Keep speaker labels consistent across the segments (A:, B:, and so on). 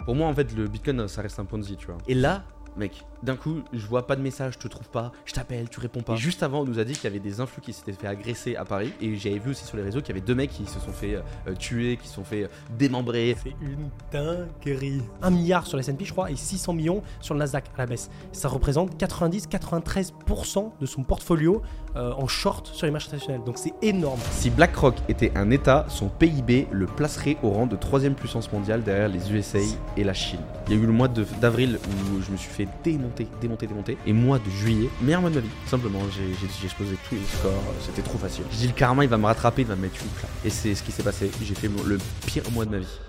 A: Pour moi, en fait, le Bitcoin, ça reste un Ponzi, tu vois. Et là, mec, d'un coup, je vois pas de message, je te trouve pas, je t'appelle, tu réponds pas. Et juste avant, on nous a dit qu'il y avait des influx qui s'étaient fait agresser à Paris. Et j'avais vu aussi sur les réseaux qu'il y avait 2 mecs qui se sont fait tuer, qui se sont fait démembrer.
B: C'est une dinguerie. 1 milliard sur le S&P, je crois, et 600 millions sur le Nasdaq à la baisse. Ça représente 90-93% de son portfolio en short sur les marchés internationaux. Donc c'est énorme.
A: Si BlackRock était un État, son PIB le placerait au rang de 3e puissance mondiale derrière les USA et la Chine. Il y a eu le mois d'avril où je me suis fait démonter. Et mois de juillet, meilleur mois de ma vie. Simplement, j'ai explosé tous les scores, c'était trop facile. J'ai dit le karma, il va me rattraper, il va me mettre une claque. Et c'est ce qui s'est passé. J'ai fait le pire mois de ma vie.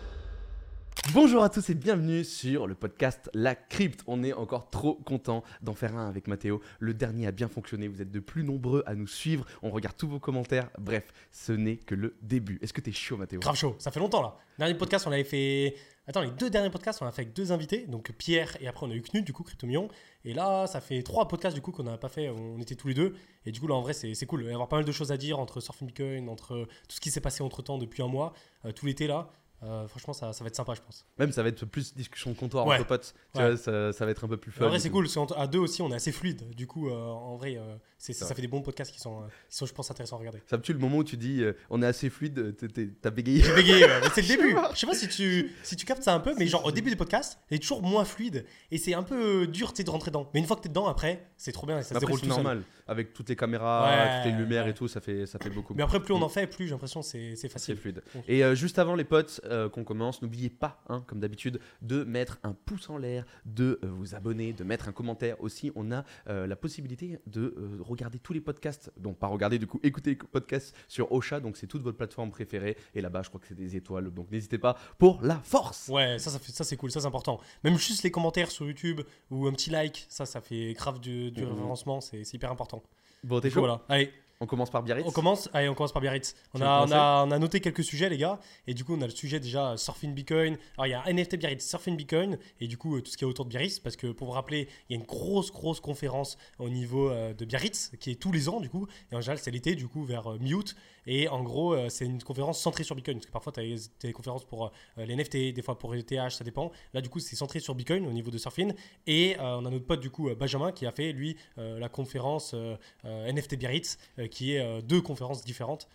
A: Bonjour à tous et bienvenue sur le podcast La Crypte. On est encore trop content d'en faire un avec Mathéo. Le dernier a bien fonctionné, vous êtes de plus nombreux à nous suivre, on regarde tous vos commentaires. Bref, ce n'est que le début. Est-ce que t'es chaud, Mathéo?
B: Grave chaud, ça fait longtemps là. Dernier podcast, on avait fait... Attends, les 2 derniers podcasts, on a fait avec 2 invités, donc Pierre et après on a eu Knut, du coup, Crypto Million. Et là, ça fait 3 podcasts du coup qu'on n'a pas fait, on était tous les deux. Et du coup, là, en vrai, c'est cool. Il va y avoir pas mal de choses à dire entre Surfing Bitcoin, entre tout ce qui s'est passé entre temps depuis un mois, tout l'été là. Franchement, ça va être sympa, je pense.
A: Même ça va être plus discussion de comptoir
B: Ouais.
A: entre potes. Tu
B: Ouais.
A: vois, ça va être un peu plus fun.
B: En vrai, c'est cool. À 2 aussi, on est assez fluide. Du coup, en vrai, ça fait des bons podcasts qui sont, je pense, intéressants à regarder.
A: Ça me tue le moment où tu dis on est assez fluide, t'as bégayé.
B: J'ai bégayé, mais c'est le début. Je sais pas si tu captes ça un peu, mais genre au début du podcast, il est toujours moins fluide et c'est un peu dur de rentrer dedans. Mais une fois que t'es dedans, après, c'est trop bien et ça se
A: Après,
B: déroule
A: c'est
B: tout seul.
A: normal. Avec toutes les caméras,
B: Ouais,
A: toutes les lumières
B: ouais.
A: et tout, ça fait beaucoup.
B: Mais après, plus on en fait, plus j'ai l'impression que c'est
A: C'est
B: facile.
A: fluide. Et juste avant les potes qu'on commence, n'oubliez pas, comme d'habitude, de mettre un pouce en l'air, de vous abonner, de mettre un commentaire aussi. On a la possibilité de regarder tous les podcasts, donc pas regarder du coup, écouter les podcasts sur Ocha, donc c'est toute votre plateforme préférée. Et là-bas, je crois que c'est des étoiles, donc n'hésitez pas pour la force.
B: Ouais, ça c'est cool, ça c'est important. Même juste les commentaires sur YouTube ou un petit like, ça fait grave du référencement, c'est hyper important.
A: Bon, t'es
B: Du coup,
A: chaud?
B: voilà. Allez,
A: On commence par Biarritz.
B: on commence par Biarritz. On
A: Tu veux
B: a
A: commencer
B: noté quelques sujets, les gars. Et du coup, on a le sujet déjà Surfing Bitcoin. Alors, il y a NFT Biarritz, Surfing Bitcoin. Et du coup, tout ce qui est autour de Biarritz. Parce que pour vous rappeler, il y a une grosse conférence au niveau de Biarritz qui est tous les ans, du coup. Et en général, c'est l'été, du coup, vers mi-août. Et en gros, c'est une conférence centrée sur Bitcoin. Parce que parfois, tu as des conférences pour les NFT, des fois pour les ETH, ça dépend. Là, du coup, c'est centré sur Bitcoin au niveau de Surfing. Et on a notre pote, du coup, Benjamin, qui a fait, lui, la conférence NFT Biarritz, qui est 2 conférences différentes.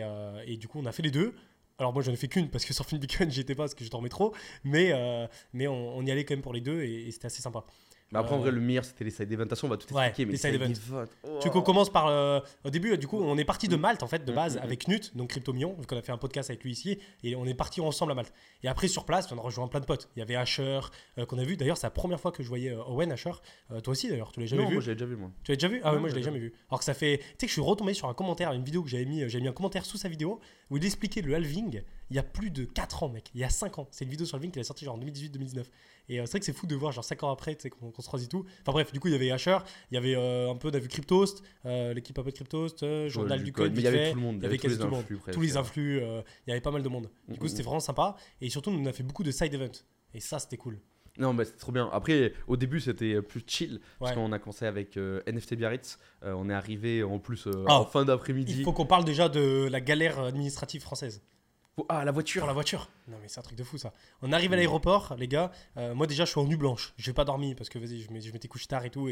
B: Et du coup, on a fait les 2. Alors, moi, j'en ai fait qu'une parce que Surfing Bitcoin, j'y étais pas parce que je dormais trop. Mais on y allait quand même pour les 2 et c'était assez sympa.
A: Mais après, en vrai, le meilleur, c'était les side events. De toute façon, on va tout
B: Ouais,
A: expliquer. Mais
B: les side events.
A: Oh.
B: Tu commences par au début, du coup, on est parti de Malte en fait de base avec Knut, donc Crypto Million, vu qu'on a fait un podcast avec lui ici, et on est parti ensemble à Malte. Et après sur place, on a rejoint plein de potes. Il y avait Asher qu'on a vu. D'ailleurs, c'est la première fois que je voyais Owen Asher. Toi aussi d'ailleurs, tu l'as jamais
A: Non,
B: vu?
A: moi, j'avais déjà vu, moi.
B: Tu l'as déjà vu? Ah ouais,
A: Ouais,
B: moi je l'ai
A: ouais.
B: jamais vu. Alors que ça fait, tu sais que je suis retombé sur un commentaire, une vidéo que j'avais mis un commentaire sous sa vidéo où il expliquait le halving. Il y a plus de 4 ans, mec. Il y a 5 ans. C'est une vidéo sur le halving qu'il a sorti genre en 2018-2019. Et c'est vrai que c'est fou de voir genre 5 ans après, tu sais, qu'on se croise et tout. Enfin bref, du coup il y avait Asher, il y avait un peu, on a vu Cryptost, l'équipe un peu de Cryptost, Journal du Code,
A: mais il y avait tout le monde.
B: il y avait quasi tout le monde.
A: influx, presque.
B: Tous les influx, il y avait pas mal de monde. Du coup c'était vraiment sympa. Et surtout on a fait beaucoup de side events. Et ça c'était cool.
A: Non, mais c'était trop bien. Après, au début, c'était plus chill. Parce
B: Ouais.
A: qu'on a commencé avec NFT Biarritz. On est arrivé en plus
B: Ah,
A: en fin d'après-midi.
B: Il faut qu'on parle déjà de la galère administrative française.
A: Ah, la voiture.
B: Pour la voiture. Non mais c'est un truc de fou ça. On arrive à l'aéroport, les gars. Moi déjà je suis en nuit blanche. J'ai pas dormi parce que vas-y, je m'étais couché tard et tout.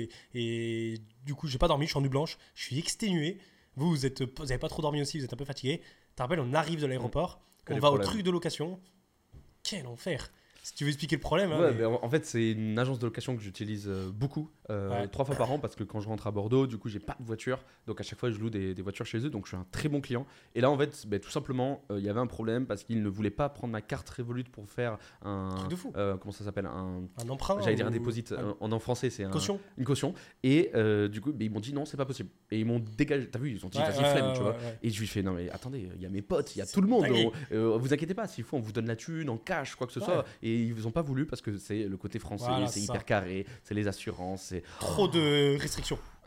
B: Et du coup j'ai pas dormi, je suis en nuit blanche. Je suis exténué. Vous avez pas trop dormi aussi, vous êtes un peu fatigué. Tu te rappelles, on arrive de l'aéroport,
A: Quel
B: on
A: est
B: va
A: le
B: au
A: problème
B: truc de location. Quel enfer. Si tu veux expliquer le problème.
A: Ouais,
B: hein, mais-
A: en fait, c'est une agence de location que j'utilise beaucoup,
B: Ouais.
A: 3 fois par an, parce que quand je rentre à Bordeaux, du coup, j'ai pas de voiture. Donc, à chaque fois, je loue des voitures chez eux. Donc, je suis un très bon client. Et là, en fait, tout simplement, il y avait un problème parce qu'ils ne voulaient pas prendre ma carte Revolut pour faire un.
B: Truc de fou.
A: Comment ça s'appelle un...
B: Un emprunt.
A: J'allais dire un
B: ou-
A: déposit. En français, c'est
B: Caution.
A: une caution. Et du coup, ils m'ont dit non, c'est pas possible. Et ils m'ont dégagé. T'as vu, ils ont dit vas-y, flemme, tu vois.
B: ouais.
A: Et je lui fais non, mais attendez, il y a mes potes, il y a
B: C'est
A: tout le monde.
B: dingue.
A: Vous inquiétez pas, s'il faut, on vous donne la thune en cash, quoi que ce
B: Ouais.
A: soit. Et ils vous ont pas voulu parce que c'est le côté français,
B: Voilà,
A: c'est
B: c'est
A: hyper
B: ça.
A: carré, c'est les assurances.
B: Trop de restrictions.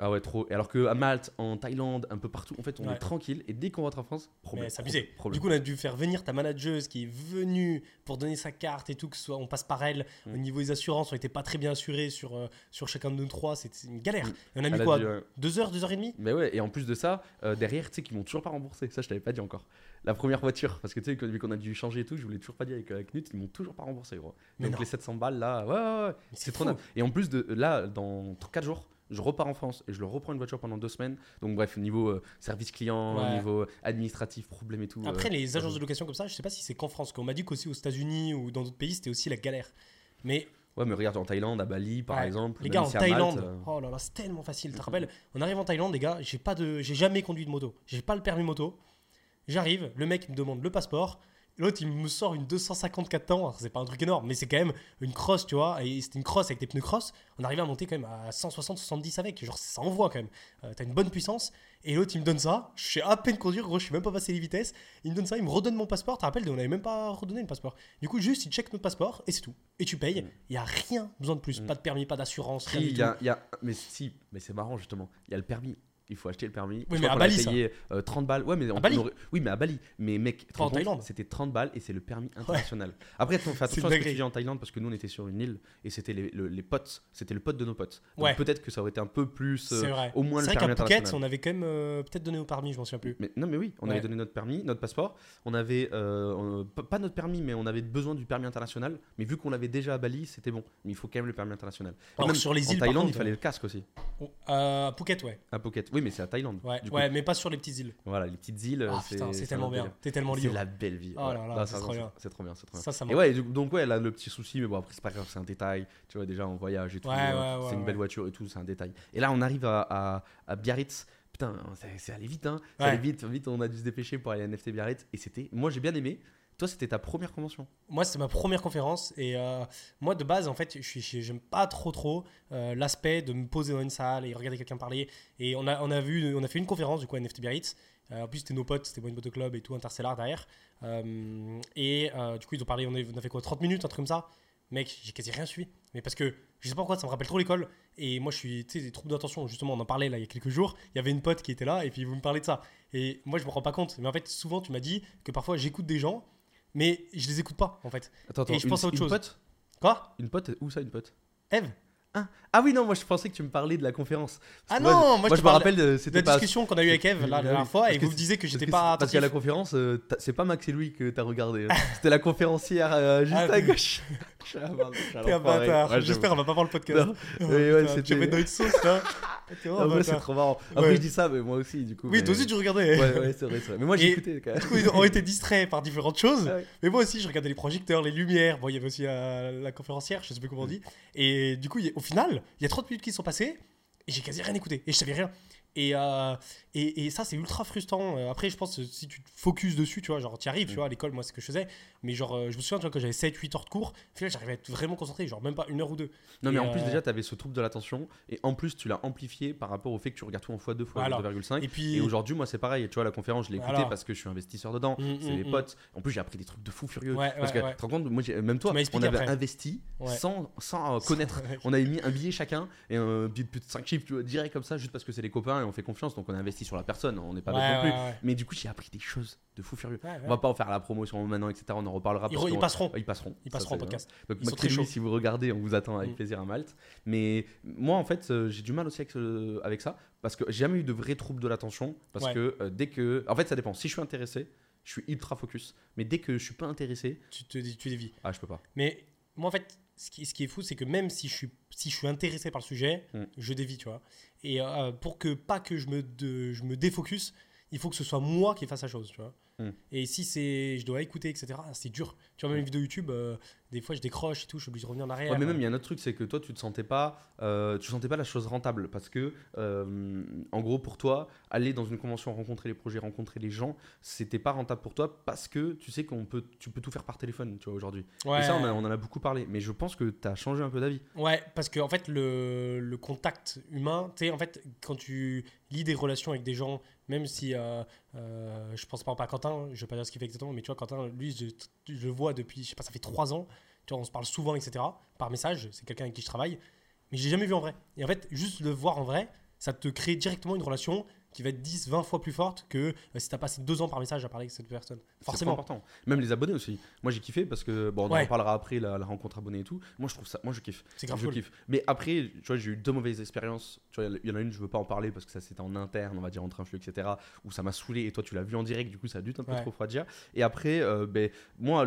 A: Ah ouais, trop. Et alors qu'à Malte, en Thaïlande, un peu partout, en fait, on
B: Ouais.
A: est tranquille. Et dès qu'on rentre en France, problème.
B: Mais c'est abusé.
A: Problème.
B: Du coup, on a dû faire venir ta manageuse qui est venue pour donner sa carte et tout, que ce soit on passe par elle. Au niveau des assurances, on n'était pas très bien assurés sur chacun de nous trois. C'était une galère. Et on a mis
A: Elle a
B: quoi
A: dû,
B: 2 heures, 2 heures et demie.
A: Mais ouais, et en plus de ça, derrière, tu sais qu'ils m'ont toujours pas remboursé. Ça, je t'avais pas dit encore. La première voiture, parce que tu sais, vu qu'on a dû changer et tout, je voulais toujours pas dire avec Knut, ils m'ont toujours pas remboursé, gros.
B: Mais
A: Donc
B: non.
A: les 700 balles là, ouais,
B: Mais
A: c'est trop naze. Et en plus de là, dans 4 jours, je repars en France et je leur reprends une voiture pendant 2 semaines. Donc bref, niveau service client,
B: Ouais.
A: niveau administratif, problème et tout.
B: Après, les agences de location comme ça, je sais pas si c'est qu'en France. Qu'on m'a dit qu'aussi aux États-Unis ou dans d'autres pays, c'était aussi la galère. Mais
A: Ouais, mais regarde en Thaïlande, à Bali par
B: ouais,
A: exemple.
B: les
A: même
B: gars, en
A: ici à Malte,
B: Thaïlande, oh là là, c'est tellement facile. Tu te rappelles, on arrive en Thaïlande, les gars, j'ai jamais conduit de moto. J'ai pas le permis moto. J'arrive, le mec me demande le passeport. L'autre, il me sort une 254 temps. Alors, c'est pas un truc énorme, mais c'est quand même une cross, tu vois. Et c'était une cross avec des pneus cross. On arrivait à monter quand même à 160-70 avec. Genre, ça envoie quand même. T'as une bonne puissance. Et l'autre, il me donne ça. Je sais à peine conduire, gros. Je suis même pas passé les vitesses. Il me donne ça, il me redonne mon passeport. Tu te rappelles, on avait même pas redonné le passeport. Du coup, juste, il check notre passeport et c'est tout. Et tu payes. Il y a rien besoin de plus. Pas de permis, pas d'assurance, rien
A: Si,
B: du
A: il
B: tout.
A: y a, mais si, mais c'est marrant justement. Il y a le permis. Il faut acheter le permis.
B: Oui,
A: Je
B: mais
A: crois
B: à
A: qu'on l'a
B: Bali, ça.
A: payé 30 balles. Ouais, mais
B: À Bali.
A: Oui, mais à Bali. Mais mec,
B: Pas en
A: te rends compte,
B: Thaïlande.
A: c'était 30 balles et c'est le permis international. Après, fais attention à ce que
B: dinguerie.
A: tu dis en Thaïlande parce que nous on était sur une île et c'était les potes. C'était le pote de nos potes. Donc
B: Ouais.
A: peut-être que ça aurait été un peu plus.
B: C'est vrai.
A: Au moins
B: C'est
A: le
B: vrai
A: permis
B: qu'à Phuket,
A: international.
B: on avait quand même peut-être donné au permis, je m'en souviens plus.
A: Mais, non, mais oui, on
B: Ouais.
A: avait donné notre permis, notre passeport. On avait pas notre permis, mais on avait besoin du permis international. Mais vu qu'on l'avait déjà à Bali, c'était bon. Mais il faut quand même le permis international. Et
B: Alors,
A: même
B: sur les
A: en
B: îles, par
A: Thaïlande,
B: contre,
A: il fallait le casque aussi.
B: À Phuket, ouais.
A: À Phuket. Oui, mais c'est à Thaïlande.
B: Ouais,
A: du coup.
B: ouais, mais pas sur les petites îles.
A: Voilà, les petites îles.
B: Ah putain, c'est
A: un
B: tellement
A: autre
B: bien.
A: délire.
B: T'es tellement
A: C'est
B: libre.
A: la belle vie.
B: Oh là là, c'est trop bien.
A: C'est trop bien, c'est trop bien.
B: Ça
A: Et
B: manque.
A: ouais, donc ouais, là le petit souci, mais bon après c'est pas grave, c'est un détail. Tu vois déjà en voyage et tout,
B: Ouais, ouais,
A: c'est une
B: ouais,
A: belle
B: ouais.
A: voiture et tout, c'est un détail. Et là on arrive à Biarritz. Putain, c'est allé vite, hein. C'est
B: Ouais.
A: allé vite, on a dû se dépêcher pour aller à NFT Biarritz. Et c'était, moi j'ai bien aimé. Toi, c'était ta première convention.
B: Moi, c'était ma première conférence et moi, de base, en fait, j'aime pas trop l'aspect de me poser dans une salle et regarder quelqu'un parler. Et on a fait une conférence du coup à NFT Biarritz. En plus, c'était nos potes, c'était One Moto Club et tout, Interstellar derrière. Du coup, ils ont parlé, on a fait quoi, 30 minutes, un truc comme ça. Mec, j'ai quasi rien suivi. Mais parce que je sais pas pourquoi, ça me rappelle trop l'école. Et moi, je suis, tu sais, des troubles d'attention. Justement, on en parlait là il y a quelques jours. Il y avait une pote qui était là et puis vous me parlez de ça. Et moi, je me rends pas compte. Mais en fait, souvent, tu m'as dit que parfois j'écoute des gens, mais je les écoute pas en fait.
A: Attends,
B: Et je pense à autre chose.
A: Pote
B: Quoi?
A: Une pote Où ça, une pote?
B: Eve?
A: Ah oui, non, moi je pensais que tu me parlais de la conférence.
B: Ah
A: Parce que
B: non, moi,
A: je
B: te
A: me
B: parle
A: rappelle,
B: de
A: c'était
B: la
A: pas.
B: discussion qu'on a eue avec Eve là, la dernière fois
A: Parce
B: et
A: que
B: vous me disiez que j'étais
A: parce
B: pas
A: parce qu'à la
B: attentif.
A: conférence, c'est pas Max et Louis que t'as regardé. Hein. C'était la conférencière juste
B: Ah,
A: à gauche.
B: T'es un bâtard. J'espère on va pas voir le podcast.
A: Non.
B: Oh,
A: Oui, ouais,
B: putain, tu
A: c'était-
B: vas mettre dans une sauce là. T'es vraiment un
A: En vrai, c'est
B: bâtard.
A: trop marrant. Après,
B: Ouais.
A: je dis ça, mais moi aussi, du coup.
B: Oui,
A: mais-
B: toi aussi tu regardais.
A: Ouais, c'est vrai. Mais moi, j'ai
B: Et-
A: écouté quand même.
B: Du coup, on a été distraits par différentes choses.
A: Ouais.
B: Mais moi aussi, je regardais les projecteurs, les lumières. Bon, il y avait aussi la conférencière, je sais plus comment on dit. Et du coup, au final, il y a 30 minutes qui sont passées et j'ai quasi rien écouté. Et je savais rien. Et ça, c'est ultra frustrant. Après, je pense que si tu te focuses dessus, tu vois, genre, tu arrives, tu vois, à l'école, moi, c'est ce que je faisais. Mais genre, je me souviens, tu vois, quand j'avais 7-8 heures de cours, au final, j'arrivais à être vraiment concentré, genre, même pas 1 heure ou 2.
A: Non, mais
B: Et,
A: en plus, déjà, t'avais ce trouble de l'attention. Et en plus, tu l'as amplifié par rapport au fait que tu regardes tout en x2,
B: Voilà.
A: 2,5.
B: Et puis.
A: Et aujourd'hui, moi, c'est pareil. Tu vois, la conférence, je l'ai écoutée
B: Voilà.
A: parce que je suis investisseur dedans. C'est mes potes. En plus, j'ai appris des trucs de fou furieux.
B: Ouais,
A: Parce que,
B: ouais.
A: tu te rends compte, moi, même toi,
B: Tu m'as
A: on
B: expliqué
A: avait
B: après.
A: investi
B: Ouais.
A: sans connaître.
B: Ouais.
A: On avait mis un billet chacun et un billet de plus de 5 chiffres, tu vois, direct comme ça, juste parce que c'est les copains et on fait confiance. Donc, on a investi sur la personne. On n'est pas bête non plus.
B: Ouais.
A: Mais du coup, j'ai appris des choses de fou furieux.
B: Ouais, ouais.
A: On va pas en faire la promotion maintenant, etc. On en reparlera.
B: Ils
A: parce qu'on-
B: ils passeront.
A: Ils passeront.
B: Ils
A: Ça,
B: passeront au
A: c'est-
B: podcast.
A: Donc,
B: Ils sont
A: Max
B: très
A: et Louis,
B: chauds.
A: si vous regardez, on vous attend avec
B: Mm.
A: plaisir à Malte. Mais moi, en fait, j'ai du mal aussi avec ça parce que j'ai jamais eu de vrais troubles de l'attention. Parce
B: Ouais.
A: que dès que. En fait, ça dépend. Si je suis intéressé, je suis ultra focus. Mais dès que je suis pas intéressé,
B: Tu dévis.
A: je peux pas.
B: Mais moi, en fait, ce qui est fou, c'est que même si je suis intéressé par le sujet,
A: Mm.
B: je dévie, tu vois. Et pour que pas que je me défocus, il faut que ce soit moi qui fasse la chose, tu vois.
A: Mm.
B: Et si je dois écouter, etc., c'est dur. Tu vois, même une vidéo YouTube, des fois, je décroche et tout, je suis obligé de revenir en arrière.
A: Ouais, mais même il y a un autre truc, c'est que toi tu sentais pas la chose rentable parce que en gros pour toi aller dans une convention, rencontrer les projets, rencontrer les gens, c'était pas rentable pour toi parce que tu sais tu peux tout faire par téléphone, tu vois aujourd'hui.
B: Ouais.
A: Et ça on en a beaucoup parlé, mais je pense que tu as changé un peu d'avis.
B: Ouais, parce que en fait, le contact humain, tu sais, en fait, quand tu lis des relations avec des gens, même si je pense pas à Quentin, je vais pas dire ce qu'il fait exactement, mais tu vois, Quentin, lui, je le vois depuis, je sais pas, ça fait 3 ans, tu vois, on se parle souvent, etc., par message, c'est quelqu'un avec qui je travaille, mais je l'ai jamais vu en vrai. Et en fait, juste le voir en vrai, ça te crée directement une relation qui va être 10, 20 fois plus forte que si tu as passé 2 ans par message à parler avec cette personne.
A: C'est
B: Forcément.
A: trop important. Même les abonnés aussi. Moi j'ai kiffé parce que, bon, on en
B: Ouais.
A: reparlera après, la rencontre abonnée et tout. Moi je trouve ça, moi je kiffe.
B: C'est grave
A: Je
B: cool.
A: kiffe. Mais après, tu vois, j'ai eu 2 mauvaises expériences. Tu vois, il y en a une, je veux pas en parler parce que ça c'était en interne, on va dire entre influx, etc. Où ça m'a saoulé et toi tu l'as vu en direct, du coup ça a dû un peu
B: Ouais.
A: trop refroidir. Et après, ben, moi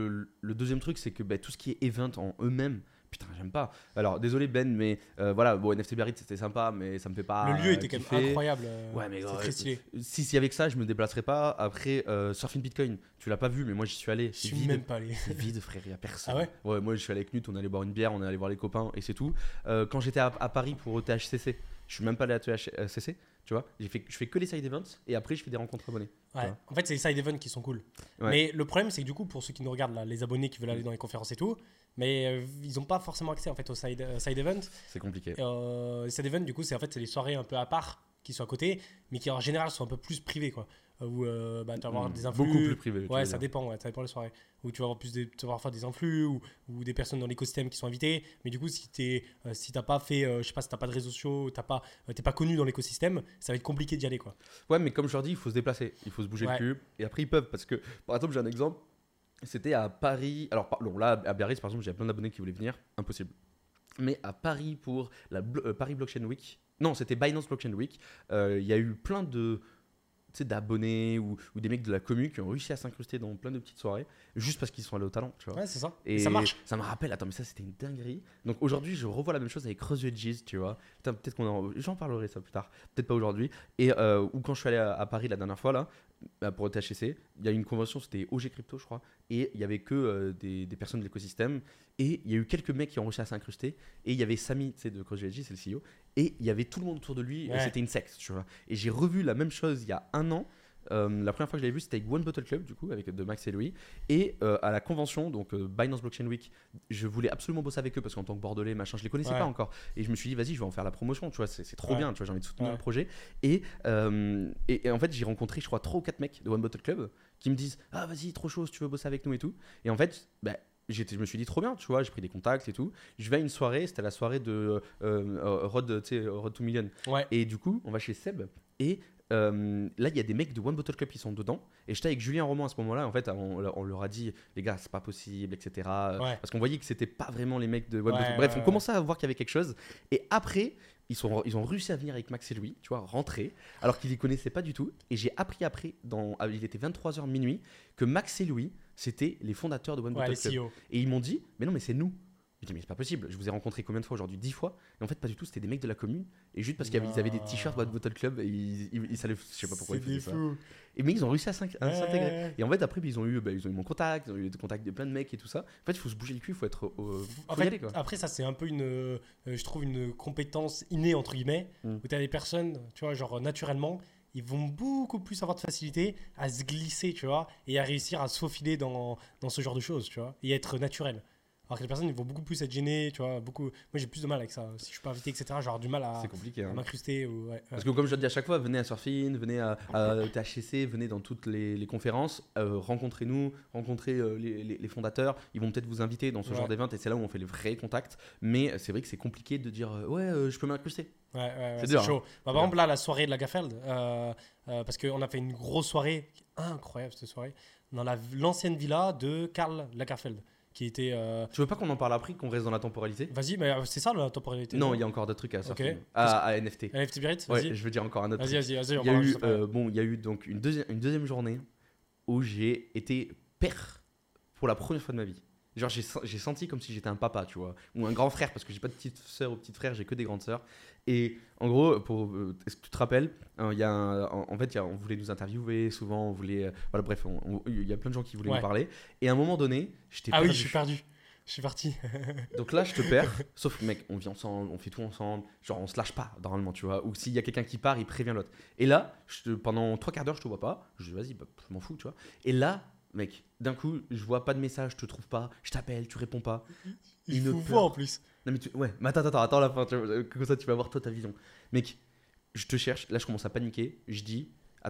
A: le deuxième truc, c'est que ben, tout ce qui est event en eux-mêmes, putain, j'aime pas. Alors désolé Ben, mais voilà, bon, NFT Biarritz c'était sympa, mais ça me fait pas.
B: Le lieu était quand même
A: kiffer.
B: incroyable.
A: Ouais, mais
B: c'est très stylé.
A: si avec ça, je me déplacerais pas. Après, Surfing Bitcoin, tu l'as pas vu, mais moi j'y suis allé.
B: Je
A: C'est
B: suis
A: vide.
B: même pas allé.
A: C'est vide, frère, il y a personne.
B: Ah ouais
A: moi je suis allé avec Nut, on allait boire une bière, on allait voir les copains et c'est tout. Quand j'étais à Paris pour THCC, je suis même pas allé à THCC, tu vois. Je fais que les side events et après je fais des rencontres abonnés.
B: Ouais.
A: vois.
B: En fait, c'est les side events qui sont cool.
A: Ouais.
B: Mais le problème, c'est que du coup, pour ceux qui nous regardent, là, les abonnés qui veulent aller dans les conférences et tout, mais ils n'ont pas forcément accès en fait aux side events.
A: C'est compliqué.
B: Les side events, du coup, c'est les soirées un peu à part qui sont à côté, mais qui en général sont un peu plus privées, quoi. Où tu vas avoir des influx.
A: Beaucoup plus privé. tu
B: Ouais,
A: veux
B: ça
A: dire.
B: dépend, ça dépend des soirées. Où tu vas avoir tu vas avoir des influx ou des personnes dans l'écosystème qui sont invitées. Mais du coup, si t'as pas fait, je sais pas, si t'as pas de réseaux sociaux, t'es pas connu dans l'écosystème, ça va être compliqué d'y aller, quoi.
A: Ouais, mais comme je leur dis, il faut se déplacer, il faut se bouger
B: Ouais.
A: le cul. Et après, ils peuvent. Parce que, par exemple, j'ai un exemple. C'était à Paris. Alors, bon, là, à Biarritz, par exemple, j'avais plein d'abonnés qui voulaient venir. Impossible. Mais à Paris, pour la Paris Blockchain Week. Non, c'était Binance Blockchain Week. Il y a eu plein de. Tu sais, d'abonnés ou des mecs de la commu qui ont réussi à s'incruster dans plein de petites soirées juste parce qu'ils sont allés au talent, tu vois.
B: Ouais, c'est ça.
A: Et
B: ça marche.
A: Ça me rappelle, attends, mais ça c'était une dinguerie. Donc aujourd'hui, je revois la même chose avec Cross Edges, tu vois. Putain, peut-être j'en parlerai ça plus tard, peut-être pas aujourd'hui. Et ou quand je suis allé à Paris la dernière fois, là, pour le THCC, il y a eu une convention, c'était OG Crypto, je crois. Et il y avait que des personnes de l'écosystème. Et il y a eu quelques mecs qui ont réussi à s'incruster. Et il y avait Samy, tu sais, de Cross Edges, c'est le CEO. Et il y avait tout le monde autour de lui.
B: Ouais.
A: Et c'était une secte, tu vois. Et j'ai revu la même chose il y a un an. La première fois que je l'avais vu, c'était avec One Bottle Club, du coup, avec de Max et Louis. Et à la convention, donc Binance Blockchain Week, je voulais absolument bosser avec eux parce qu'en tant que Bordelais, machin, je les connaissais
B: Ouais.
A: pas encore. Et je me suis dit, vas-y, je vais en faire la promotion, tu vois, c'est trop
B: Ouais.
A: bien, tu vois, j'ai envie de soutenir
B: Ouais.
A: le projet. Et en fait, j'ai rencontré, je crois, 3 ou 4 mecs de One Bottle Club qui me disent, ah, vas-y, trop chaud, si tu veux bosser avec nous et tout. Et en fait, bah, je me suis dit trop bien, tu vois, j'ai pris des contacts et tout. Je vais à une soirée, c'était la soirée de Road to Million.
B: Ouais.
A: Et du coup, on va chez Seb et là, il y a des mecs de One Bottle Club qui sont dedans. Et j'étais avec Julien Roman à ce moment-là. En fait, on leur a dit, les gars, c'est pas possible, etc.
B: Ouais.
A: Parce qu'on voyait que c'était pas vraiment les mecs de One
B: Ouais,
A: Bottle. Bref,
B: ouais,
A: on commençait à voir qu'il y avait quelque chose. Et après, ils ont réussi à venir avec Max et Louis, tu vois, rentrer, alors qu'ils les connaissaient pas du tout. Et j'ai appris après, il était 23h minuit, que Max et Louis, c'était les fondateurs de One
B: Ouais,
A: Bottle
B: les
A: Club.
B: CEO.
A: Et ils m'ont dit, mais non, mais c'est nous. Je dis, mais c'est pas possible, je vous ai rencontré combien de fois aujourd'hui? 10 fois. Et en fait, pas du tout, c'était des mecs de la commune. Et juste parce qu'ils avaient des t-shirts One Bottle Club, et je sais pas pourquoi ils
B: C'est des
A: faisaient ça.
B: fous.
A: Et mais ils ont réussi à s'intégrer.
B: Ouais.
A: Et en fait, après, ils ont eu mon contact, ils ont eu des contacts de plein de mecs et tout ça. En fait, il faut se bouger le cul, il faut être.
B: En
A: Faut y
B: fait,
A: aller, quoi.
B: après, ça, c'est un peu je trouve, une compétence innée, entre guillemets, où tu as des personnes, tu vois, genre, naturellement, ils vont beaucoup plus avoir de facilité à se glisser, tu vois, et à réussir à se faufiler dans ce genre de choses, tu vois, et être naturel. Alors que les personnes, ils vont beaucoup plus être gênées, tu vois, beaucoup. Moi, j'ai plus de mal avec ça. Si je suis pas invité, etc., j'ai avoir du mal à
A: C'est compliqué. Hein.
B: m'incruster. Ou, ouais.
A: Parce que comme je le dis à chaque fois, venez à Surfing, venez à THCC, venez dans toutes les conférences, rencontrez-nous, rencontrez les fondateurs. Ils vont peut-être vous inviter dans ce
B: Ouais.
A: genre d'événement et c'est là où on fait les vrais contacts. Mais c'est vrai que c'est compliqué de dire je peux m'incruster.
B: Ouais,
A: C'est
B: c'est
A: dur,
B: chaud.
A: hein.
B: Bah, par exemple, là, la soirée de la Gafeld, parce qu'on a fait une grosse soirée, incroyable cette soirée, dans l'ancienne villa de Karl Lagerfeld, qui était.
A: Tu veux pas qu'on en parle après, qu'on reste dans la temporalité?
B: Vas-y, mais c'est ça la temporalité?
A: Non, il y a encore d'autres trucs à Surfing.
B: Ok.
A: À NFT.
B: NFT Biarritz,
A: Ouais,
B: vas-y.
A: je veux dire encore un autre
B: Vas-y,
A: truc.
B: vas-y,
A: Il y a eu donc une deuxième journée où j'ai été père pour la première fois de ma vie. Genre j'ai senti comme si j'étais un papa, tu vois, ou un grand frère parce que j'ai pas de petite sœur ou petite frère, j'ai que des grandes sœurs. Et en gros, est-ce que tu te rappelles, il y a en fait, on voulait nous interviewer souvent, on voulait, voilà, bref, il y a plein de gens qui voulaient
B: Ouais.
A: nous parler. Et à un moment donné, j'étais
B: Ah oui,
A: perdu.
B: je suis perdu. Je suis parti.
A: Donc là, je te perds. Sauf que, mec, on vit ensemble, on fait tout ensemble. Genre, on se lâche pas, normalement, tu vois. Ou s'il y a quelqu'un qui part, il prévient l'autre. Et là, pendant 3/4 d'heure, je te vois pas. Je dis, vas-y, bah, je m'en fous, tu vois. Et là, mec, d'un coup, je vois pas de message, je te trouve pas. Je t'appelle, tu réponds pas.
B: Il
A: Une
B: faut
A: peur.
B: voir en plus.
A: Non, mais ouais, mais attends la fin, tu vois, comme ça, tu vas voir toi ta vision. Mec, je te cherche. Là, je commence à paniquer. Je dis, attends,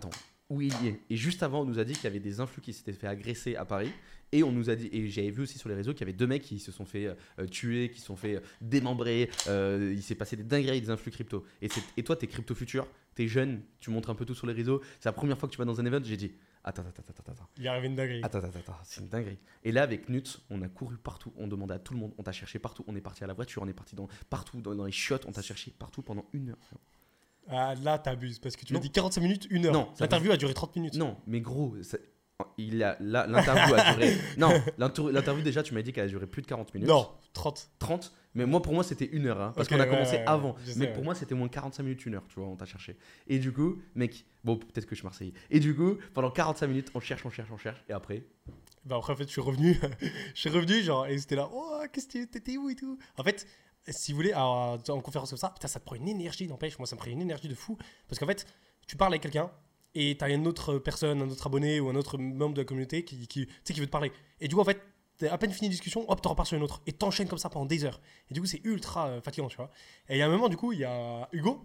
A: où il y est. Et juste avant, on nous a dit qu'il y avait des influx qui s'étaient fait agresser à Paris. Et on nous a dit, et j'avais vu aussi sur les réseaux qu'il y avait 2 mecs qui se sont fait tuer, qui se sont fait démembrer. Il s'est passé des dingueries avec des influx crypto. Et toi, t'es crypto futur, t'es jeune, tu montres un peu tout sur les réseaux. C'est la première fois que tu vas dans un event. J'ai dit, attends.
B: Il est arrivé une dinguerie.
A: Attends, c'est une dinguerie. Et là, avec Nut, on a couru partout, on demandait à tout le monde, on t'a cherché partout, on est parti à la voiture, on est parti partout, dans les chiottes, on t'a cherché partout pendant 1 heure.
B: Ah, là, t'abuses, parce que tu m'as
A: Non.
B: dit 45 minutes, 1 heure.
A: Non,
B: L'interview a duré 30 minutes.
A: Non, mais gros, l'interview a duré. Non, l'interview déjà, tu m'as dit qu'elle a duré plus de 40 minutes.
B: Non, 30.
A: 30. Mais pour moi, c'était 1 heure. Hein, parce
B: Ok,
A: qu'on a commencé
B: ouais,
A: avant.
B: je sais,
A: Mais pour moi, c'était moins 45 minutes, 1 heure. Tu vois, on t'a cherché. Et du coup, mec, bon, peut-être que je suis Marseillais. Et du coup, pendant 45 minutes, on cherche. Et après.
B: Bah après, en fait, je suis revenu. Genre, et c'était là, oh, qu'est-ce que t'étais où et tout. En fait, si vous voulez, en conférence comme ça, putain, ça te prend une énergie, n'empêche. Moi, ça me prend une énergie de fou. Parce qu'en fait, tu parles avec quelqu'un et t'as une autre personne, un autre abonné ou un autre membre de la communauté qui veut te parler. Et du coup, en fait, t'as à peine fini la discussion, hop, t'en repars sur une autre. Et t'enchaînes comme ça pendant des heures. Et du coup, c'est ultra fatigant, tu vois. Et il y a un moment, du coup, il y a Hugo.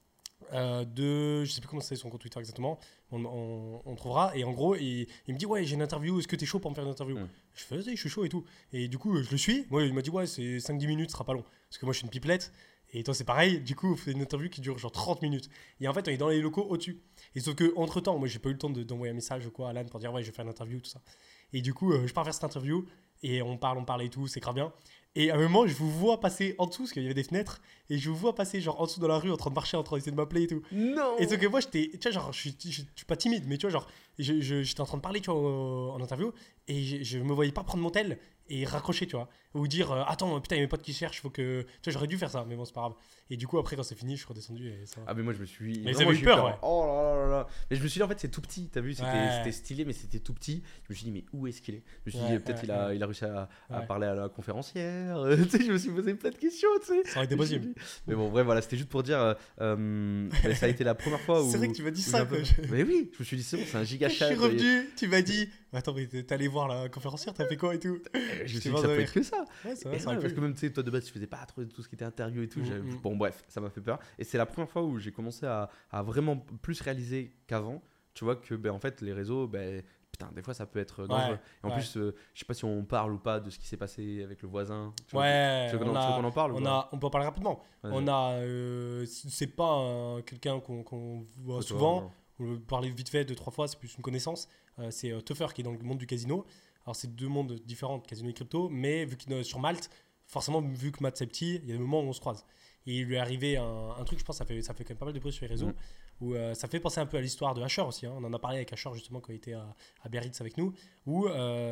B: Je sais plus comment c'est son compte Twitter exactement, on trouvera. Et en gros, il me dit, ouais, j'ai une interview, est-ce que t'es chaud pour me faire une interview? Je fais, vas-y, je suis chaud et tout. Et du coup, je le suis. Moi, il m'a dit, ouais, c'est 5-10 minutes, ce sera pas long. Parce que moi, je suis une pipelette. Et toi, c'est pareil. Du coup, on fait une interview qui dure genre 30 minutes. Et en fait, on est dans les locaux au-dessus. Et sauf que entre temps, moi, j'ai pas eu le temps d'envoyer un message ou quoi à Alan pour dire, ouais, je vais faire une interview, tout ça. Et du coup, je pars faire cette interview. Et on parle et tout, c'est grave bien. Et à un moment, je vous vois passer en dessous, parce qu'il y avait des fenêtres, et je vous vois passer genre en dessous dans la rue, en train de marcher, en train d'essayer de m'appeler et tout.
A: Non.
B: Et donc moi, j'étais, tu vois, genre, je suis pas timide, mais tu vois, genre, j'étais en train de parler, tu vois, en interview, et je me voyais pas prendre mon tel et raccrocher, tu vois, ou dire, attends, putain, il y a mes potes qui cherchent, faut que, tu vois, j'aurais dû faire ça, mais bon, c'est pas grave. Et du coup, après, quand c'est fini, je suis redescendu et ça.
A: Ah, mais moi, je me suis.
B: Mais
A: vraiment,
B: j'avais
A: j'ai
B: eu peur, ouais.
A: Oh là. Mais je me suis dit, en fait, c'est tout petit. T'as vu,
B: Ouais.
A: c'était stylé, mais c'était tout petit. Je me suis dit, mais où est-ce qu'il est? Je me suis
B: Ouais,
A: dit, peut-être
B: ouais,
A: il a réussi à
B: Ouais.
A: parler à la conférencière. Tu sais, je me suis posé plein de questions, tu sais.
B: Ça aurait été
A: Je me suis
B: possible.
A: dit- Mais bon, bref, voilà, c'était juste pour dire. Mais ça a été la première fois où.
B: C'est vrai que tu m'as dit
A: où
B: ça,
A: j'ai un peu-
B: quoi.
A: Mais oui, je me suis dit, c'est bon, c'est un giga
B: Je
A: chat.
B: suis revenu, tu m'as dit, attends, mais t'es allé voir la conférencière, t'as fait quoi et tout?
A: Je me suis dit,
B: mort
A: ça
B: de
A: peut
B: rire.
A: être que ça.
B: Ouais, c'est
A: Et
B: vrai, ça
A: ouais,
B: aurait
A: parce
B: pu.
A: que même, tu sais, toi de base, tu faisais pas trop tout ce qui était interview et tout. Bon, bref, ça m'a fait peur. Et c'est la première fois où j'ai commencé à vraiment plus réaliser qu'avant. Tu vois que, ben, en fait, les réseaux, ben, putain, des fois, ça peut être dangereux. Et en
B: ouais.
A: plus, je sais pas si on parle ou pas de ce qui s'est passé avec le voisin. Tu vois,
B: Ouais,
A: tu veux qu'on en parle ou pas
B: on peut en parler rapidement.
A: Vas-y.
B: On a, c'est pas quelqu'un qu'on voit
A: Toi,
B: souvent.
A: non.
B: On peut parler vite fait 2-3 fois, c'est plus une connaissance. C'est Tuffer qui est dans le monde du casino. Alors c'est 2 mondes différents, casino et crypto, mais vu qu'il est sur Malte, forcément vu que Matt c'est petit, il y a des moments où on se croise. Et il lui est arrivé un truc, je pense, ça fait quand même pas mal de bruit sur les réseaux, où ça fait penser un peu à l'histoire de Asher aussi. Hein. On en a parlé avec Asher justement quand il était à Biarritz avec nous. Où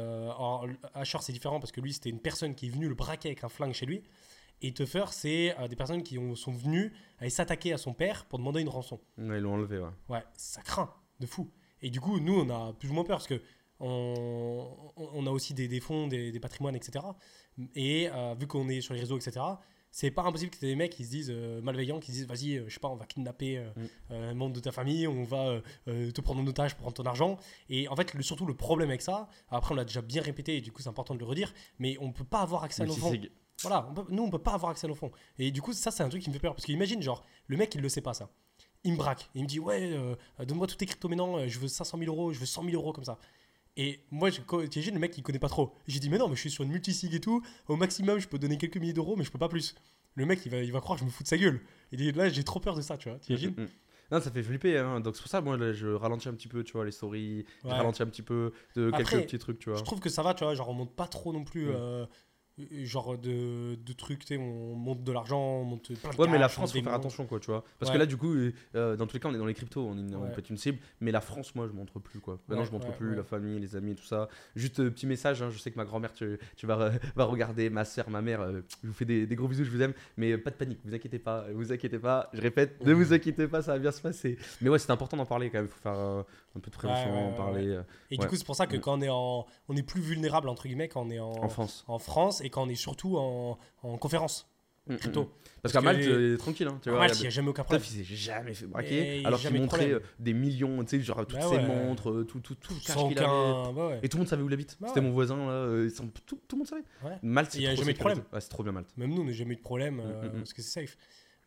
B: Asher c'est différent parce que lui c'était une personne qui est venue le braquer avec un flingue chez lui. Et Tuffer, c'est des personnes qui sont venues aller s'attaquer à son père pour demander une rançon.
A: Ouais, ils l'ont enlevé, ouais.
B: Ouais, ça craint de fou. Et du coup, nous, on a plus ou moins peur parce que on a aussi des fonds, des patrimoines, etc. Et vu qu'on est sur les réseaux, etc., c'est pas impossible que tu aies des mecs qui se disent malveillants, qui se disent vas-y, je sais pas, on va kidnapper un membre de ta famille, on va te prendre en otage pour prendre ton argent. Et en fait, surtout le problème avec ça, après on l'a déjà bien répété et du coup c'est important de le redire, mais on peut pas avoir accès à nos fonds. Voilà, nous on peut pas avoir accès à nos fonds. Et du coup, ça c'est un truc qui me fait peur parce qu'imagine, genre, le mec il le sait pas ça. Il me braque, il me dit ouais, donne-moi tous tes cryptos maintenant, je veux 500 000 euros, je veux 100 000 euros comme ça. Et moi, t'imagines, le mec il connaît pas trop. J'ai dit mais non, mais je suis sur une multisig et tout, au maximum je peux donner quelques milliers d'euros, mais je peux pas plus. Le mec il va croire que je me fous de sa gueule. Et là j'ai trop peur de ça, tu vois, t'imagines?
A: Non, ça fait flipper, hein. Donc c'est pour ça, moi, là, je ralentis un petit peu, tu vois, les stories, je
B: Ouais.
A: ralentis un petit peu de
B: Après,
A: quelques petits trucs, tu vois.
B: Je trouve que ça va, tu vois, genre on monte pas trop non plus. Genre de trucs, tu sais, on monte de l'argent, on monte plein de
A: Ouais, mais la
B: cash,
A: France,
B: on
A: faut faire
B: démonte.
A: attention, quoi, tu vois. Parce
B: Ouais.
A: que là, du coup, dans tous les cas, on est dans les cryptos, on
B: Ouais.
A: peut être une cible. Mais la France, moi, je montre plus, quoi. Maintenant,
B: Ouais,
A: je montre
B: ouais,
A: plus
B: ouais.
A: la famille, les amis, tout ça. Juste petit message, hein, je sais que ma grand-mère, tu va regarder, ma soeur, ma mère, je vous fais des gros bisous, je vous aime. Mais pas de panique, vous inquiétez pas, je répète, ne vous inquiétez pas, ça va bien se passer. Mais ouais, c'est important d'en parler quand même, il faut faire un peu de prévention,
B: Ouais,
A: en parler.
B: Et
A: Ouais.
B: du coup, c'est pour ça que quand on est plus vulnérable, entre guillemets, quand on est
A: En France.
B: en France et quand on est surtout en conférence crypto.
A: Parce qu'à
B: que
A: Malte,
B: les-
A: tranquille, hein, tu
B: En
A: vois.
B: Malte, il n'y a jamais aucun
A: Bref,
B: problème.
A: il s'est jamais fait
B: Et
A: braquer,
B: il y a
A: alors qu'il
B: jamais de
A: montrait
B: problème.
A: des millions, tu sais, genre toutes
B: Bah
A: ses
B: ouais.
A: montres, tout le cash
B: Sans
A: qu'il avait.
B: aucun. Bah ouais.
A: Et tout le monde savait où il habite.
B: Bah
A: C'était
B: ouais.
A: mon voisin, là, tout le monde savait.
B: Ouais.
A: Malte,
B: Et il y a
A: trop
B: jamais de
A: sécurisé.
B: problème.
A: Ouais, c'est trop bien Malte.
B: Même nous, on n'a jamais eu de problème
A: Mm.
B: parce que c'est safe.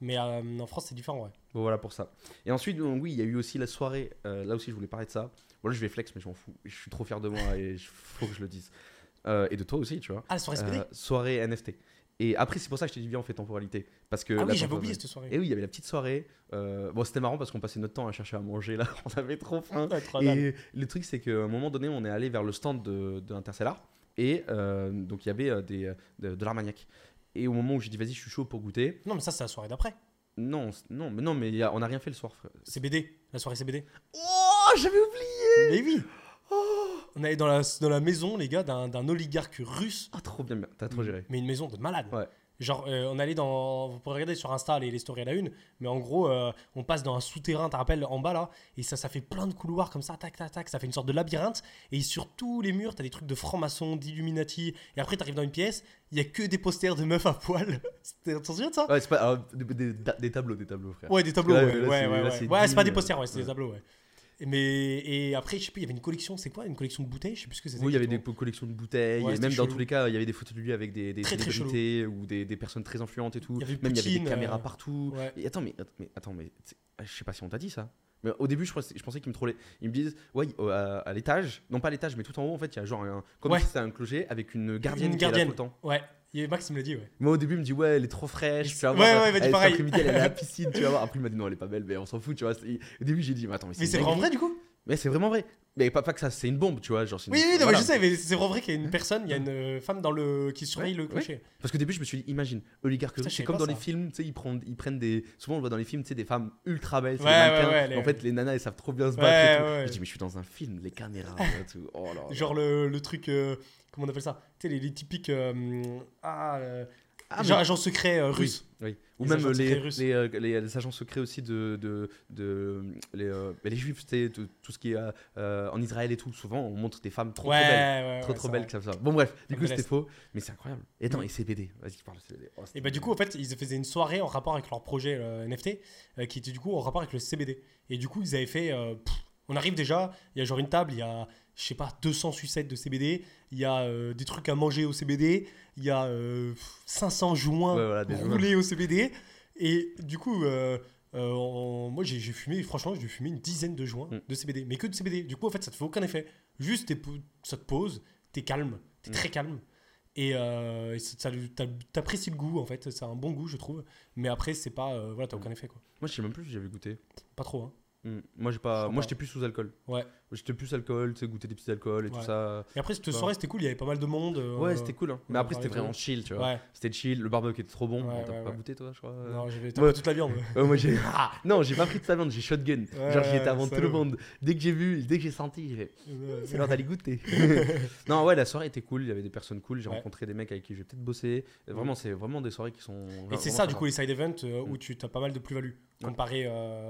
B: Mais en France, c'est différent, ouais.
A: Bon, voilà pour ça. Et ensuite, donc, oui, il y a eu aussi la soirée. Là aussi, je voulais parler de ça. Bon, là, je vais flex, mais je m'en fous. Je suis trop fier de moi et il faut que je le dise. Et de toi aussi, tu vois.
B: Ah, la soirée SPD.
A: Soirée NFT. Et après, c'est pour ça que je t'ai dit, viens, on fait temporalité. Parce que
B: Ah
A: là,
B: oui, j'avais oublié cette soirée.
A: Et oui, il y avait la petite soirée. Bon, c'était marrant parce qu'on passait notre temps à chercher à manger là. On avait trop faim.
B: Ouais, trop bien.
A: Et le truc, c'est qu'à un moment donné, on est allé vers le stand de Interstellar. Et donc, il y avait de l'Armagnac. Et au moment où j'ai dit, vas-y, je suis chaud pour goûter.
B: Non, mais ça, c'est la soirée d'après.
A: Non, mais on n'a rien fait le soir, frère.
B: CBD, la soirée CBD.
A: Oh, j'avais oublié.
B: Mais oui.
A: Oh,
B: On allait dans la maison, les gars, d'un oligarque russe.
A: ah, trop bien, t'as trop géré.
B: Mais une maison de malade.
A: Ouais.
B: Genre, on allait dans. Vous pourrez regarder sur Insta les stories à la une. Mais en gros, on passe dans un souterrain, tu te rappelles, en bas là. Et ça fait plein de couloirs comme ça, tac, tac, tac. Ça fait une sorte de labyrinthe. Et sur tous les murs, t'as des trucs de francs-maçons, d'Illuminati. Et après, t'arrives dans une pièce, il y a que des posters de meufs à poil. T'en souviens de ça?
A: Ouais, c'est pas des tableaux, frère.
B: Ouais, des tableaux,
A: Là,
B: ouais.
A: là,
B: Ouais,
A: c'est-
B: ouais,
A: là,
B: ouais.
A: c'est
B: Ouais, c'est pas des
A: digne,
B: posters, ouais, c'est
A: ouais.
B: des tableaux, ouais. Et après, je sais plus, il y avait une collection, c'est quoi? Une collection de bouteilles? Je sais plus ce que c'était.
A: Oui, il y avait des
B: exactement.
A: collections de bouteilles,
B: Ouais,
A: et
B: c'était
A: même dans
B: chelou.
A: tous les cas, il y avait des photos de lui avec des
B: Très, très
A: célébrités ou des personnes très influentes et tout.
B: Il y avait
A: Même il y avait
B: Poutine,
A: des caméras partout.
B: Ouais.
A: Et attends, je sais pas si on t'a dit ça. Mais au début, je pensais qu'ils me trollaient. Ils me disent, ouais, à l'étage, non pas à l'étage, mais tout en haut, en fait, il y a genre comme
B: Ouais.
A: si c'était un clocher avec une gardienne
B: Une
A: qui est là
B: gardienne.
A: tout le temps.
B: Ouais. Max, il me l'a dit, ouais.
A: Moi, au début, il me dit, ouais, elle est trop fraîche. Tu vas
B: Ouais,
A: voir,
B: ouais, il m'a dit
A: cet
B: pareil.
A: après-midi, elle est à la piscine, tu vas voir. Après, il m'a dit, non, elle est pas belle, mais on s'en fout, tu vois. Au début, j'ai dit, mais attends, mais
B: Mais c'est
A: une
B: vraiment
A: dinguerie.
B: vrai, du coup?
A: Mais c'est vraiment vrai. Mais pas que ça, c'est une bombe, tu vois. Genre, c'est une-
B: Oui, oui, non,
A: voilà.
B: mais je sais, mais c'est vraiment vrai qu'il y a une personne, il y a une femme qui surveille le clocher.
A: Parce qu'au début, je me suis dit, imagine, oligarque
B: Putain,
A: russe,
B: je
A: c'est
B: savais
A: comme
B: pas
A: dans les
B: ça.
A: films, tu sais, ils prennent des. Souvent, on le voit dans les films, tu sais, des femmes ultra belles, c'est
B: Ouais,
A: des mannequins.
B: ouais, ouais,
A: En fait, les nanas, elles savent trop bien se
B: Ouais,
A: battre et tout.
B: ouais.
A: Je dis, mais je suis dans un film, les caméras et tout. Oh là là.
B: Genre le truc, comment on appelle ça? Tu sais, les typiques.
A: Ah,
B: genre
A: mais-
B: agents secrets russes.
A: Oui. Ou
B: Les
A: même
B: agents secrets russes.
A: les agents secrets aussi les juifs, tu sais, tout ce qui est en Israël et tout. Souvent, on montre des femmes trop belles. Trop belles
B: ça.
A: comme ça. Bon, bref, du
B: Comme
A: coup,
B: de
A: c'était
B: l'Est.
A: faux, mais c'est incroyable. Et non, et CBD, vas-y, parle de CBD. Oh, c'était
B: Et bah, du coup, en fait, ils faisaient une soirée en rapport avec leur projet NFT qui était du coup en rapport avec le CBD. Et du coup, ils avaient fait. On arrive déjà, il y a genre une table, il y a, je sais pas, 200 sucettes de CBD, il y a des trucs à manger au CBD, il y a 500 joints
A: Ouais, voilà, des joints.
B: roulés au CBD. Et du coup, moi j'ai fumé, franchement, j'ai fumé une dizaine de joints de CBD, mais que de CBD. Du coup, en fait, ça te fait aucun effet. Juste, ça te pose, t'es calme, t'es très calme. Et t'apprécies le goût, en fait. C'est un bon goût, je trouve. Mais après, c'est pas. Voilà, t'as aucun effet, quoi.
A: Moi, je sais même plus si j'avais goûté.
B: Pas trop, hein.
A: Moi,
B: Je crois pas.
A: j'étais plus sous alcool.
B: Ouais.
A: J'étais plus alcool, tu sais, goûter des petits alcools et
B: Ouais.
A: tout ça.
B: Et après, cette
A: Ouais.
B: soirée, c'était cool. Il y avait pas mal de monde.
A: Ouais, c'était cool. Hein. Mais
B: on
A: après, c'était
B: parlait
A: vraiment
B: de-
A: chill, tu vois.
B: Ouais.
A: C'était chill, le barbecue était trop bon.
B: Ouais,
A: T'as
B: ouais,
A: pas
B: ouais.
A: goûté, toi, je crois.
B: Non, j'avais
A: Ouais.
B: tapé toute la viande.
A: Moi, j'ai. Non, j'ai pas pris de sa viande, j'ai shotgun. Genre, j'y étais avant tout le
B: salaud.
A: monde. Dès que j'ai senti, j'ai fait. C'est l'heure d'aller goûter. Non, ouais, la soirée était cool. Il y avait des personnes cool. J'ai
B: Ouais.
A: rencontré des mecs avec qui je vais peut-être bosser. Vraiment, c'est vraiment des soirées qui sont.
B: Et c'est ça, du coup, les side events où tu as pas mal de plus-value comparé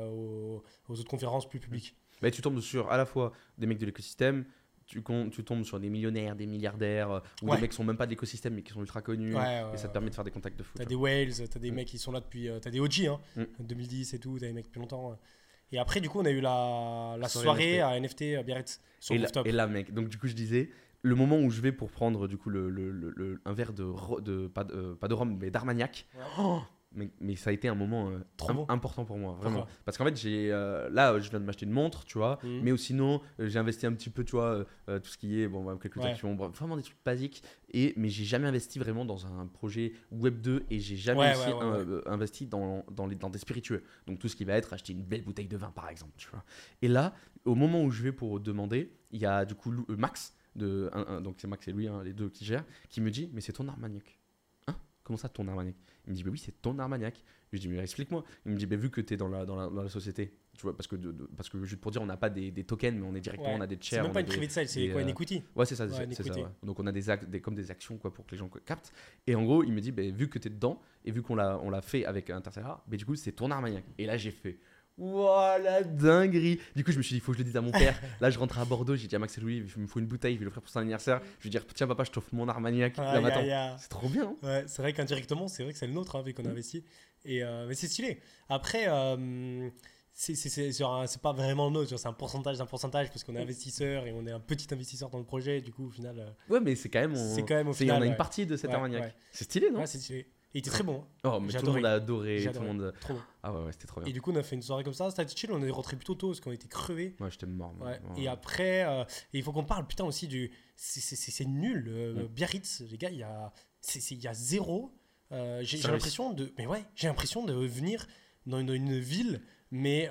B: aux autres conférences plus publiques.
A: Mais tu tombes sur à la fois des mecs de l'écosystème. Tu tombes sur des millionnaires, des milliardaires, ou
B: Ouais.
A: des mecs qui sont même pas de l'écosystème mais qui sont ultra connus. Et ça te permet de faire des contacts de fou.
B: T'as
A: tu
B: des whales, t'as des mecs qui sont là depuis. T'as des OG, hein,
A: Mm.
B: 2010 et tout, t'as des mecs depuis longtemps. Et après, du coup, on a eu la
A: Soirée
B: soirée à NFT à Biarritz sur
A: et,
B: le
A: là,
B: rooftop.
A: et là, mec, donc du coup, je disais, le moment où je vais pour prendre du coup un verre pas de rhum, mais d'Armagnac,
B: Ouais.
A: oh, mais ça a été un moment
B: Trop bon.
A: important pour moi, vraiment.
B: Pourquoi
A: Parce qu'en fait, là, je viens de m'acheter une montre, tu vois,
B: Mhm.
A: mais sinon, j'ai investi un petit peu, tu vois, tout ce qui est, quelques
B: Ouais.
A: actions, bref, vraiment des trucs basiques, mais j'ai jamais investi vraiment dans un projet Web 2 et j'ai jamais
B: Ouais,
A: aussi
B: ouais, ouais,
A: investi dans des spiritueux. Donc tout ce qui va être acheter une belle bouteille de vin, par exemple, tu vois. Et là, au moment où je vais pour demander, il y a du coup Max, donc c'est Max et lui, hein, les deux qui gèrent, qui me dit, mais c'est ton Armagnac. Hein? Comment ça, ton Armagnac? Il me dit, bah oui, c'est ton Armagnac. Je lui dis, mais explique-moi. Il me dit, bah, vu que tu es dans la société, tu vois, parce que juste pour dire, on n'a pas des tokens, mais on est directement,
B: Ouais.
A: on a des
B: C'est
A: shares.
B: même
A: on
B: pas
A: a
B: une
A: des-
B: private sale, c'est
A: des,
B: quoi, une equity?
A: Ouais, c'est ça,
B: Ouais,
A: c'est ça.
B: equity.
A: Ouais. Donc on a comme des actions quoi, pour que les gens captent. Et en gros, il me dit, bah, vu que tu es dedans, et vu qu'on l'a fait avec Interstellar, bah, du coup, c'est ton Armagnac. Et là, j'ai fait. Wow, la dinguerie! Du coup, je me suis dit, il faut que je le dise à mon père. Là, je rentre à Bordeaux, j'ai dit à Max et Louis, il me faut une bouteille, je vais l'offrir pour son anniversaire. Je vais dire, tiens, papa, je t'offre mon Armagnac. Là,
B: Aïe,
A: attends,
B: aïe, aïe.
A: c'est trop bien. Hein.
B: Ouais, c'est vrai qu'indirectement, c'est vrai que c'est le nôtre, hein, vu qu'on a investi. Mais c'est stylé. Après, c'est pas vraiment le nôtre, tu vois, c'est un pourcentage d'un pourcentage parce qu'on est investisseur et on est un petit investisseur dans le projet. Du coup, au final,
A: Ouais, mais c'est quand même.
B: c'est quand même au
A: On
B: final.
A: a une
B: ouais.
A: partie de cet
B: Ouais,
A: Armagnac.
B: ouais.
A: C'est stylé, non?
B: Ouais, c'est stylé. il était très bon. Hein.
A: Oh, mais
B: J'ai
A: tout le monde
B: adoré.
A: a adoré.
B: J'ai
A: Tout le
B: adoré.
A: monde.
B: Trop bon.
A: Ah ouais, c'était trop
B: Et
A: bien.
B: du coup, on a fait une soirée comme ça. C'était chill, on est rentré plutôt tôt parce qu'on était crevés.
A: Ouais, j'étais mort. moi.
B: Ouais.
A: Ouais.
B: Et après, et il faut qu'on parle putain aussi du. C'est nul. Biarritz, les gars, il y a zéro. J'ai
A: Service.
B: l'impression de. Mais ouais, j'ai l'impression de venir dans une ville, mais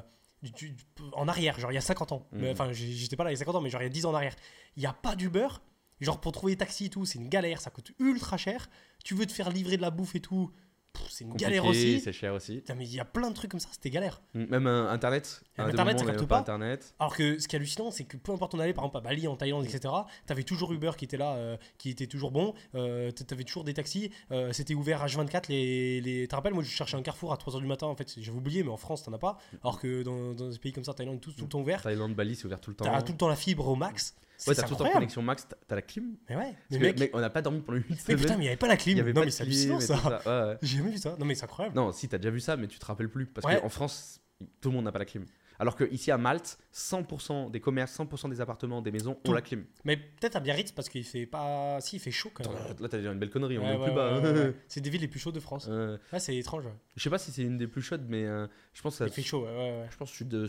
B: en arrière, genre il y a 50 ans. Mais, enfin, j'étais pas là il y a 50 ans, mais genre il y a 10 ans en arrière. Il n'y a pas d'Uber. Genre pour trouver des taxis et tout, c'est une galère, ça coûte ultra cher. Tu veux te faire livrer de la bouffe et tout, c'est une
A: Compliqué,
B: galère aussi.
A: c'est cher aussi.
B: Putain, mais il y a plein de trucs comme ça, c'était galère.
A: Même Internet.
B: Et
A: à des
B: Internet,
A: moments,
B: ça
A: on avait
B: capte
A: pas
B: pas.
A: Internet.
B: Alors que ce qui est hallucinant, c'est que peu importe où on allait, par exemple à Bali, en Thaïlande, etc., t'avais toujours Uber qui était là, qui était toujours bon, t'avais toujours des taxis, c'était ouvert H24. Tu te rappelles, moi je cherchais un Carrefour à 3h du matin, en fait, j'avais oublié, mais en France t'en as pas. Alors que dans des pays comme ça, Thaïlande, tout le temps ouvert,
A: Thaïlande, Bali, c'est ouvert tout le temps.
B: t'as tout le temps la fibre au max.
A: Ouais,
B: C'est
A: t'as tout le temps
B: incroyable.
A: connexion max, t'as la clim.
B: Mais ouais, mais
A: Parce que,
B: mec,
A: on n'a pas dormi pendant une
B: mais
A: semaine.
B: putain, mais il y avait pas la clim.
A: Il y avait
B: Non,
A: pas
B: mais
A: de
B: c'est
A: clim
B: hallucinant
A: et
B: ça.
A: tout ça. Ouais, ouais.
B: J'ai jamais vu ça. Non, mais c'est incroyable.
A: Non, si t'as déjà vu ça, mais tu te rappelles plus. Parce
B: Ouais.
A: qu'en France, tout le monde n'a pas la clim. Alors qu'ici à Malte, 100% des commerces, 100% des appartements, des maisons
B: Tout.
A: ont la clim.
B: Mais peut-être à Biarritz parce qu'il fait pas. Si, il fait chaud quand même.
A: Là, t'as déjà une belle connerie, on
B: Ouais,
A: est
B: ouais,
A: plus bas.
B: ouais, ouais, ouais. C'est des villes les plus chaudes de France.
A: Euh,
B: Ouais, c'est étrange. Ouais.
A: je sais pas si c'est une des plus chaudes, mais je pense que
B: Il fait chaud, ouais, ouais, ouais.
A: je pense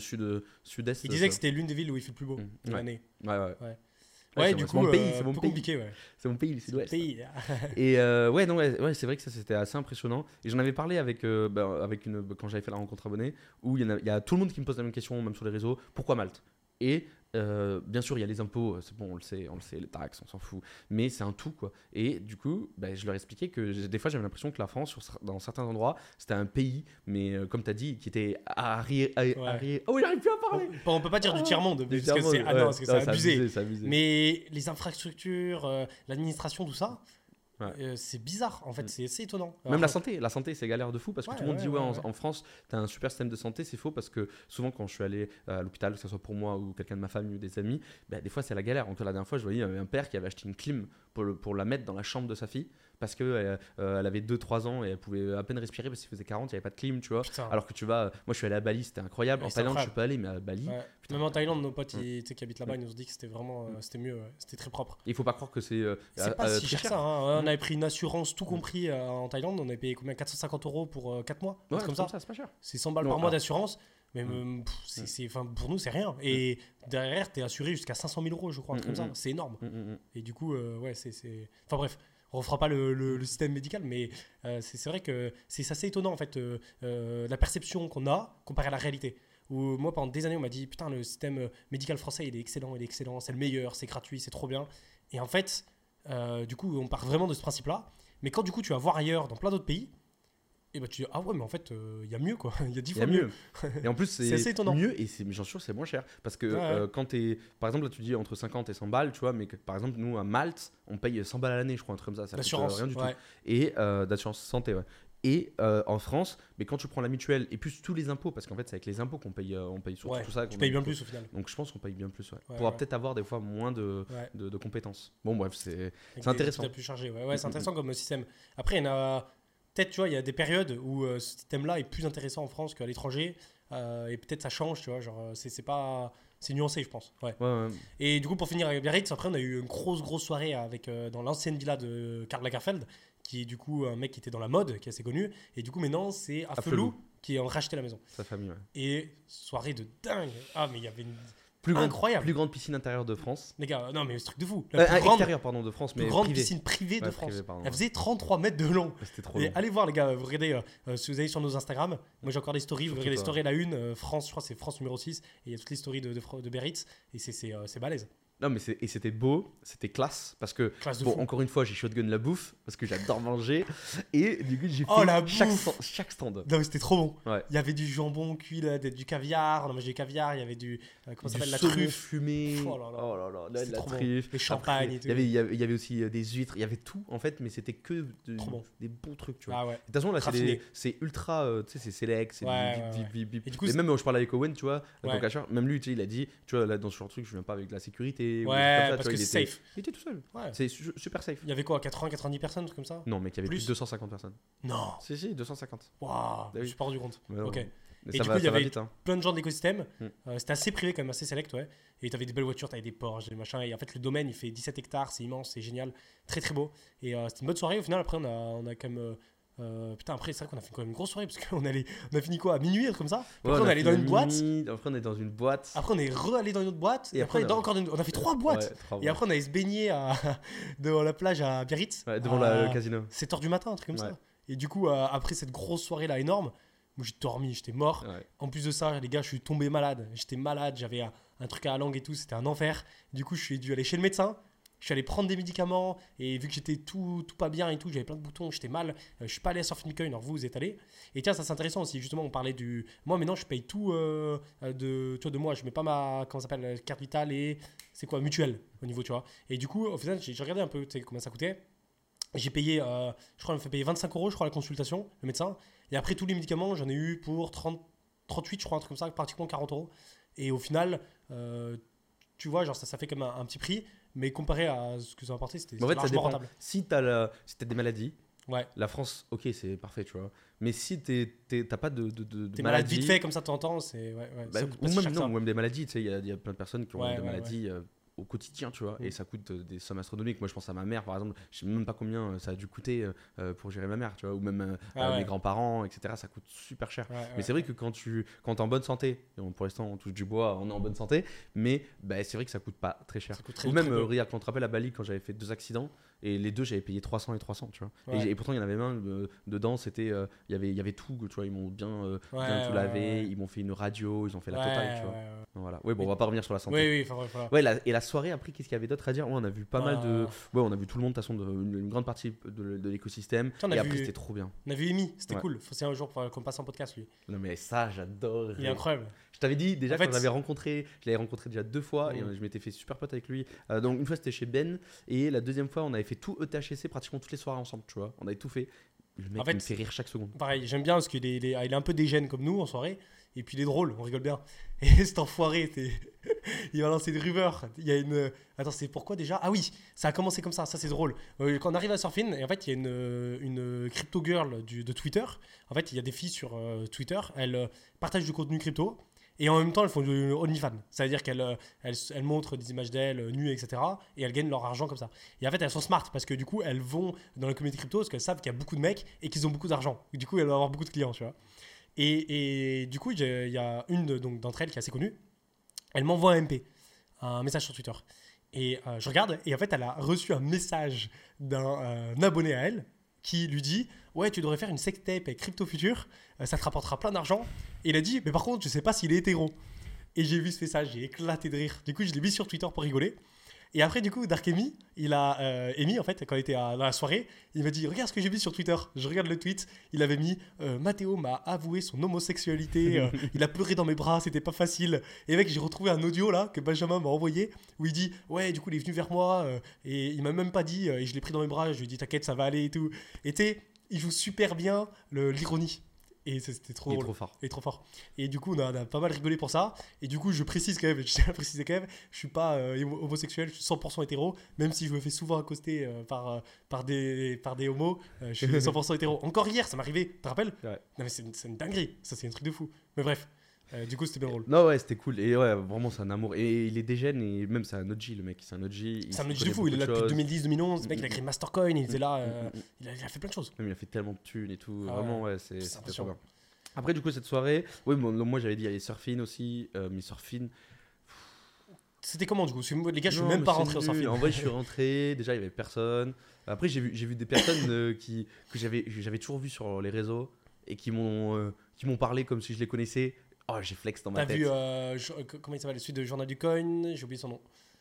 A: sud-est.
B: Il disait que c'était l'une des villes où il fait le plus beau de
A: Ouais.
B: l'année.
A: Ouais, ouais.
B: Ouais.
A: Ouais,
B: Ouais,
A: c'est
B: du
A: mon-
B: coup,
A: c'est mon pays, c'est
B: un
A: mon
B: peu
A: pays.
B: compliqué, ouais.
A: C'est mon pays, le
B: C'est le
A: sud-ouest.
B: pays.
A: Et ouais, non, ouais, c'est vrai que ça c'était assez impressionnant. Et j'en avais parlé avec quand j'avais fait la rencontre abonnée, où il y a tout le monde qui me pose la même question, même sur les réseaux. Pourquoi Malte? Et bien sûr, il y a les impôts, c'est bon, on le sait, les taxes, on s'en fout. Mais c'est un tout, quoi. Et du coup, je leur expliquais que des fois, j'avais l'impression que la France, dans certains endroits, c'était un pays, mais comme tu as dit, qui était arriéré. Oh, j'arrive plus à parler!
B: On peut pas dire du tiers-monde,
A: Du
B: parce que c'est
A: tiers-monde,
B: non,
A: ouais.
B: parce que c'est abusé.
A: C'est abusé.
B: Mais les infrastructures, l'administration, tout ça,
A: Ouais.
B: c'est bizarre. En fait, c'est assez étonnant.
A: Même la santé, c'est galère de fou parce que
B: Ouais,
A: tout le monde dit
B: ouais,
A: ouais,
B: ouais.
A: en France, t'as un super système de santé, c'est faux parce que souvent quand je suis allé à l'hôpital, que ce soit pour moi ou quelqu'un de ma famille ou des amis, des fois c'est la galère. Donc la dernière fois, je voyais un père qui avait acheté une clim pour la mettre dans la chambre de sa fille parce qu'elle elle avait 2-3 ans et elle pouvait à peine respirer parce qu'il faisait 40, il n'y avait pas de clim, tu vois.
B: Putain.
A: Alors que tu vas, moi je suis allé à Bali, c'était incroyable.
B: Ouais,
A: En
B: c'est
A: Thaïlande, je
B: incroyable.
A: suis pas allé, mais à Bali,
B: Ouais.
A: putain.
B: Même en Thaïlande, nos potes tu sais, qui habitent là-bas, ils nous ont dit que c'était vraiment c'était mieux, c'était très propre.
A: il faut pas croire que c'est
B: C'est pas si
A: très
B: cher que ça. Hein. On avait pris une assurance tout compris en Thaïlande, on avait payé combien 450 € pour 4 mois,
A: Ouais,
B: comme ça.
A: c'est pas cher.
B: C'est 100 balles
A: Non,
B: par mois
A: alors-
B: d'assurance, mais enfin, pour nous c'est rien. Et derrière, t'es assuré jusqu'à 500 000 €, je crois, un truc comme ça. C'est énorme. Et du coup, ouais, c'est. Enfin bref, on refera pas le système médical, mais c'est vrai que c'est assez étonnant en fait, la perception qu'on a comparée à la réalité. Où moi, pendant des années, on m'a dit putain, le système médical français il est excellent, c'est le meilleur, c'est gratuit, c'est trop bien. Et en fait, du coup, on part vraiment de ce principe-là. Mais quand du coup, tu vas voir ailleurs, dans plein d'autres pays, et bah tu dis ah ouais, mais en fait, il y a mieux quoi, il y a 10
A: Il y
B: fois
A: a
B: mieux.
A: Et en plus,
B: C'est assez
A: c'est
B: étonnant.
A: mieux et j'en suis sûr, c'est moins cher. Parce que
B: Ouais.
A: quand t'es. Par exemple, là, tu dis entre 50 et 100 balles, tu vois, mais que, par exemple, nous, à Malte, on paye 100 balles à l'année, je crois, un truc comme ça. Ça coûte,
B: L'assurance,
A: rien du
B: ouais.
A: tout. Et d'assurance santé, ouais. Et en France, mais quand tu prends la mutuelle et plus tous les impôts, parce qu'en fait, c'est avec les impôts qu'on paye surtout
B: Ouais,
A: tout ça.
B: tu
A: qu'on
B: payes
A: a-
B: bien plus au final.
A: Donc je pense qu'on paye bien plus, ouais.
B: Ouais,
A: On pourra
B: ouais.
A: peut-être avoir des fois moins de
B: Ouais.
A: compétences. Bon, bref, c'est
B: Avec
A: c'est intéressant.
B: des hôpitaux plus chargés, ouais, c'est intéressant comme système. Après, il y en a peut-être, tu vois, il y a des périodes où ce système-là est plus intéressant en France qu'à l'étranger, et peut-être ça change, tu vois, genre c'est pas, c'est nuancé, je pense. Ouais.
A: Ouais, ouais.
B: Et du coup, pour finir avec Biarritz, après, on a eu une grosse soirée avec dans l'ancienne villa de Karl Lagerfeld, qui est du coup un mec qui était dans la mode, qui est assez connu, et du coup maintenant c'est à
A: Felou.
B: Felou qui ont racheté la maison.
A: Sa famille, ouais.
B: Et soirée de dingue. Ah mais il y avait une
A: Plus grande,
B: incroyable.
A: plus grande piscine intérieure de France.
B: Les gars, non mais ce truc de fou. La plus grande,
A: Extérieure, pardon, de France, mais privée.
B: piscine privée de
A: Ouais,
B: France.
A: privée, pardon,
B: Elle
A: ouais.
B: faisait 33 mètres de long.
A: C'était trop
B: Et
A: long.
B: allez voir les gars, vous regardez, si vous allez sur nos Instagram, moi j'ai encore des stories, vous
A: Surtout
B: regardez les
A: toi.
B: stories à la une, France, je crois que c'est France numéro 6, et il y a toutes les stories de Biarritz, et c'est balèze.
A: Non, mais c'était beau, c'était classe, parce que,
B: Classe de
A: bon,
B: fou.
A: encore une fois, j'ai shotgun la bouffe, parce que j'adore manger, et du coup, j'ai
B: Oh, la
A: fait chaque
B: bouffe.
A: chaque stand.
B: Non mais c'était trop bon.
A: Ouais.
B: Il y avait du jambon cuit, là, du caviar, on a mangé du caviar, il y avait du, comment ça
A: Du
B: s'appelle, la
A: saumon
B: truffe.
A: fumé,
B: Oh là là.
A: oh là là,
B: C'était
A: la
B: trop bon.
A: truffe.
B: Les champagnes
A: Après,
B: et tout.
A: il y avait aussi des huîtres, il y avait tout, en fait, mais c'était que
B: Trop bon.
A: des bons trucs, tu vois.
B: Ah ouais.
A: De toute façon, là,
B: Raffiné.
A: c'est ultra, tu sais, c'est select, c'est
B: Ouais,
A: du
B: ouais,
A: bip, bip.
B: Et du coup,
A: Et même, je parlais avec Owen, tu vois,
B: Ouais.
A: ton cacheur, même lui, tu sais, il a dit, tu vois, là, dans ce genre de truc, je viens pas avec la sécurité. ou des trucs
B: Ouais,
A: comme ça,
B: parce
A: tu vois,
B: que
A: il
B: c'est
A: était-
B: safe.
A: Il était tout seul.
B: Ouais.
A: C'est super safe.
B: Il y avait quoi, 80-90 personnes, un truc comme ça?
A: Non, mais qu'il y avait plus
B: Plus
A: de 250 personnes.
B: Non.
A: Si, 250.
B: Waouh, je me
A: oui.
B: suis pas rendu compte.
A: Mais non.
B: Ok.
A: Mais
B: Et
A: ça
B: du
A: va,
B: coup, il y
A: ça va
B: avait
A: vite, hein.
B: plein de gens de l'écosystème.
A: Mm.
B: C'était assez privé, quand même, assez select, ouais. Et t'avais des belles voitures, t'avais des Porsche, des machins. Et en fait, le domaine, il fait 17 hectares, c'est immense, c'est génial. Très, très beau. Et c'était une bonne soirée. Au final, après, on a quand même Putain, après, c'est vrai qu'on a fait quand même une grosse soirée parce qu'on on a fini quoi à minuit, comme ça. Puis
A: Ouais,
B: après, on est allé dans une boîte.
A: Après, on est dans une boîte.
B: Après, on est re-allé dans une autre boîte. Et après, on a fait 3 boîtes.
A: Ouais, 3
B: Et après, on allait se baigner devant la plage à Biarritz.
A: Ouais, devant le casino.
B: 7h du matin, un truc comme
A: Ouais.
B: ça. Et du coup, après cette grosse soirée là énorme, moi j'ai dormi, j'étais mort.
A: Ouais.
B: En plus de ça, les gars, je suis tombé malade. J'étais malade, j'avais un truc à la langue et tout, c'était un enfer. Du coup, je suis dû aller chez le médecin. Je suis allé prendre des médicaments et vu que j'étais tout pas bien et tout, j'avais plein de boutons, j'étais mal. Je suis pas allé à Surfing Bitcoin, alors vous êtes allé. Et tiens, ça c'est intéressant aussi. Justement, on parlait du. Moi maintenant, je paye tout de moi. Je mets pas ma comment ça s'appelle carte vitale et c'est quoi mutuelle au niveau, tu vois. Et du coup, au final, j'ai regardé un peu, tu sais combien ça coûtait. J'ai payé, je crois, il me fait payer 25 € je crois la consultation, le médecin. Et après tous les médicaments, j'en ai eu pour 38, je crois, un truc comme ça, pratiquement 40 €. Et au final, tu vois, genre ça fait comme un petit prix, mais comparé à ce que ça apportait, c'était
A: En fait, ça
B: largement
A: dépend.
B: rentable.
A: Si t'as des maladies,
B: Ouais.
A: la France, ok, c'est parfait, tu vois. Mais si t'as pas de
B: T'es malade vite fait comme ça de temps en temps, c'est. Ouais,
A: bah,
B: ça coûte
A: ou
B: pas si
A: même
B: cher que
A: non,
B: ça.
A: ou même des maladies, tu sais, il y a plein de personnes qui ont
B: Ouais,
A: des
B: ouais,
A: maladies au quotidien, tu vois,
B: Mm.
A: et ça coûte des sommes astronomiques. Moi, je pense à ma mère, par exemple, je sais même pas combien ça a dû coûter pour gérer ma mère, tu vois, ou même
B: Ah ouais.
A: mes grands-parents, etc. Ça coûte super cher.
B: Ouais,
A: Mais
B: ouais.
A: c'est vrai que quand t'es en bonne santé, et pour l'instant on touche du bois, on est en bonne santé, mais bah, c'est vrai que ça coûte pas très cher.
B: Ça coûte très,
A: Ou même,
B: très peu.
A: regarde, quand tu te rappelles à Bali, quand j'avais fait 2 accidents, et les deux j'avais payé 300 et 300, tu vois.
B: Ouais.
A: Et pourtant il y en avait un dedans, c'était, il y avait tout, tu vois, ils m'ont bien
B: Ouais,
A: tout
B: ouais,
A: lavé,
B: ouais.
A: ils m'ont fait une radio, ils ont fait la
B: Ouais,
A: totale, tu vois.
B: ouais, ouais.
A: Donc, voilà. Ouais, bon, on va pas revenir sur la santé.
B: Oui, oui, enfin, voilà.
A: Ouais, et la soirée après, qu'est-ce qu'il y avait d'autre à dire? Ouais, on a vu pas mal de.
B: Bah,
A: Ouais, on a vu tout le monde, de toute façon, une grande partie de l'écosystème.
B: Tiens, on a
A: Et après,
B: vu-
A: c'était trop bien.
B: On a vu Amy, c'était
A: Ouais.
B: cool. Faut c'est un jour qu'on passe en podcast lui.
A: Non, mais ça, j'adore.
B: Il est incroyable.
A: Je t'avais dit déjà
B: En fait,
A: quand je l'avais rencontré déjà 2 fois et
B: Mm.
A: je m'étais fait super pote avec lui. Donc une fois c'était chez Ben et la deuxième fois on avait fait tout ETHC pratiquement toutes les soirées ensemble, tu vois. On avait tout fait. Le mec
B: En fait,
A: il me fait rire chaque seconde.
B: Pareil, j'aime bien parce qu'il est, il est un peu dégène comme nous en soirée. Et puis il est drôle, on rigole bien. Et cet enfoiré, il va lancer des rumeurs. Il y a une. Attends, c'est pourquoi déjà? Ah oui, ça a commencé comme ça c'est drôle. Quand on arrive à Surfin, et en fait, il y a une crypto girl de Twitter. En fait, il y a des filles sur Twitter, elles partagent du contenu crypto. Et en même temps, elles font du OnlyFans. C'est-à-dire qu'elles montrent des images d'elles nues, etc. Et elles gagnent leur argent comme ça. Et en fait, elles sont smart parce que du coup, elles vont dans la communauté crypto parce qu'elles savent qu'il y a beaucoup de mecs et qu'ils ont beaucoup d'argent. Du coup, elles vont avoir beaucoup de clients, tu vois. Et du coup, il y a une d'entre elles qui est assez connue. Elle m'envoie un MP, un message sur Twitter. Et je regarde, et en fait, elle a reçu un message d'un abonné à elle qui lui dit ouais, tu devrais faire une sextape avec Crypto Future, ça te rapportera plein d'argent. Et il a dit mais par contre, je sais pas s'il est hétéro. Et j'ai vu ce message, j'ai éclaté de rire. Du coup, je l'ai mis sur Twitter pour rigoler. Et après, du coup, Dark Amy, il a Amy, en fait, quand il était dans la soirée, il m'a dit regarde ce que j'ai vu sur Twitter. Je regarde le tweet, il avait mis Mathéo m'a avoué son homosexualité, il a pleuré dans mes bras, c'était pas facile. Et mec, j'ai retrouvé un audio là que Benjamin m'a envoyé où il dit ouais, du coup, il est venu vers moi et il m'a même pas dit, et je l'ai pris dans mes bras, je lui ai dit t'inquiète, ça va aller et tout. Et tu sais, il joue super bien l'ironie. Et c'était trop
A: Il est
B: drôle.
A: trop fort.
B: Et trop fort. Et du coup, on a pas mal rigolé pour ça. Et du coup, je précise quand même, je tiens à préciser quand même, je suis pas homosexuel, je suis 100% hétéro, même si je me fais souvent accoster par des homos, je suis 100% hétéro. Encore hier, ça m'arrivait, tu te rappelles?
A: Ouais.
B: Non, mais c'est une dinguerie, ça c'est un truc de fou. Mais bref, du coup, c'était bien drôle.
A: Non, ouais, c'était cool. Et ouais, vraiment, c'est un amour. Et il est dégène et même c'est un OG, le mec. C'est un OG.
B: C'est un mec de fou, il est là depuis 2010-2011, le mec il a créé Mastercoin, il était là, il a fait plein de choses.
A: Même, il a fait tellement de thunes et tout.
B: Ah
A: Vraiment,
B: ouais.
A: ouais,
B: C'est
A: c'était trop
B: impressionnant.
A: bien. Après, du coup, cette soirée, oui, moi j'avais dit il y avait Surfin aussi. Mais Surfin.
B: C'était comment du coup? Parce que moi, les gars, je suis
A: Non,
B: même
A: mais
B: pas
A: c'est
B: rentré au
A: nul.
B: Surfing.
A: En vrai, je suis rentré. Déjà, il y avait personne. Après, j'ai vu des personnes que j'avais toujours vues sur les réseaux et qui m'ont parlé comme si je les connaissais. Oh, j'ai flex dans ma
B: T'as
A: tête.
B: vu, comment il s'appelle, celui de Journal du Coin, j'ai oublié son nom.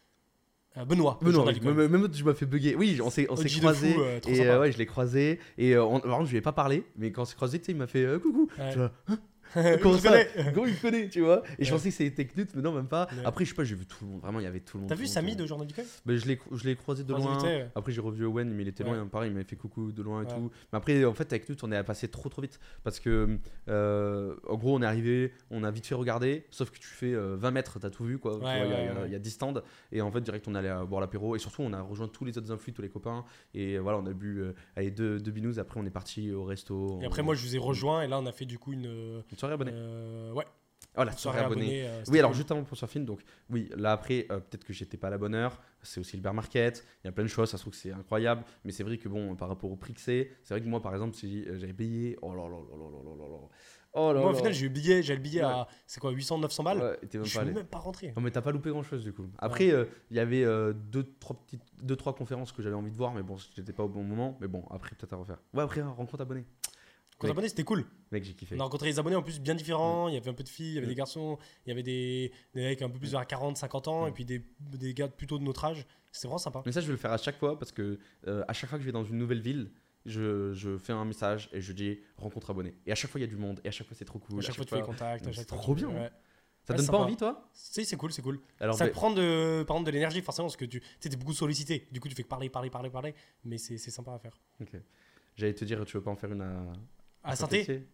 B: Benoît.
A: Mais non,
B: Journal du Coin.
A: même tu m'as fait bugger. Oui, on s'est
B: OG de
A: croisés.
B: fou, trop
A: Et
B: sympa.
A: ouais, je l'ai croisé. Et par contre, je lui ai pas parlé. Mais quand on s'est croisé, tu sais, il m'a fait coucou.
B: Ouais.
A: Tu vois,
B: Je
A: comment ça
B: connais.
A: Comment il me connaît, tu vois. Et je
B: Ouais.
A: pensais que c'était Knut, mais non, même pas.
B: Ouais.
A: Après, je sais pas, j'ai vu tout le monde. Vraiment, il y avait tout le monde.
B: T'as
A: tout
B: vu
A: le monde,
B: Samy
A: tout le
B: de Journal du Coin?
A: monde. Bah, je l'ai croisé de
B: Croisé
A: loin.
B: vite fait, ouais.
A: Après, j'ai revu Owen, mais il était
B: Ouais.
A: loin. Pareil, il m'avait fait coucou de loin et
B: Ouais.
A: tout. Mais après, en fait, avec Knut, on est passé trop vite. Parce que, en gros, on est arrivé, on a vite fait regarder. Sauf que tu fais 20 mètres, t'as tout vu, quoi. Tu
B: Ouais,
A: vois,
B: ouais.
A: il y a 10 stands. Et en fait, direct, on allait boire l'apéro. Et surtout, on a rejoint tous les autres influx, tous les copains. Et voilà, on a bu deux binous. Après, on est parti au resto.
B: Et après, moi, je vous ai rejoint et là, on a fait du coup une
A: Une soirée abonnée.
B: ouais.
A: Oh, la soirée abonnée. Oui, alors juste avant pour Surfing, donc oui, là après, peut-être que j'étais pas à la bonne heure. C'est aussi le bear market. Il y a plein de choses. Ça se trouve que c'est incroyable. Mais c'est vrai que bon, par rapport au prix que c'est vrai que moi, par exemple, si j'avais payé. Oh là là là là là là là. Oh là
B: Moi, au
A: là.
B: final, j'avais le billet à, c'est quoi, 800, 900 balles.
A: Ouais, t'es même
B: Je
A: pas
B: suis
A: allé.
B: même pas rentré.
A: Non, mais t'as pas loupé grand chose du coup. Après, il y avait deux, trois conférences que j'avais envie de voir, mais bon, j'étais pas au bon moment. Mais bon, après, peut-être à refaire. Ouais, après, rencontre abonnée.
B: Quand abonnés, c'était cool.
A: Mec, j'ai kiffé.
B: On a rencontré des abonnés en plus bien différents. Il y avait un peu de filles, il y avait des garçons, il y avait des mecs un peu plus vers 40, 50 ans, et puis des gars plutôt de notre âge. C'était vraiment sympa.
A: Mais ça, je vais le faire à chaque fois parce que à chaque fois que je vais dans une nouvelle ville, je fais un message et je dis rencontre abonnée. Et à chaque fois, il y a du monde. Et à chaque fois, c'est trop cool.
B: À chaque fois, tu fais les contacts.
A: C'est trop bien.
B: Ouais.
A: Ça
B: Ouais,
A: donne
B: c'est
A: pas
B: sympa.
A: envie, toi?
B: Si, c'est cool.
A: Alors,
B: ça te prend par exemple de l'énergie, forcément, parce que tu es beaucoup sollicité. Du coup, tu fais que parler. Mais c'est sympa à faire.
A: Ok. J'allais te dire, tu veux pas en faire une
B: À synthé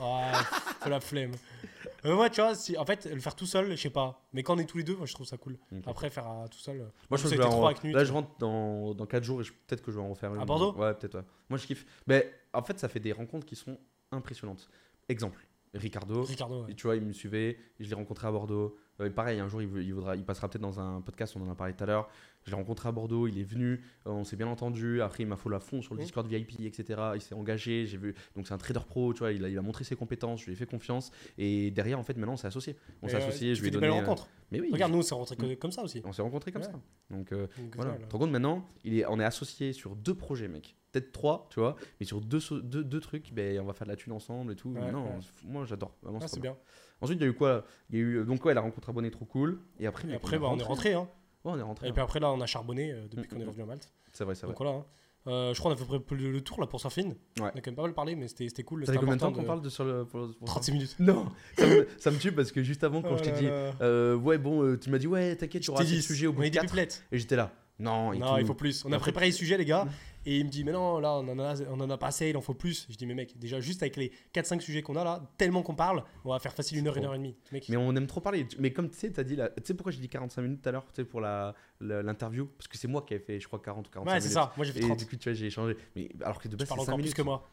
B: faut la flemme. Moi, tu vois, en fait, le faire tout seul, je sais pas. Mais quand on est tous les deux, moi, je trouve ça cool.
A: Okay.
B: Après, faire tout seul.
A: Moi, je là, je rentre dans 4 jours et peut-être que je vais en refaire une.
B: À Bordeaux?
A: Ouais, peut-être. Ouais. Moi, je kiffe. Mais en fait, ça fait des rencontres qui sont impressionnantes. Exemple, Ricardo.
B: Ouais.
A: Et tu vois, il me suivait. Je l'ai rencontré à Bordeaux. Pareil, un jour, il passera peut-être dans un podcast, on en a parlé tout à l'heure. Je l'ai rencontré à Bordeaux, il est venu, on s'est bien entendu. Après, il m'a follow à fond sur le Discord VIP, etc. Il s'est engagé, j'ai vu. Donc, c'est un trader pro, tu vois, il a montré ses compétences, je lui ai fait confiance. Et derrière, en fait, maintenant, on s'est associés. On s'est associés,
B: je lui ai donné. Des belles rencontres.
A: Mais oui.
B: Regarde, nous, on s'est rencontrés comme ça aussi.
A: On s'est rencontrés comme ça. Donc voilà.
B: Voilà.
A: Tu te rends compte, maintenant, on est associés sur 2 projets, mec. Peut-être 3, tu vois, mais sur deux trucs, ben, on va faire de la thune ensemble et tout. Moi, j'adore. Vraiment,
B: c'est bien.
A: Ensuite, il y a eu quoi? Il y a eu donc la rencontre abonnée trop cool. Et après,
B: on est rentré. Hein.
A: Ouais, on est rentré.
B: Et puis après, là, on a charbonné depuis qu'on est revenu à Malte.
A: C'est vrai.
B: Donc voilà. Je crois qu'on a fait peu le tour là pour Surfing.
A: Ouais.
B: On a quand même pas mal parlé, mais c'était cool.
A: Ça fait combien de temps qu'on parle sur le.
B: 36 minutes.
A: Non, ça me tue parce que juste avant, quand je t'ai dit, ouais, bon, tu m'as dit, ouais, t'inquiète, tu auras ce sujet au bout de 4. Et j'étais là. Non,
B: il faut plus. On a préparé les sujets, les gars. Et il me dit, mais non, là, on en a pas assez, il en faut plus. Je dis, mais mec, déjà, juste avec les 4-5 sujets qu'on a là, tellement qu'on parle, on va faire facile 1 heure, 1 heure et demie. Mec.
A: Mais on aime trop parler. Mais comme tu sais, t'as dit, tu sais pourquoi j'ai dit 45 minutes tout à l'heure, tu sais, pour l'interview? Parce que c'est moi qui avais fait, je crois, 40 ou 45 minutes.
B: Ouais, c'est ça. Moi, j'ai fait 30.
A: Et du coup, tu vois, j'ai échangé. Mais alors que de base, c'est 5 minutes.
B: Plus que moi.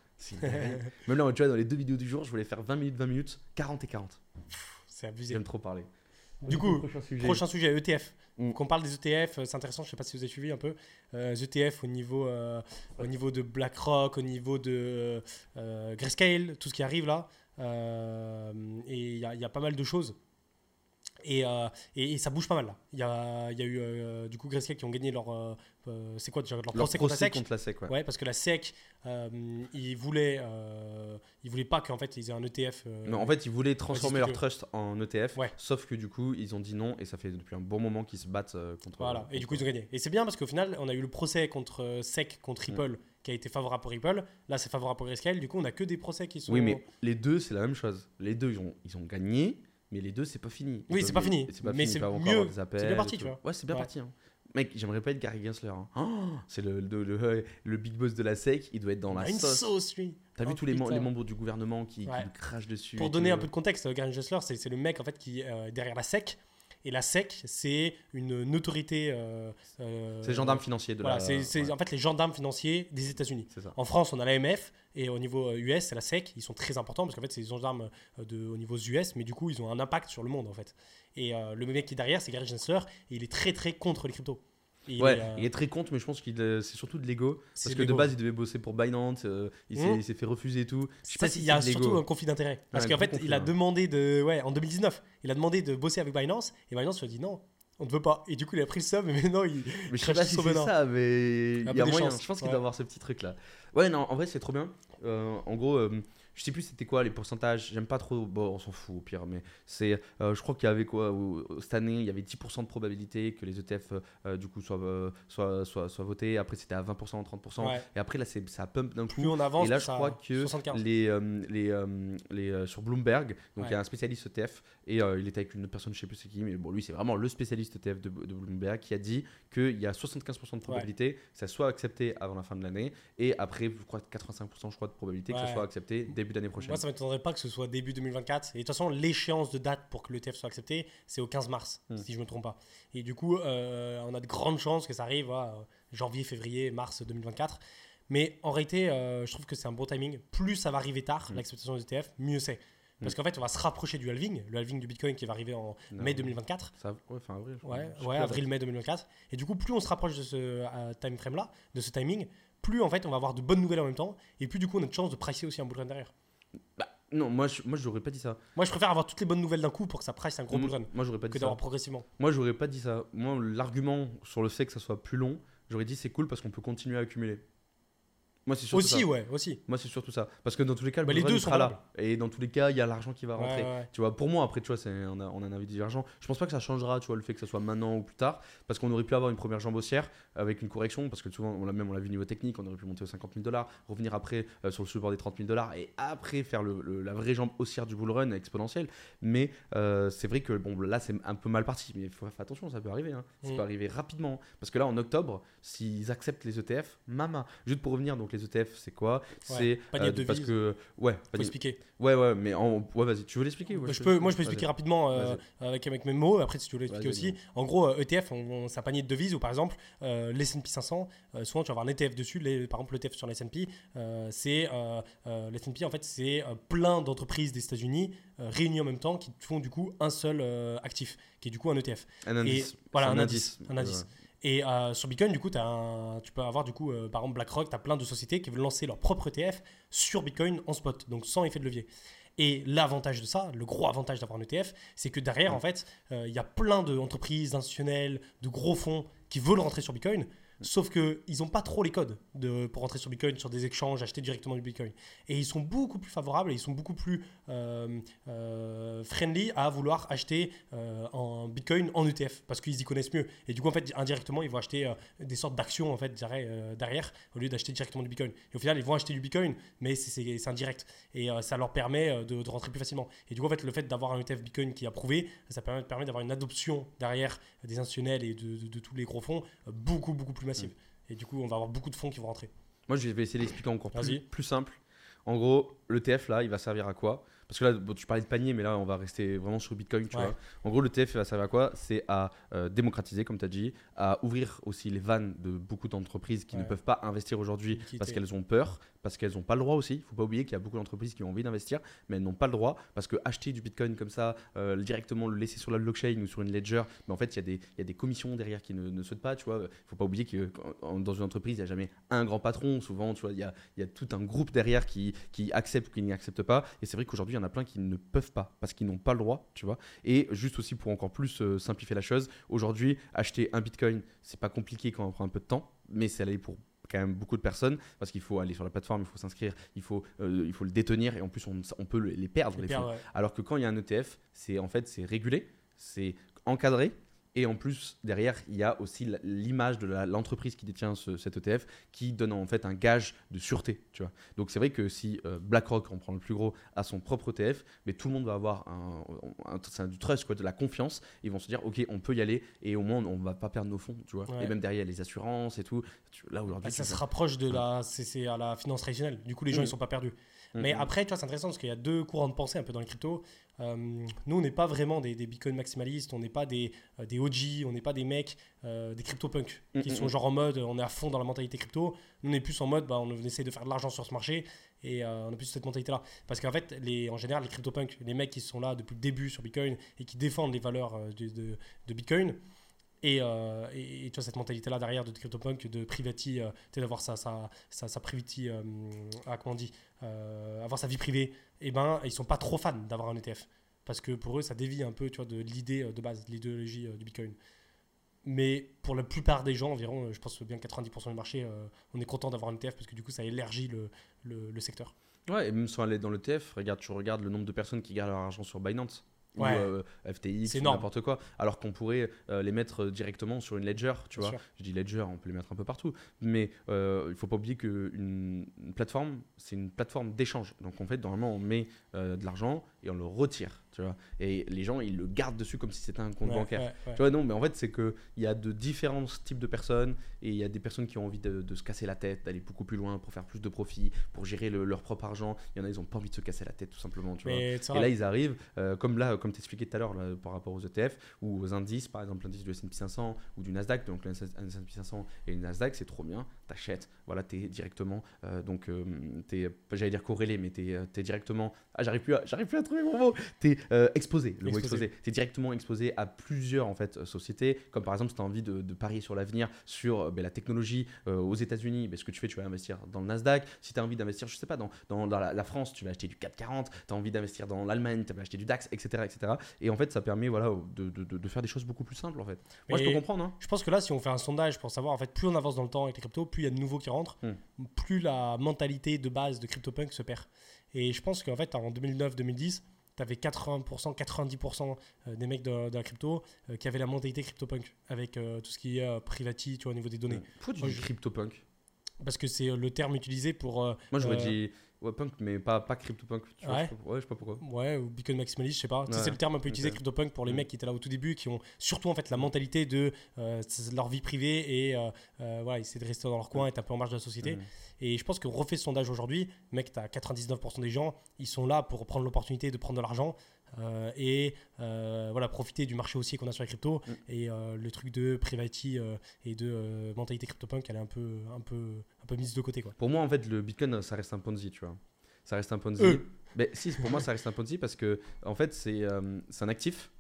A: Même là, tu vois, dans les 2 vidéos du jour, je voulais faire 20 minutes, 40 et 40.
B: C'est abusé.
A: J'aime trop parler.
B: Du coup, prochain sujet, ETF. Qu'on parle des ETF, c'est intéressant, je ne sais pas si vous avez suivi un peu. ETF au niveau de BlackRock, au niveau de Grayscale, tout ce qui arrive là. Et il y a pas mal de choses. Et ça bouge pas mal là. Il y a eu du coup Grayscale qui ont gagné leur c'est quoi déjà leur procès contre la SEC.
A: Ouais,
B: parce que la SEC ils voulaient pas qu'en fait ils aient un ETF.
A: Non, en fait ils voulaient transformer leur trust en ETF.
B: Ouais.
A: Sauf que du coup ils ont dit non et ça fait depuis un bon moment qu'ils se battent contre.
B: Voilà. Et du coup ils ont gagné. Et c'est bien parce qu'au final on a eu le procès contre SEC contre Ripple qui a été favorable pour Ripple. Là c'est favorable pour Grayscale. Du coup on a que des procès qui sont.
A: Oui, mais les deux c'est la même chose. Les deux ils ont gagné. Mais les deux, c'est pas fini.
B: Oui, c'est pas fini. Mais c'est mieux. C'est bien parti, tu vois.
A: Ouais, c'est bien parti. Hein. Mec, j'aimerais pas être Gary Gensler. Hein. Oh, c'est le big boss de la SEC. Il doit être dans la sauce.
B: Lui.
A: T'as vu tous les membres du gouvernement qui lui crachent dessus.
B: Pour donner un peu de contexte, Gary Gensler, c'est le mec en fait qui est derrière la SEC. Et la SEC, c'est une autorité.
A: C'est les gendarmes financiers de
B: la. C'est en fait les gendarmes financiers des États-Unis. En France, on a l'AMF et au niveau US, c'est la SEC. Ils sont très importants parce qu'en fait, c'est les gendarmes au niveau US, mais du coup, ils ont un impact sur le monde en fait. Et le mec qui est derrière, c'est Gary Gensler et il est très très contre les cryptos.
A: Il est très contre, mais je pense que c'est surtout de l'ego. Parce que de base, il devait bosser pour Binance, il s'est fait refuser et tout.
B: Je sais pas s'il y a surtout un conflit d'intérêt. Parce qu'en fait, il a demandé en 2019, il a demandé de bosser avec Binance et Binance lui a dit non. On ne veut pas. Et du coup, il a pris le sub, mais maintenant, il.
A: Mais je sais pas si c'est ça, mais il y a moyen. Je pense qu'il doit avoir ce petit truc-là. Ouais, non, en vrai, c'est trop bien. En gros, je sais plus c'était quoi les pourcentages. J'aime pas trop. Bon, on s'en fout au pire, mais c'est. Je crois qu'il y avait quoi cette année, il y avait 10% de probabilité que les ETF du coup soient votés. Après, c'était à 20%, 30%. Ouais. Et après, là, ça pump d'un coup.
B: Plus on avance,
A: et là, je crois que
B: 75.
A: sur Bloomberg, donc il y a un spécialiste ETF et il était avec une autre personne, je sais plus c'est qui, mais bon, lui, c'est vraiment le spécialiste ETF de Bloomberg qui a dit qu'il y a 75% de probabilité que ça soit accepté avant la fin de l'année et après, je crois 85% de probabilité que ça soit accepté début d'année prochaine.
B: Moi, ça ne m'étonnerait pas que ce soit début 2024. Et de toute façon, l'échéance de date pour que l'ETF soit accepté, c'est au 15 mars, si je ne me trompe pas. Et du coup, on a de grandes chances que ça arrive janvier, février, mars 2024. Mais en réalité, je trouve que c'est un bon timing. Plus ça va arriver tard, l'acceptation des ETF, mieux c'est. Parce qu'en fait, on va se rapprocher du halving, le halving du Bitcoin qui va arriver en mai 2024.
A: Fin avril.
B: Avril-mai 2024. Et du coup, plus on se rapproche de ce time frame-là, de ce timing, plus en fait, on va avoir de bonnes nouvelles en même temps, et plus du coup, on a de chance de pricer aussi un bull run derrière.
A: Non, moi j'aurais pas dit ça.
B: Moi, je préfère avoir toutes les bonnes nouvelles d'un coup pour que ça price un gros bull run
A: Moi j'aurais pas dit
B: que
A: ça.
B: d'avoir progressivement.
A: Moi j'aurais pas dit ça. Moi, l'argument sur le fait que ça soit plus long, j'aurais dit c'est cool parce qu'on peut continuer à accumuler. Moi, c'est surtout ça.
B: Aussi.
A: Moi, c'est surtout ça. Parce que dans tous les cas, le
B: les
A: bull run
B: deux sont
A: sera
B: valables.
A: là. Et dans tous les cas, il y a l'argent qui va rentrer.
B: Ouais.
A: Tu vois, pour moi, après, tu vois, on a un avis divergent. Je pense pas que ça changera, tu vois, le fait que ça soit maintenant ou plus tard. Parce qu'on aurait pu avoir une première jambe haussière avec une correction. Parce que souvent, on l'a vu au niveau technique, on aurait pu monter aux 50 000 $, revenir après sur le support des 30 000 $, et après faire la vraie jambe haussière du bull run exponentielle. Mais c'est vrai que bon, là, c'est un peu mal parti. Mais il faut faire attention, ça peut arriver. Hein. Ça peut arriver rapidement. Parce que là, en octobre, s'ils acceptent les ETF, juste pour revenir, donc les ETF, c'est quoi? C'est
B: panier de
A: parce
B: devises.
A: que
B: Faut expliquer.
A: Mais vas-y, tu veux l'expliquer?
B: Moi, je peux expliquer rapidement avec mes mots. Après, si tu veux l'expliquer aussi. En gros, ETF, c'est un panier de devises où, par exemple, l'S&P 500, souvent tu vas avoir un ETF dessus. Par exemple, l'ETF sur l'S&P, l'S&P, en fait, c'est plein d'entreprises des États-Unis réunies en même temps qui font du coup un seul actif, qui est du coup un ETF.
A: Un indice.
B: Un indice. Et sur Bitcoin, du coup, tu peux avoir, du coup, par exemple, BlackRock, tu as plein de sociétés qui veulent lancer leur propre ETF sur Bitcoin en spot, donc sans effet de levier. Et l'avantage de ça, le gros avantage d'avoir un ETF, c'est que derrière, en fait, il y a plein d'entreprises institutionnelles, de gros fonds qui veulent rentrer sur Bitcoin. Sauf qu'ils n'ont pas trop les codes pour rentrer sur Bitcoin, sur des exchanges, acheter directement du Bitcoin. Et ils sont beaucoup plus favorables et ils sont beaucoup plus friendly à vouloir acheter en Bitcoin en ETF parce qu'ils y connaissent mieux. Et du coup, en fait, indirectement, ils vont acheter des sortes d'actions en fait, derrière au lieu d'acheter directement du Bitcoin. Et au final, ils vont acheter du Bitcoin, mais c'est indirect. Et ça leur permet de rentrer plus facilement. Et du coup, en fait, le fait d'avoir un ETF Bitcoin qui est approuvé, ça permet d'avoir une adoption derrière des institutionnels et de tous les gros fonds beaucoup plus massive. Et du coup, on va avoir beaucoup de fonds qui vont rentrer.
A: Moi, je vais essayer d'expliquer encore plus simple. En gros, l'ETF, là, il va servir à quoi? Parce que là, tu parlais de panier, mais là, on va rester vraiment sur Bitcoin, tu vois. En gros, l'ETF, il va servir à quoi? C'est à démocratiser, comme tu as dit, à ouvrir aussi les vannes de beaucoup d'entreprises qui ne peuvent pas investir aujourd'hui parce qu'elles ont peur, parce qu'elles n'ont pas le droit aussi. Il ne faut pas oublier qu'il y a beaucoup d'entreprises qui ont envie d'investir, mais elles n'ont pas le droit parce que acheter du Bitcoin comme ça, directement le laisser sur la blockchain ou sur une ledger, mais en fait, il y a des commissions derrière qui ne sautent pas, tu vois. Il ne faut pas oublier que dans une entreprise, il n'y a jamais un grand patron. Souvent, tu vois, il y a tout un groupe derrière qui accepte ou qui n'y accepte pas. Et c'est vrai qu'aujourd'hui, il y en a plein qui ne peuvent pas parce qu'ils n'ont pas le droit, tu vois. Et juste aussi pour encore plus simplifier la chose, aujourd'hui, acheter un Bitcoin, c'est pas compliqué quand on prend un peu de temps, mais c'est aller pour quand même beaucoup de personnes parce qu'il faut aller sur la plateforme, il faut s'inscrire, il faut le détenir et en plus on peut les perdre les fonds.
B: Ouais.
A: Alors que quand il y a un ETF, c'est régulé, c'est encadré. Et en plus, derrière, il y a aussi l'image de l'entreprise qui détient cet ETF qui donne en fait un gage de sûreté. Tu vois. Donc c'est vrai que si BlackRock, on prend le plus gros, a son propre ETF, mais tout le monde va avoir du trust, quoi, de la confiance. Ils vont se dire, ok, on peut y aller et au moins on ne va pas perdre nos fonds. Tu vois. Et même derrière, les assurances et tout. Là, aujourd'hui,
B: ça se rapproche de c'est à la finance traditionnelle. Du coup, les gens, ils ne sont pas perdus. Mais après, tu vois, c'est intéressant parce qu'il y a deux courants de pensée un peu dans les cryptos. Nous, on n'est pas vraiment des Bitcoin maximalistes, on n'est pas des OG, on n'est pas des mecs, des crypto-punks qui sont genre en mode on est à fond dans la mentalité crypto. Nous, on est plus en mode on essaie de faire de l'argent sur ce marché et on a plus cette mentalité-là. Parce qu'en fait, en général, les crypto-punks, les mecs qui sont là depuis le début sur Bitcoin et qui défendent les valeurs de Bitcoin. Et tu vois cette mentalité là derrière de CryptoPunk de privati, d'avoir sa privity, comment on dit, avoir sa vie privée, et ils sont pas trop fans d'avoir un ETF parce que pour eux ça dévie un peu, tu vois, de l'idée de base, de l'idéologie du Bitcoin. Mais pour la plupart des gens, environ, je pense bien 90% du marché, on est content d'avoir un ETF parce que du coup ça élargit le secteur.
A: Ouais, et même sans aller dans l'ETF, tu regardes le nombre de personnes qui gardent leur argent sur Binance. Ou FTX ou n'importe quoi, alors qu'on pourrait les mettre directement sur une ledger, tu vois. Je dis ledger, on peut les mettre un peu partout, mais il faut pas oublier qu'une plateforme, c'est une plateforme d'échange. Donc en fait, normalement, on met de l'argent et on le retire, tu vois. Et les gens, ils le gardent dessus comme si c'était un compte bancaire. Tu vois, non, mais en fait, c'est qu'il y a de différents types de personnes et il y a des personnes qui ont envie de se casser la tête, d'aller beaucoup plus loin pour faire plus de profit, pour gérer leur propre argent. Il y en a, ils ont pas envie de se casser la tête, tout simplement, tu vois. Et là, ils arrivent, comme là, comme tu expliquais tout à l'heure là, par rapport aux ETF ou aux indices, par exemple l'indice du S&P 500 ou du Nasdaq, donc le S&P 500 et le Nasdaq, c'est trop bien, t'achètes, voilà, t'es directement, j'allais dire corrélé, mais t'es directement, j'arrive plus à trouver mon mot, t'es exposé, le mot exposé, t'es directement exposé à plusieurs en fait sociétés, comme par exemple si tu as envie de parier sur l'avenir, sur la technologie aux États-Unis, ce que tu fais, tu vas investir dans le Nasdaq. Si tu as envie d'investir, je sais pas, dans la France, tu vas acheter du CAC 40, tu as envie d'investir dans l'Allemagne, tu vas acheter du DAX, etc., etc. Et en fait, ça permet voilà, de faire des choses beaucoup plus simples en fait. Moi, je peux comprendre. Hein.
B: Je pense que là, si on fait un sondage pour savoir, en fait, plus on avance dans le temps avec les cryptos, plus il y a de nouveaux qui rentrent, plus la mentalité de base de CryptoPunk se perd. Et je pense qu'en fait, en 2009-2010, tu avais 80%, 90% des mecs de la crypto qui avaient la mentalité CryptoPunk avec tout ce qui est privati, tu vois, au niveau des données.
A: Pourquoi tu dis CryptoPunk ?
B: Parce que c'est le terme utilisé pour...
A: Moi, j'aurais dit punk, mais pas CryptoPunk. Tu vois, je sais pas pourquoi.
B: Ouais, ou Bitcoin maximaliste, je sais pas. C'est le terme un peu utilisé CryptoPunk pour les mecs qui étaient là au tout début, qui ont surtout en fait la mentalité de leur vie privée et voilà, essayer de rester dans leur coin, être un peu en marge de la société. Et je pense qu'on refait ce sondage aujourd'hui, mec, t'as 99% des gens, ils sont là pour prendre l'opportunité de prendre de l'argent et voilà, profiter du marché haussier qu'on a sur les cryptos. Et le truc de privati et de mentalité CryptoPunk, elle est un peu mise de côté, quoi.
A: Pour moi, en fait, le Bitcoin, ça reste un Ponzi, tu vois. Ça reste un Ponzi. Mais si, pour moi, ça reste un Ponzi parce que, en fait, c'est un actif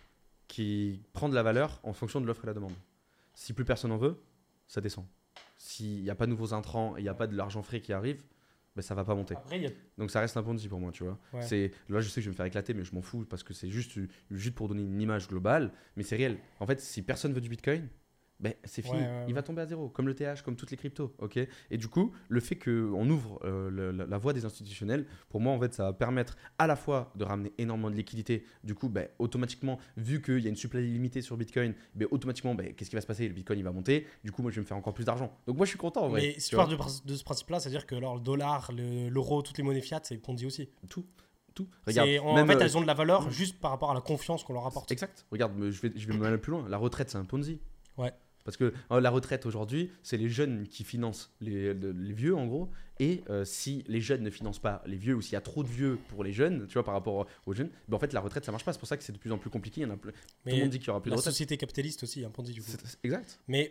A: qui prend de la valeur en fonction de l'offre et la demande. Si plus personne en veut, ça descend. S'il n'y a pas de nouveaux intrants et il n'y a pas de l'argent frais qui arrive, ça va pas monter.
B: Après,
A: donc ça reste un Ponzi pour moi, tu vois. Ouais. Là, je sais que je vais me faire éclater, mais je m'en fous parce que c'est juste pour donner une image globale, mais c'est réel. En fait, si personne veut du Bitcoin, c'est fini. Il va tomber à zéro, comme le TH, comme toutes les cryptos. Okay, et du coup, le fait qu'on ouvre la voie des institutionnels, pour moi, en fait, ça va permettre à la fois de ramener énormément de liquidités. Du coup, automatiquement, vu qu'il y a une supply limitée sur Bitcoin, automatiquement, qu'est-ce qui va se passer ? Le Bitcoin, il va monter. Du coup, moi, je vais me faire encore plus d'argent. Donc, moi, je suis content en vrai.
B: Mais si tu pars de ce principe-là, c'est-à-dire que alors, le dollar, l'euro, toutes les monnaies fiat, c'est Ponzi aussi.
A: Tout. Regarde,
B: en fait, elles ont de la valeur juste par rapport à la confiance qu'on leur apporte.
A: Exact. Regarde, je vais me aller plus loin. La retraite, c'est un Ponzi.
B: Ouais.
A: Parce que la retraite aujourd'hui, c'est les jeunes qui financent les vieux en gros. Et si les jeunes ne financent pas les vieux ou s'il y a trop de vieux pour les jeunes, tu vois, par rapport aux jeunes, en fait la retraite ça marche pas. C'est pour ça que c'est de plus en plus compliqué. Tout le monde dit qu'il y aura plus de retraite.
B: La société capitaliste aussi, un Ponzi du coup.
A: Exact.
B: Mais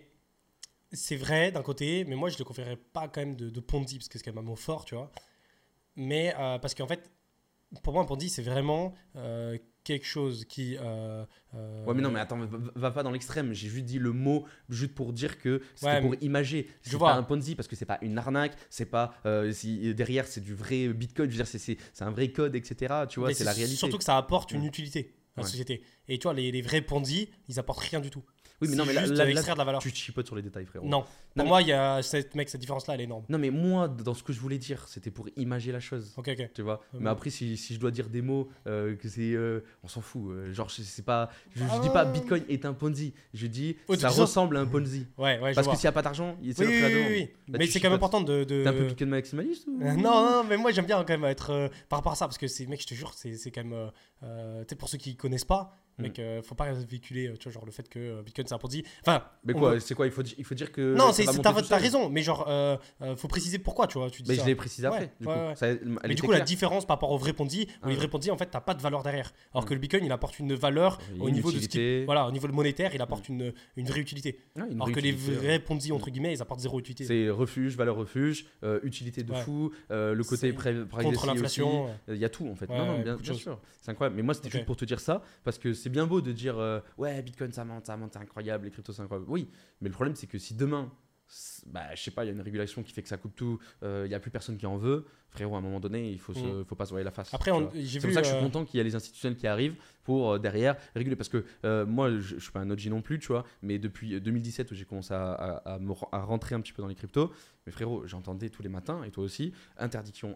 B: c'est vrai d'un côté, mais moi je le confierais pas quand même de Ponzi parce que c'est quand même un mot fort, tu vois. Mais parce qu'en fait, pour moi un Ponzi c'est vraiment quelque chose qui...
A: Ouais mais non mais attends, va pas dans l'extrême, j'ai juste dit le mot juste pour dire que c'était pour imager. C'est pas un Ponzi parce que c'est pas une arnaque, c'est pas si derrière c'est du vrai Bitcoin, je veux dire c'est un vrai code, etc. Tu vois, c'est la réalité.
B: Surtout que ça apporte une utilité à la société. Et tu vois, les vrais Ponzi, ils apportent rien du tout.
A: Oui, mais non, mais
B: là, extraire de la valeur.
A: Tu chipotes sur les détails, frérot.
B: Non. Pour moi, il y a cette différence-là, elle est énorme.
A: Non, mais moi, dans ce que je voulais dire, c'était pour imager la chose.
B: Ok.
A: Tu vois. Mais après, si je dois dire des mots, que c'est, on s'en fout. Genre, je sais pas. Je dis pas Bitcoin est un Ponzi. Je dis ça ressemble à un Ponzi.
B: Ouais.
A: Parce que s'il y a pas d'argent, c'est l'offre et la demande.
B: Oui. Mais c'est quand même important de.
A: T'es un peu Bitcoin maximaliste ou...
B: Non, mais moi j'aime bien quand même être par rapport à ça parce que mec, je te jure, c'est quand même. Tu sais, pour ceux qui connaissent pas. Mec, faut pas véhiculer tu vois, genre le fait que Bitcoin c'est un Ponzi. Enfin,
A: mais quoi, c'est quoi, il faut dire que.
B: Non, t'as raison, mais genre, faut préciser pourquoi, tu vois. Tu dis
A: je l'ai précisé après. Du coup,
B: mais du coup, la différence par rapport au vrai Ponzi, où les vrais Ponzi, en fait, t'as pas de valeur derrière. Alors que le Bitcoin, il apporte une valeur au niveau de ce qui, voilà, au niveau monétaire, il apporte une vraie utilité. Alors que les vrais Ponzi, entre guillemets, ils apportent zéro utilité.
A: C'est refuge, valeur refuge, utilité de fou, le côté
B: contre l'inflation.
A: Il y a tout en fait. Non, bien sûr. C'est incroyable. Mais moi, c'était juste pour te dire ça, parce que c'est bien beau de dire ouais, Bitcoin ça monte, c'est incroyable, les cryptos c'est incroyable. Oui, mais le problème c'est que si demain, je sais pas, il y a une régulation qui fait que ça coupe tout, il y a plus personne qui en veut, frérot, à un moment donné, il faut pas se voiler la face.
B: Après,
A: c'est pour ça que je suis content qu'il y ait les institutionnels qui arrivent pour derrière réguler, parce que moi je suis pas un OG non plus, tu vois, mais depuis 2017 où j'ai commencé à rentrer un petit peu dans les cryptos, mais frérot, j'entendais tous les matins, et toi aussi, interdiction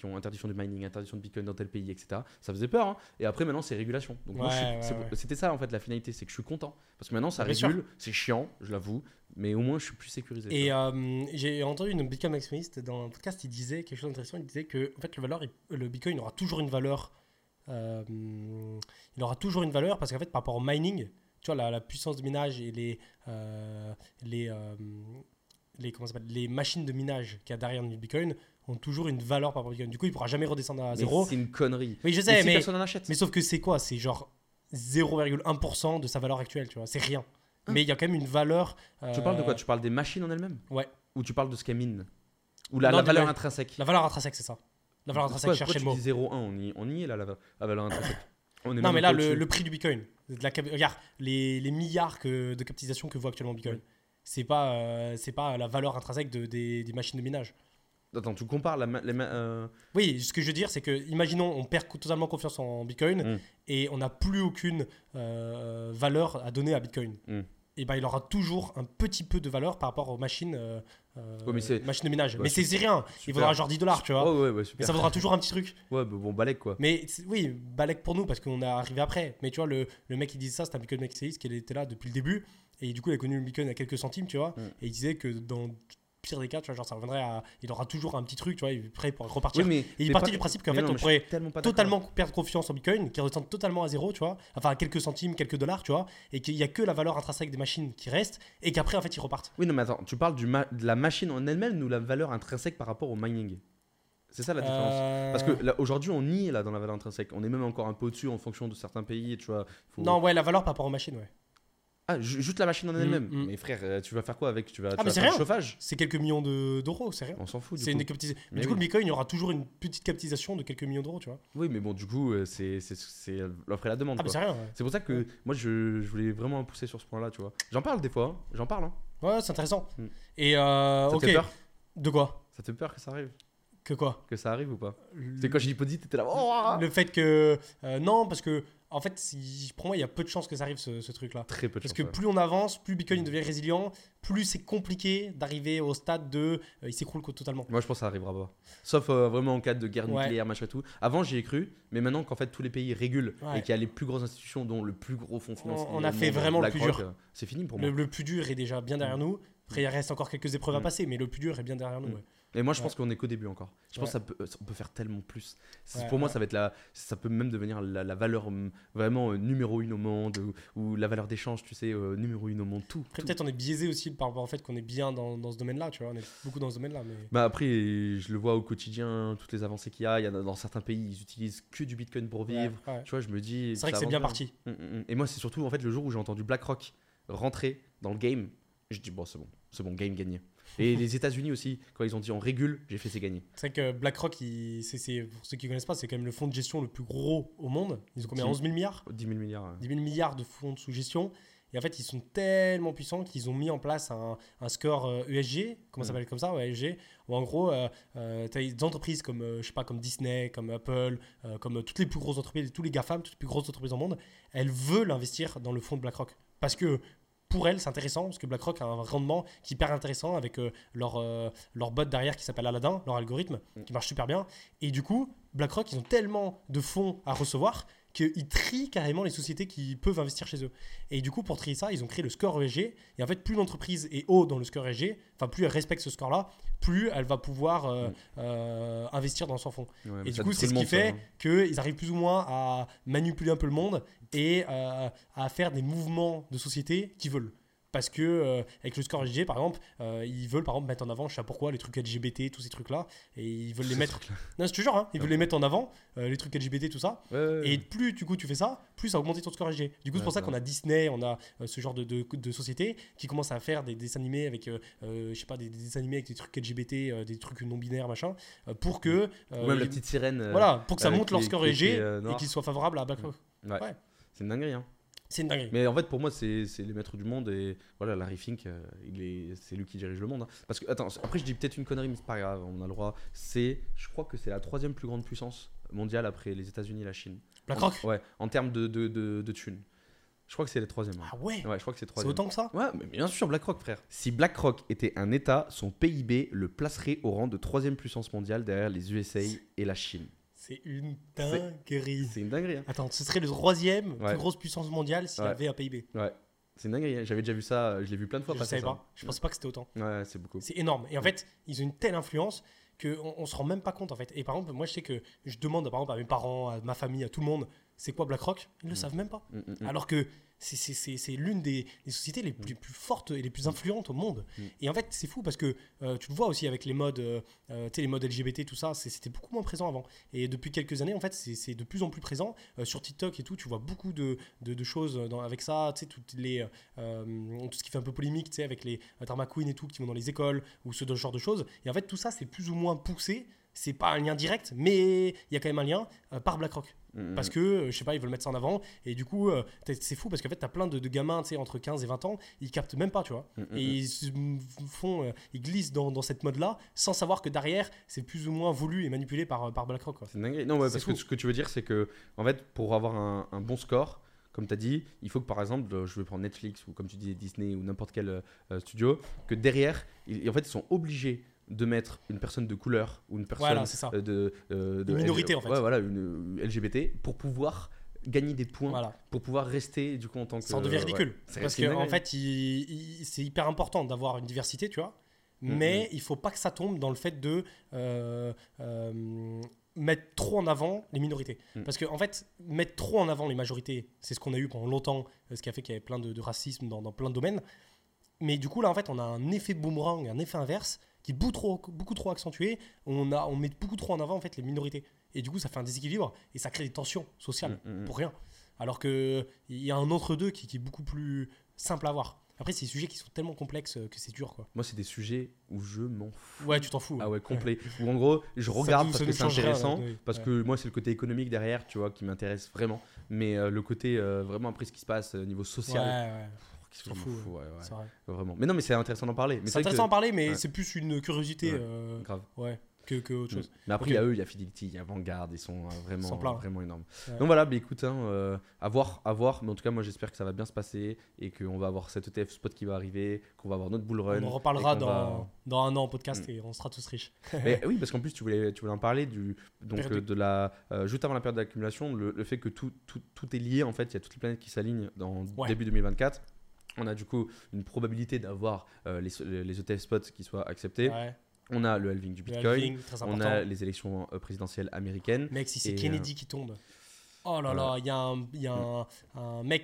A: de mining, interdiction de Bitcoin dans tel pays, etc. Ça faisait peur, hein. Et après maintenant c'est régulation. Donc c'était ça en fait la finalité, c'est que je suis content, parce que maintenant ça régule, c'est chiant, je l'avoue, mais au moins je suis plus sécurisé.
B: Et j'ai entendu une Bitcoin maximaliste dans un podcast, il disait quelque chose d'intéressant, il disait que en fait le Bitcoin aura toujours une valeur, il aura toujours une valeur parce qu'en fait par rapport au mining, tu vois, la puissance de minage et les machines de minage qu'il y a derrière le Bitcoin ont toujours une valeur par rapport au Bitcoin. Du coup, il pourra jamais redescendre à
A: Mais
B: zéro.
A: c'est une connerie.
B: Oui, je
A: Et
B: sais,
A: si
B: mais
A: personne en achète.
B: sauf que c'est quoi? C'est genre 0,1% de sa valeur actuelle, tu vois. C'est rien. Mais il y a quand même une valeur.
A: Tu parles de quoi? Tu parles des machines en elles-mêmes?
B: Ouais.
A: Ou tu parles de ce qu'elles minent? Ou
B: Non,
A: la
B: des
A: valeur
B: ma-
A: intrinsèque?
B: La valeur intrinsèque, c'est ça. La valeur intrinsèque, cherchez le
A: tu
B: mot.
A: dis 0,1? On y est là, la valeur intrinsèque. On est
B: Non,
A: même
B: mais là,
A: un peu au-dessus.
B: le prix du Bitcoin. Regarde, les milliards de capitalisation que vaut actuellement Bitcoin. C'est pas la valeur intrinsèque des machines de minage.
A: Attends, tu compares
B: Oui, ce que je veux dire, c'est que, imaginons, on perd totalement confiance en Bitcoin et on n'a plus aucune valeur à donner à Bitcoin. Et ben, il aura toujours un petit peu de valeur par rapport aux machines, machines de minage.
A: Ouais,
B: mais c'est rien. Il vaudra genre $10, tu vois.
A: Ouais,
B: Mais
A: super.
B: ça vaudra toujours un petit truc.
A: Ouais, bah, bon, balèque quoi.
B: Mais oui, balèque pour nous parce qu'on est arrivé après. Mais tu vois, le mec qui disait ça, c'était un Bitcoin maximaliste qui était là depuis le début. Et du coup, il a connu le Bitcoin à quelques centimes, tu vois. Et il disait que dans le pire des cas, tu vois, genre ça reviendrait à. Il aura toujours un petit truc, tu vois, il est prêt pour repartir.
A: Oui,
B: Et il partit du principe qu'en fait, on pourrait
A: totalement
B: totalement perdre confiance en Bitcoin, qui redescend totalement à zéro, tu vois. Enfin, à quelques centimes, quelques dollars, tu vois. Et qu'il n'y a que la valeur intrinsèque des machines qui reste. Et qu'après, en fait, ils repartent.
A: Oui, non, mais attends, tu parles de la machine en elle-même ou la valeur intrinsèque par rapport au mining? C'est ça la différence. Parce que là, aujourd'hui, on y est là dans la valeur intrinsèque. On est même encore un peu au-dessus en fonction de certains pays, tu vois.
B: Non, ouais, la valeur par rapport aux machines, ouais.
A: Ah, juste la machine en elle-même. Mais frère, tu vas faire quoi avec? Tu vas
B: mais c'est
A: faire
B: rien.
A: du chauffage?
B: C'est quelques millions d'euros, c'est rien.
A: On s'en fout du
B: C'est
A: coup.
B: une capitalisation. Mais
A: Mais
B: du coup,
A: oui.
B: le Bitcoin, il y aura toujours une petite capitalisation de quelques millions d'euros, tu vois.
A: Oui, mais bon, du coup, c'est l'offre et la demande.
B: Ah, mais
A: quoi.
B: c'est rien, ouais.
A: C'est pour ça que moi, je voulais vraiment pousser sur ce point-là, tu vois. J'en parle des fois, hein. J'en parle. Hein.
B: Ouais, c'est intéressant. Et
A: Ça te
B: ok.
A: fait peur?
B: De quoi?
A: Ça te fait peur que ça arrive?
B: Que quoi?
A: Que ça arrive ou pas? C'est quand je dis Podit, t'étais là. Oh
B: Le fait que. Non, parce que, en fait, pour moi, il y a peu de chances que ça arrive, ce truc-là.
A: Très peu de
B: Parce
A: chance.
B: que
A: Ouais.
B: plus on avance, plus Bitcoin devient résilient, plus c'est compliqué d'arriver au stade de. Il s'écroule totalement.
A: Moi, je pense que ça arrivera pas. Sauf vraiment en cas de guerre
B: Ouais.
A: nucléaire, machin et tout. Avant, j'y ai cru, mais maintenant qu'en fait tous les pays régulent
B: Ouais.
A: et qu'il y a les plus grosses institutions, dont le plus gros fonds financier,
B: On a fait vraiment le plus
A: BlackRock,
B: dur.
A: C'est fini pour moi.
B: Le plus dur est déjà bien derrière nous. Après, il reste encore quelques épreuves à passer, mais le plus dur est bien derrière nous. Ouais.
A: Et moi, je pense qu'on est qu'au début encore. Je pense qu'on peut faire tellement plus. Pour moi, ça va être ça peut même devenir la valeur vraiment numéro 1 au monde ou la valeur d'échange, tu sais, numéro 1 au monde. Tout.
B: Après, peut-être on est biaisé aussi par rapport au fait qu'on est bien dans ce domaine-là, tu vois. On est beaucoup dans ce domaine-là. Mais...
A: Bah après, je le vois au quotidien, toutes les avancées qu'il y a. Il y a dans certains pays, ils utilisent que du Bitcoin pour vivre.
B: Ouais.
A: Tu vois, je me dis.
B: C'est vrai que c'est bien parti.
A: Et moi, c'est surtout en fait le jour où j'ai entendu BlackRock rentrer dans le game, je dis bon, c'est bon, game gagné. Et les États-Unis aussi, quand ils ont dit on régule, j'ai fait c'est gagné.
B: C'est vrai que BlackRock, pour ceux qui ne connaissent pas, c'est quand même le fonds de gestion le plus gros au monde. Ils ont combien? 11 000 milliards
A: 10 000 milliards.
B: 10 000 milliards de fonds de sous-gestion. Et en fait, ils sont tellement puissants qu'ils ont mis en place un score ESG, comment ça s'appelle comme ça, ouais, ESG, où en gros, tu as des entreprises comme, je sais pas, comme Disney, comme Apple, comme toutes les plus grosses entreprises, tous les GAFAM, toutes les plus grosses entreprises au monde, elles veulent investir dans le fonds de BlackRock. Parce que pour elles, c'est intéressant, parce que BlackRock a un rendement qui est hyper intéressant avec leur bot derrière qui s'appelle Aladdin, leur algorithme, qui marche super bien. Et du coup, BlackRock, ils ont tellement de fonds à recevoir qu'ils trient carrément les sociétés qui peuvent investir chez eux. Et du coup, pour trier ça, ils ont créé le score ESG. Et en fait, plus l'entreprise est haut dans le score ESG, enfin plus elle respecte ce score-là, plus elle va pouvoir investir dans son fonds.
A: Ouais,
B: et du coup, c'est ce qui fait qu'ils arrivent plus ou moins à manipuler un peu le monde et à faire des mouvements de société qu'ils veulent. Parce que avec le score ESG, par exemple, ils veulent par exemple mettre en avant, je sais pas pourquoi, les trucs LGBT, tous ces trucs-là, et ils veulent les mettre. Non, c'est toujours, hein, ils veulent les mettre en avant, les trucs LGBT, tout ça. Et plus du coup tu fais ça, plus ça augmente ton score ESG. Du coup, c'est pour ça qu'on a Disney, on a ce genre de société qui commence à faire des dessins animés avec, je sais pas, des dessins animés avec des trucs LGBT, des trucs non binaires, machin, pour que.
A: Ou même la petite sirène.
B: Voilà, pour que ça monte leur score ESG
A: et
B: qu'ils soient favorables à BlackRock.
A: Ouais. C'est une dinguerie, hein.
B: C'est une dinguerie.
A: Mais en fait, pour moi, c'est les maîtres du monde et voilà, Larry Fink, c'est lui qui dirige le monde. Hein. Parce que, attends, après, je dis peut-être une connerie, mais c'est pas grave, on a le droit. Je crois que c'est la 3e plus grande puissance mondiale après les États-Unis et la Chine.
B: BlackRock
A: Ouais, en termes de thunes. Je crois que c'est la 3e. Hein.
B: Ah ouais?
A: Ouais, je crois que c'est 3e.
B: C'est autant que ça?
A: Ouais, mais bien sûr, BlackRock, frère. Si BlackRock était un État, son PIB le placerait au rang de 3e puissance mondiale derrière les USA et la Chine.
B: C'est une dinguerie.
A: C'est une dinguerie. Hein.
B: Attends, ce serait le 3e plus grosse puissance mondiale s'il avait un PIB.
A: Ouais, c'est une dinguerie. Hein. J'avais déjà vu ça, je l'ai vu plein de fois.
B: Je savais pas. Je pensais pas que c'était autant.
A: Ouais, c'est beaucoup.
B: C'est énorme. Et en fait, ils ont une telle influence qu'on se rend même pas compte en fait. Et par exemple, moi je sais que je demande par exemple à mes parents, à ma famille, à tout le monde, c'est quoi BlackRock? Ils le savent même pas. Alors que c'est l'une des sociétés les plus fortes et les plus influentes au monde. Et en fait, c'est fou parce que tu le vois aussi avec les modes, tu sais, les modes LGBT, tout ça, c'était beaucoup moins présent avant. Et depuis quelques années, en fait, c'est de plus en plus présent. Sur TikTok et tout, tu vois beaucoup de choses avec ça, tu sais, tout ce qui fait un peu polémique, tu sais, avec les drama queens et tout, qui vont dans les écoles ou ce genre de choses. Et en fait, tout ça, c'est plus ou moins poussé. C'est pas un lien direct, mais il y a quand même un lien par BlackRock. Parce que, je sais pas, ils veulent mettre ça en avant. Et du coup, c'est fou parce qu'en fait, t'as plein de gamins, tu sais, entre 15 et 20 ans, ils captent même pas, tu vois. Et ils glissent dans cette mode-là sans savoir que derrière, c'est plus ou moins voulu et manipulé par BlackRock, quoi.
A: C'est dingue. Non, parce que ce que tu veux dire, c'est que, en fait, pour avoir un bon score, comme tu as dit, il faut que par exemple, je vais prendre Netflix ou comme tu dis Disney ou n'importe quel studio, que derrière, en fait, ils sont obligés de mettre une personne de couleur ou une personne de
B: minorité en fait.
A: Ouais, voilà, une LGBT pour pouvoir gagner des points, pour pouvoir rester du coup en tant que.
B: Ça en devient ridicule. Parce qu'en fait, c'est hyper important d'avoir une diversité, tu vois. Mais il faut pas que ça tombe dans le fait de mettre trop en avant les minorités. Parce qu'en fait, mettre trop en avant les majorités, c'est ce qu'on a eu pendant longtemps, ce qui a fait qu'il y avait plein de racisme dans plein de domaines. Mais du coup, là, en fait, on a un effet boomerang, un effet inverse qui est beaucoup trop accentué. On met beaucoup trop en avant en fait, les minorités. Et du coup, ça fait un déséquilibre et ça crée des tensions sociales pour rien. Alors qu'il y a un entre-deux qui est beaucoup plus simple à voir. Après, c'est des sujets qui sont tellement complexes que c'est dur, quoi.
A: Moi, c'est des sujets où je m'en fous.
B: Ouais, tu t'en fous.
A: Ah ouais, complet. Où en gros, je regarde parce que c'est intéressant. Parce que moi, c'est le côté économique derrière, tu vois, qui m'intéresse vraiment. Mais le côté vraiment après ce qui se passe au niveau social.
B: Ouais. Qui s'en fout.
A: Ouais. Vraiment. Mais non, mais c'est intéressant d'en parler.
B: C'est intéressant d'en parler, mais c'est plus une curiosité.
A: Grave.
B: Ouais. Que autre chose.
A: Mais après, il y a eux, il y a Fidelity, il y a Vanguard, ils sont vraiment énormes.
B: Ouais.
A: Donc voilà, écoute, à voir. Mais en tout cas, moi, j'espère que ça va bien se passer et qu'on va avoir cet ETF spot qui va arriver, qu'on va avoir notre bull run.
B: On en reparlera dans un an en podcast et on sera tous riches.
A: Mais oui, parce qu'en plus, tu voulais en parler de la juste avant la période d'accumulation, le fait que tout est lié, en fait, il y a toutes les planètes qui s'alignent dans début 2024. On a du coup une probabilité d'avoir les ETF spots qui soient acceptés.
B: Ouais.
A: On a le halving du Bitcoin, on a les élections présidentielles américaines.
B: Mec, si c'est Kennedy qui tombe. Oh là là, il y a un mec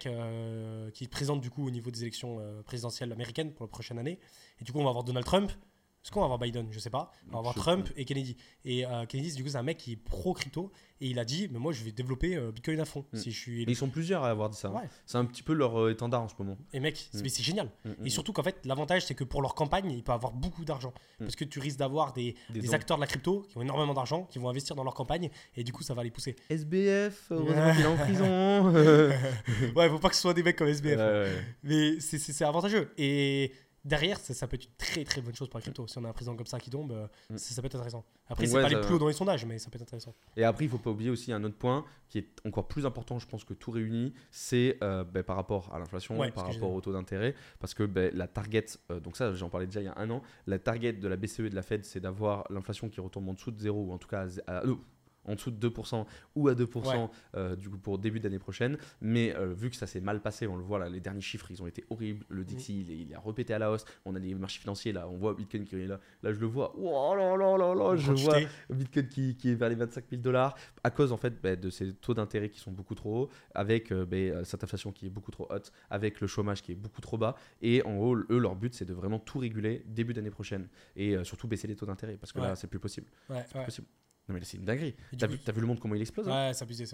B: qui présente du coup au niveau des élections présidentielles américaines pour la prochaine année. Et du coup, on va avoir Donald Trump. Est-ce qu'on va avoir Biden? Je sais pas. On va avoir Trump et Kennedy. Et Kennedy, du coup, c'est un mec qui est pro-crypto. Et il a dit, mais moi, je vais développer Bitcoin à fond. Si je suis...
A: Ils sont plusieurs à avoir dit ça. Ouais. C'est un petit peu leur étendard en ce moment.
B: Et mec, c'est génial. Et surtout qu'en fait, l'avantage, c'est que pour leur campagne, ils peuvent avoir beaucoup d'argent. Parce que tu risques d'avoir des acteurs de la crypto qui ont énormément d'argent, qui vont investir dans leur campagne. Et du coup, ça va les pousser.
A: SBF, heureusement qu'il est en prison.
B: Ouais, faut pas que ce soit des mecs comme SBF. Mais c'est avantageux. Et... derrière, ça peut être une très très bonne chose pour la crypto. Si on a un président comme ça qui tombe, ça peut être intéressant. Après, c'est pas les plus hauts dans les sondages, mais ça peut être intéressant.
A: Et après, il faut pas oublier aussi un autre point qui est encore plus important, je pense, que tout réuni, c'est par rapport à l'inflation, par rapport au taux d'intérêt. Parce que la target, donc ça, j'en parlais déjà il y a un an, la target de la BCE et de la Fed, c'est d'avoir l'inflation qui retombe en dessous de 0, ou en tout cas en dessous de 2% ou à 2% du coup pour début d'année prochaine. Mais vu que ça s'est mal passé, on le voit là, les derniers chiffres ils ont été horribles. Le Dixie il a repété à la hausse. On a des marchés financiers là, on voit Bitcoin qui est là. Là je le vois. Oh là, je vois Bitcoin qui est vers les $25,000 à cause en fait de ces taux d'intérêt qui sont beaucoup trop hauts, avec cette inflation qui est beaucoup trop haute, avec le chômage qui est beaucoup trop bas. Et en haut, eux leur but c'est de vraiment tout réguler début d'année prochaine et surtout baisser les taux d'intérêt parce que là c'est plus possible. C'est possible. Non mais c'est une dinguerie. T'as vu le monde comment il explose?
B: Ouais, c'est abusé.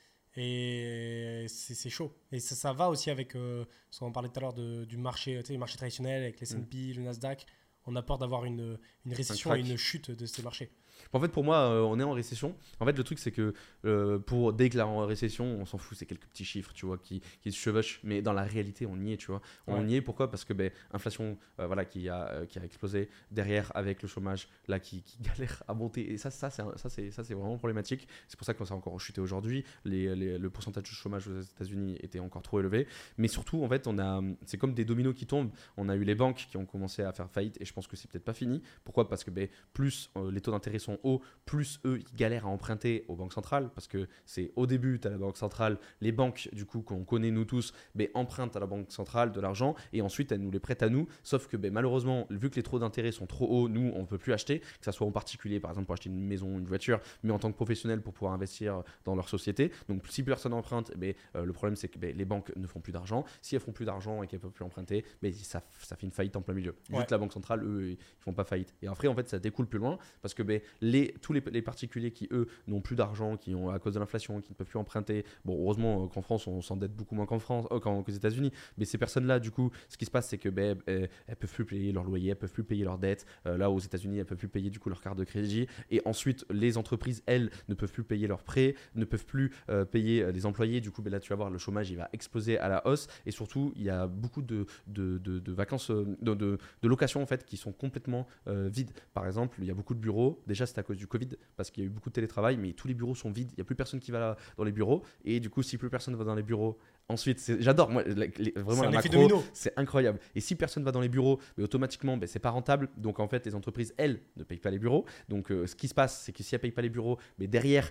B: Et c'est chaud. Et ça va aussi avec ce qu'on parlait tout à l'heure du marché, tu sais, les marchés traditionnels avec les S&P, le Nasdaq. On a peur d'avoir une récession et une chute de ces marchés.
A: En fait, pour moi, on est en récession. En fait, le truc, c'est que dès que la récession, on s'en fout, c'est quelques petits chiffres, tu vois, qui se chevauchent. Mais dans la réalité, on y est, tu vois. On y est, pourquoi? Parce que inflation, qui a explosé derrière avec le chômage, là, qui galère à monter. Et ça, c'est vraiment problématique. C'est pour ça qu'on s'est encore chuté aujourd'hui. Le pourcentage de chômage aux États-Unis était encore trop élevé. Mais surtout, en fait, c'est comme des dominos qui tombent. On a eu les banques qui ont commencé à faire faillite et je pense que c'est peut-être pas fini. Pourquoi? Parce que plus les taux d'intérêt sont hauts, plus eux, ils galèrent à emprunter aux banques centrales parce que c'est au début, tu as la banque centrale, les banques, du coup, qu'on connaît nous tous, empruntent à la banque centrale de l'argent et ensuite, elles nous les prêtent à nous. Sauf que malheureusement, vu que les taux d'intérêt sont trop hauts, nous, on ne peut plus acheter, que ce soit en particulier, par exemple, pour acheter une maison, une voiture, mais en tant que professionnel pour pouvoir investir dans leur société. Donc, si personne emprunte, le problème, c'est que les banques ne font plus d'argent. Si elles font plus d'argent et qu'elles ne peuvent plus emprunter, ça fait une faillite en plein milieu. Vu que la banque centrale, eux, ils font pas faillite. Et après, en fait, ça découle plus loin parce que tous les particuliers qui, eux, n'ont plus d'argent, qui ont à cause de l'inflation, qui ne peuvent plus emprunter. Bon, heureusement qu'en France, on s'endette beaucoup moins qu'aux États-Unis. Mais ces personnes-là, du coup, ce qui se passe, c'est que elles peuvent plus payer leur loyer, elles peuvent plus payer leurs dettes. Là, aux États-Unis, elles peuvent plus payer du coup leur carte de crédit. Et ensuite, les entreprises, elles, ne peuvent plus payer leurs prêts, ne peuvent plus payer les employés. Du coup, là, tu vas voir, le chômage, il va exploser à la hausse. Et surtout, il y a beaucoup de vacances, de locations en fait, qui sont complètement vides. Par exemple, il y a beaucoup de bureaux. Déjà, c'est à cause du Covid, parce qu'il y a eu beaucoup de télétravail, mais tous les bureaux sont vides. Il n'y a plus personne qui va dans les bureaux. Et du coup, si plus personne va dans les bureaux, ensuite, j'adore, moi, vraiment la macro, c'est incroyable. Et si personne va dans les bureaux, automatiquement, c'est pas rentable. Donc en fait, les entreprises, elles, ne payent pas les bureaux. Donc ce qui se passe, c'est que si elles payent pas les bureaux, derrière,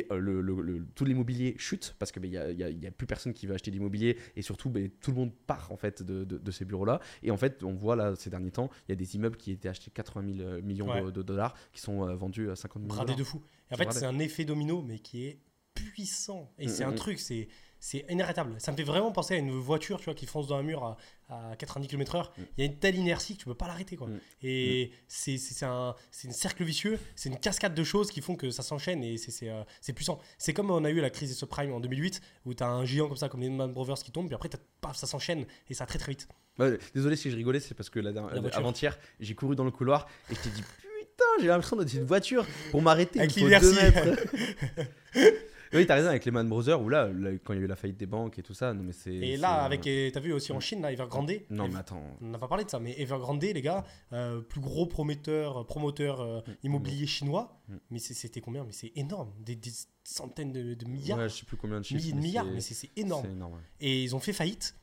A: tout l'immobilier chute parce qu'il y a plus personne qui veut acheter d'immobilier et surtout, tout le monde part en fait de ces bureaux-là. Et en fait, on voit là ces derniers temps, il y a des immeubles qui étaient achetés 80 000 millions de dollars qui sont vendus à 50 millions.
B: Bradé de fou. Et en fait, c'est un effet domino, mais qui est puissant. Et c'est un truc, c'est inarrêtable. Ça me fait vraiment penser à une voiture, tu vois, qui fonce dans un mur à 90 km/h. Il y a une telle inertie que tu peux pas l'arrêter, quoi. Et c'est un cercle vicieux, c'est une cascade de choses qui font que ça s'enchaîne et c'est puissant. C'est comme on a eu la crise des subprimes en 2008 où tu as un géant comme ça, comme Lehman Brothers qui tombe, puis après paf, ça s'enchaîne et ça va très très vite.
A: Ouais, désolé si je rigolais, c'est parce que avant-hier, j'ai couru dans le couloir et je t'ai dit putain, j'ai l'impression d'être une voiture pour m'arrêter.
B: Avec
A: il faut 2 mètres. Oui, t'as raison avec Lehman Brothers où là, quand il y a eu la faillite des banques et tout ça. Non, mais
B: et là, t'as vu aussi en Chine, là, Evergrande.
A: Non, mais attends.
B: On n'a pas parlé de ça, mais Evergrande, les gars, plus gros promoteur immobilier chinois. Mais c'était combien? Mais c'est énorme. Des centaines de milliards.
A: Ouais, je sais plus combien de chiffres.
B: Milliers de milliards, mais c'est énorme.
A: C'est énorme, ouais.
B: Et ils ont fait faillite.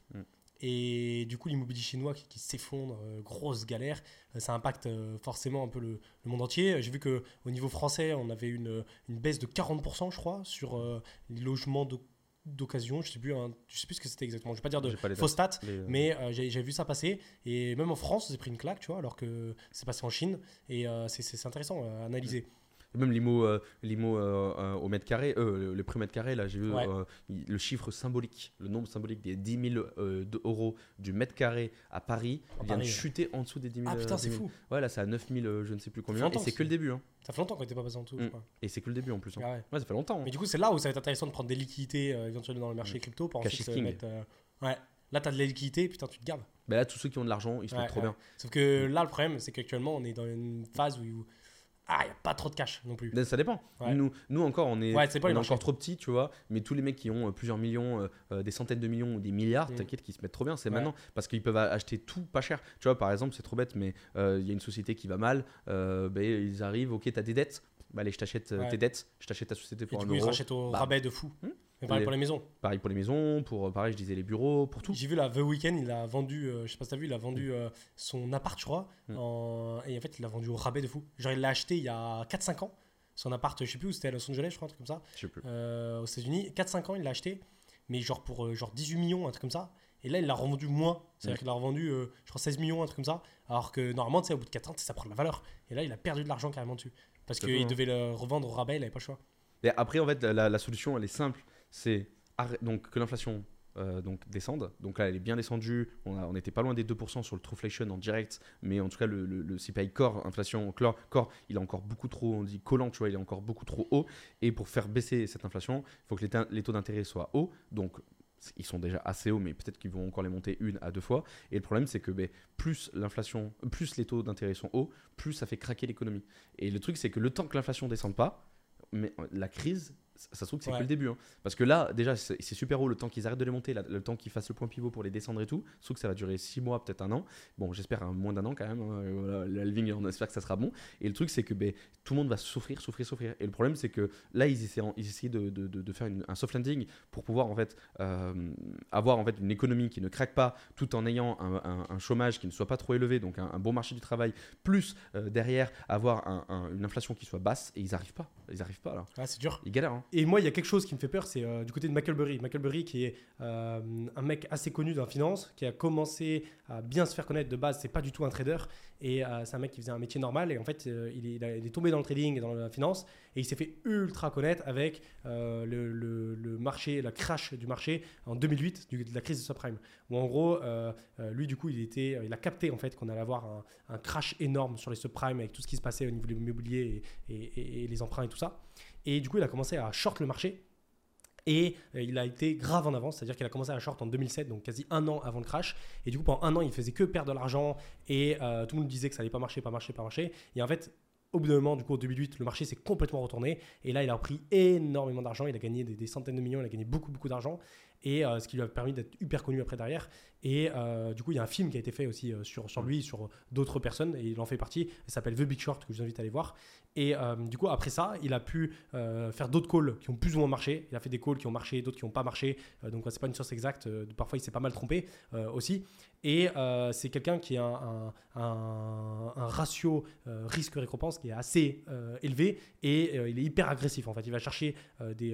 B: Et du coup, l'immobilier chinois qui s'effondre, grosse galère, ça impacte forcément un peu le monde entier. J'ai vu qu'au niveau français, on avait une baisse de 40%, je crois, sur les logements d'occasion. Je sais plus ce que c'était exactement. Je ne vais pas dire de faux stats, mais j'ai vu ça passer. Et même en France, on s'est pris une claque, tu vois, alors que c'est passé en Chine. Et c'est intéressant à analyser.
A: Même l'IMO au mètre carré, le prix au mètre carré, là j'ai vu le chiffre symbolique, le nombre symbolique des 10 000 euros du mètre carré à Paris vient de chuter en dessous des 10 000.
B: Ah putain, c'est fou.
A: Ouais, là c'est à 9 000, je ne sais plus combien. Et c'est que le début. Hein.
B: Ça fait longtemps qu'on n'était pas passé en dessous, je crois.
A: Et c'est que le début en plus. Hein.
B: Ah ouais.
A: Ouais, ça fait longtemps. Hein.
B: Mais du coup, c'est là où ça va être intéressant de prendre des liquidités éventuellement dans le marché crypto pour ensuite mettre. Ouais. Là, tu as de la liquidité, putain, tu te gaves.
A: Là, tous ceux qui ont de l'argent, ils se mettent trop bien.
B: Sauf que là, le problème, c'est qu'actuellement, on est dans une phase où il n'y a pas trop de cash non plus.
A: Ça dépend. Ouais. Nous encore, on est encore trop petits, tu vois. Mais tous les mecs qui ont plusieurs millions, des centaines de millions ou des milliards, t'inquiète qu'ils se mettent trop bien. C'est maintenant. Parce qu'ils peuvent acheter tout pas cher. Tu vois, par exemple, c'est trop bête, mais il y a une société qui va mal. Ils arrivent, ok, t'as des dettes. Allez, je t'achète tes dettes. Je t'achète ta société pour 1 euro.
B: Ils rachètent au rabais de fou. Mais pareil pour les maisons.
A: Pareil pour les maisons, pareil, je disais les bureaux, pour tout.
B: J'ai vu là, The Weeknd, il a vendu, je sais pas si t'as vu, il a vendu son appart, je crois. Et en fait, il l'a vendu au rabais de fou. Genre, il l'a acheté il y a 4-5 ans. Son appart, je sais plus où c'était, à Los Angeles, je crois, un truc comme ça.
A: Je sais plus.
B: Aux États-Unis, 4-5 ans, il l'a acheté. Mais genre pour 18 millions, un truc comme ça. Et là, il l'a revendu moins. C'est-à-dire qu'il l'a revendu, je crois, 16 millions, un truc comme ça. Alors que normalement, tu sais, au bout de 4 ans, ça prend de la valeur. Et là, il a perdu de l'argent carrément dessus. Parce qu'il devait le revendre au rabais, il n'avait pas le choix.
A: Et après, en fait, la solution, elle est simple. C'est donc que l'inflation descende. Donc là, elle est bien descendue. On n'était pas loin des 2% sur le Truflation en direct. Mais en tout cas, le CPI Core, inflation Core, il est encore beaucoup trop, on dit collant, tu vois, il est encore beaucoup trop haut. Et pour faire baisser cette inflation, il faut que les taux d'intérêt soient hauts. Donc, ils sont déjà assez hauts, mais peut-être qu'ils vont encore les monter 1 à 2 fois. Et le problème, c'est que plus les taux d'intérêt sont hauts, plus ça fait craquer l'économie. Et le truc, c'est que le temps que l'inflation ne descende pas, mais la crise Ça se trouve que c'est que le début. Hein. Parce que là, déjà, c'est super haut le temps qu'ils arrêtent de les monter, le temps qu'ils fassent le point pivot pour les descendre et tout. Je trouve que ça va durer 6 mois, peut-être 1 an. Bon, j'espère moins d'1 an quand même. Hein. Voilà, l'halving, on espère que ça sera bon. Et le truc, c'est que tout le monde va souffrir. Et le problème, c'est que là, ils essayaient de faire un soft landing pour pouvoir en fait, avoir en fait, une économie qui ne craque pas tout en ayant un chômage qui ne soit pas trop élevé, donc un bon marché du travail, plus derrière avoir une inflation qui soit basse. Et ils n'arrivent pas. Là.
B: Ah, c'est dur.
A: Ils galèrent. Hein.
B: Et moi, il y a quelque chose qui me fait peur, c'est du côté de Michael Burry. Michael Burry, qui est un mec assez connu dans la finance, qui a commencé à bien se faire connaître de base. C'est pas du tout un trader. Et c'est un mec qui faisait un métier normal. Et en fait, il est tombé dans le trading et dans la finance. Et il s'est fait ultra connaître avec le marché, la crash du marché en 2008, de la crise de subprime. Où en gros, lui, du coup, il a capté en fait, qu'on allait avoir un crash énorme sur les subprimes avec tout ce qui se passait au niveau de l'immobilier et les emprunts et tout ça. Et du coup, il a commencé à short le marché. Et il a été grave en avance, c'est-à-dire qu'il a commencé à short en 2007, donc quasi 1 an avant le crash. Et du coup, pendant 1 an, il faisait que perdre de l'argent et tout le monde disait que ça allait pas marcher. Et en fait, au bout d'un moment, du coup, en 2008, le marché s'est complètement retourné. Et là, il a pris énormément d'argent. Il a gagné des centaines de millions. Il a gagné beaucoup, beaucoup d'argent. Et ce qui lui a permis d'être hyper connu après derrière. Et du coup, il y a un film qui a été fait aussi sur lui, sur d'autres personnes. Et il en fait partie. Il s'appelle The Big Short, que je vous invite à aller voir. Et du coup, après ça, il a pu faire d'autres calls qui ont plus ou moins marché. Il a fait des calls qui ont marché, d'autres qui n'ont pas marché. Donc, c'est pas une source exacte. Parfois, il s'est pas mal trompé aussi. Et c'est quelqu'un qui a un ratio risque-récompense qui est assez élevé. Et il est hyper agressif. En fait, il va chercher des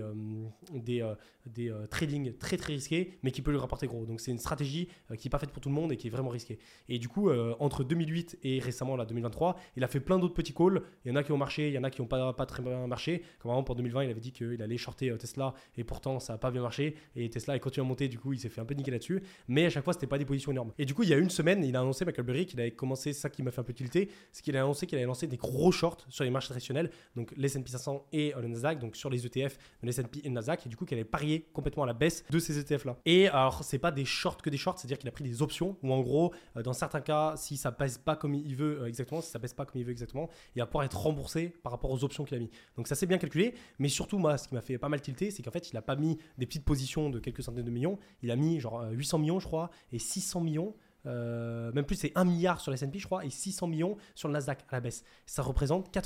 B: trading très très risqués, mais qui peut lui rapporter gros. Donc, c'est une stratégie qui n'est pas faite pour tout le monde et qui est vraiment risquée. Et du coup, entre 2008 et récemment, là, 2023, il a fait plein d'autres petits calls. Il y en a qui ont marché, il y en a qui n'ont pas très bien marché. Comme par exemple, pour 2020, il avait dit qu'il allait shorter Tesla et pourtant, ça n'a pas bien marché. Et Tesla, il continue à monter. Du coup, il s'est fait un peu niquer là-dessus. Mais à chaque fois, ce n'était pas des positions énormes. Et du coup, il y a une semaine, il a annoncé, Michael Burry, qu'il avait commencé, ça qui m'a fait un peu tilter, c'est qu'il a annoncé qu'il allait lancer des gros shorts sur les marchés traditionnels, donc les S&P 500 et le Nasdaq, donc sur les ETF de l'S&P et le Nasdaq, et du coup, qu'il allait parier complètement à la baisse de ces ETF-là. Et alors, c'est pas des shorts que des shorts, c'est-à-dire qu'il a pris des options où en gros, dans certains cas, si ça baisse pas comme il veut exactement, il va pouvoir être remboursé par rapport aux options qu'il a mis. Donc ça c'est bien calculé, mais surtout moi, ce qui m'a fait pas mal tilter, c'est qu'en fait, il a pas mis des petites positions de quelques centaines de millions, il a mis genre 800 millions, je crois, et 600 millions. Même plus, c'est 1 milliard sur l'S&P, je crois, et 600 millions sur le Nasdaq à la baisse. Ça représente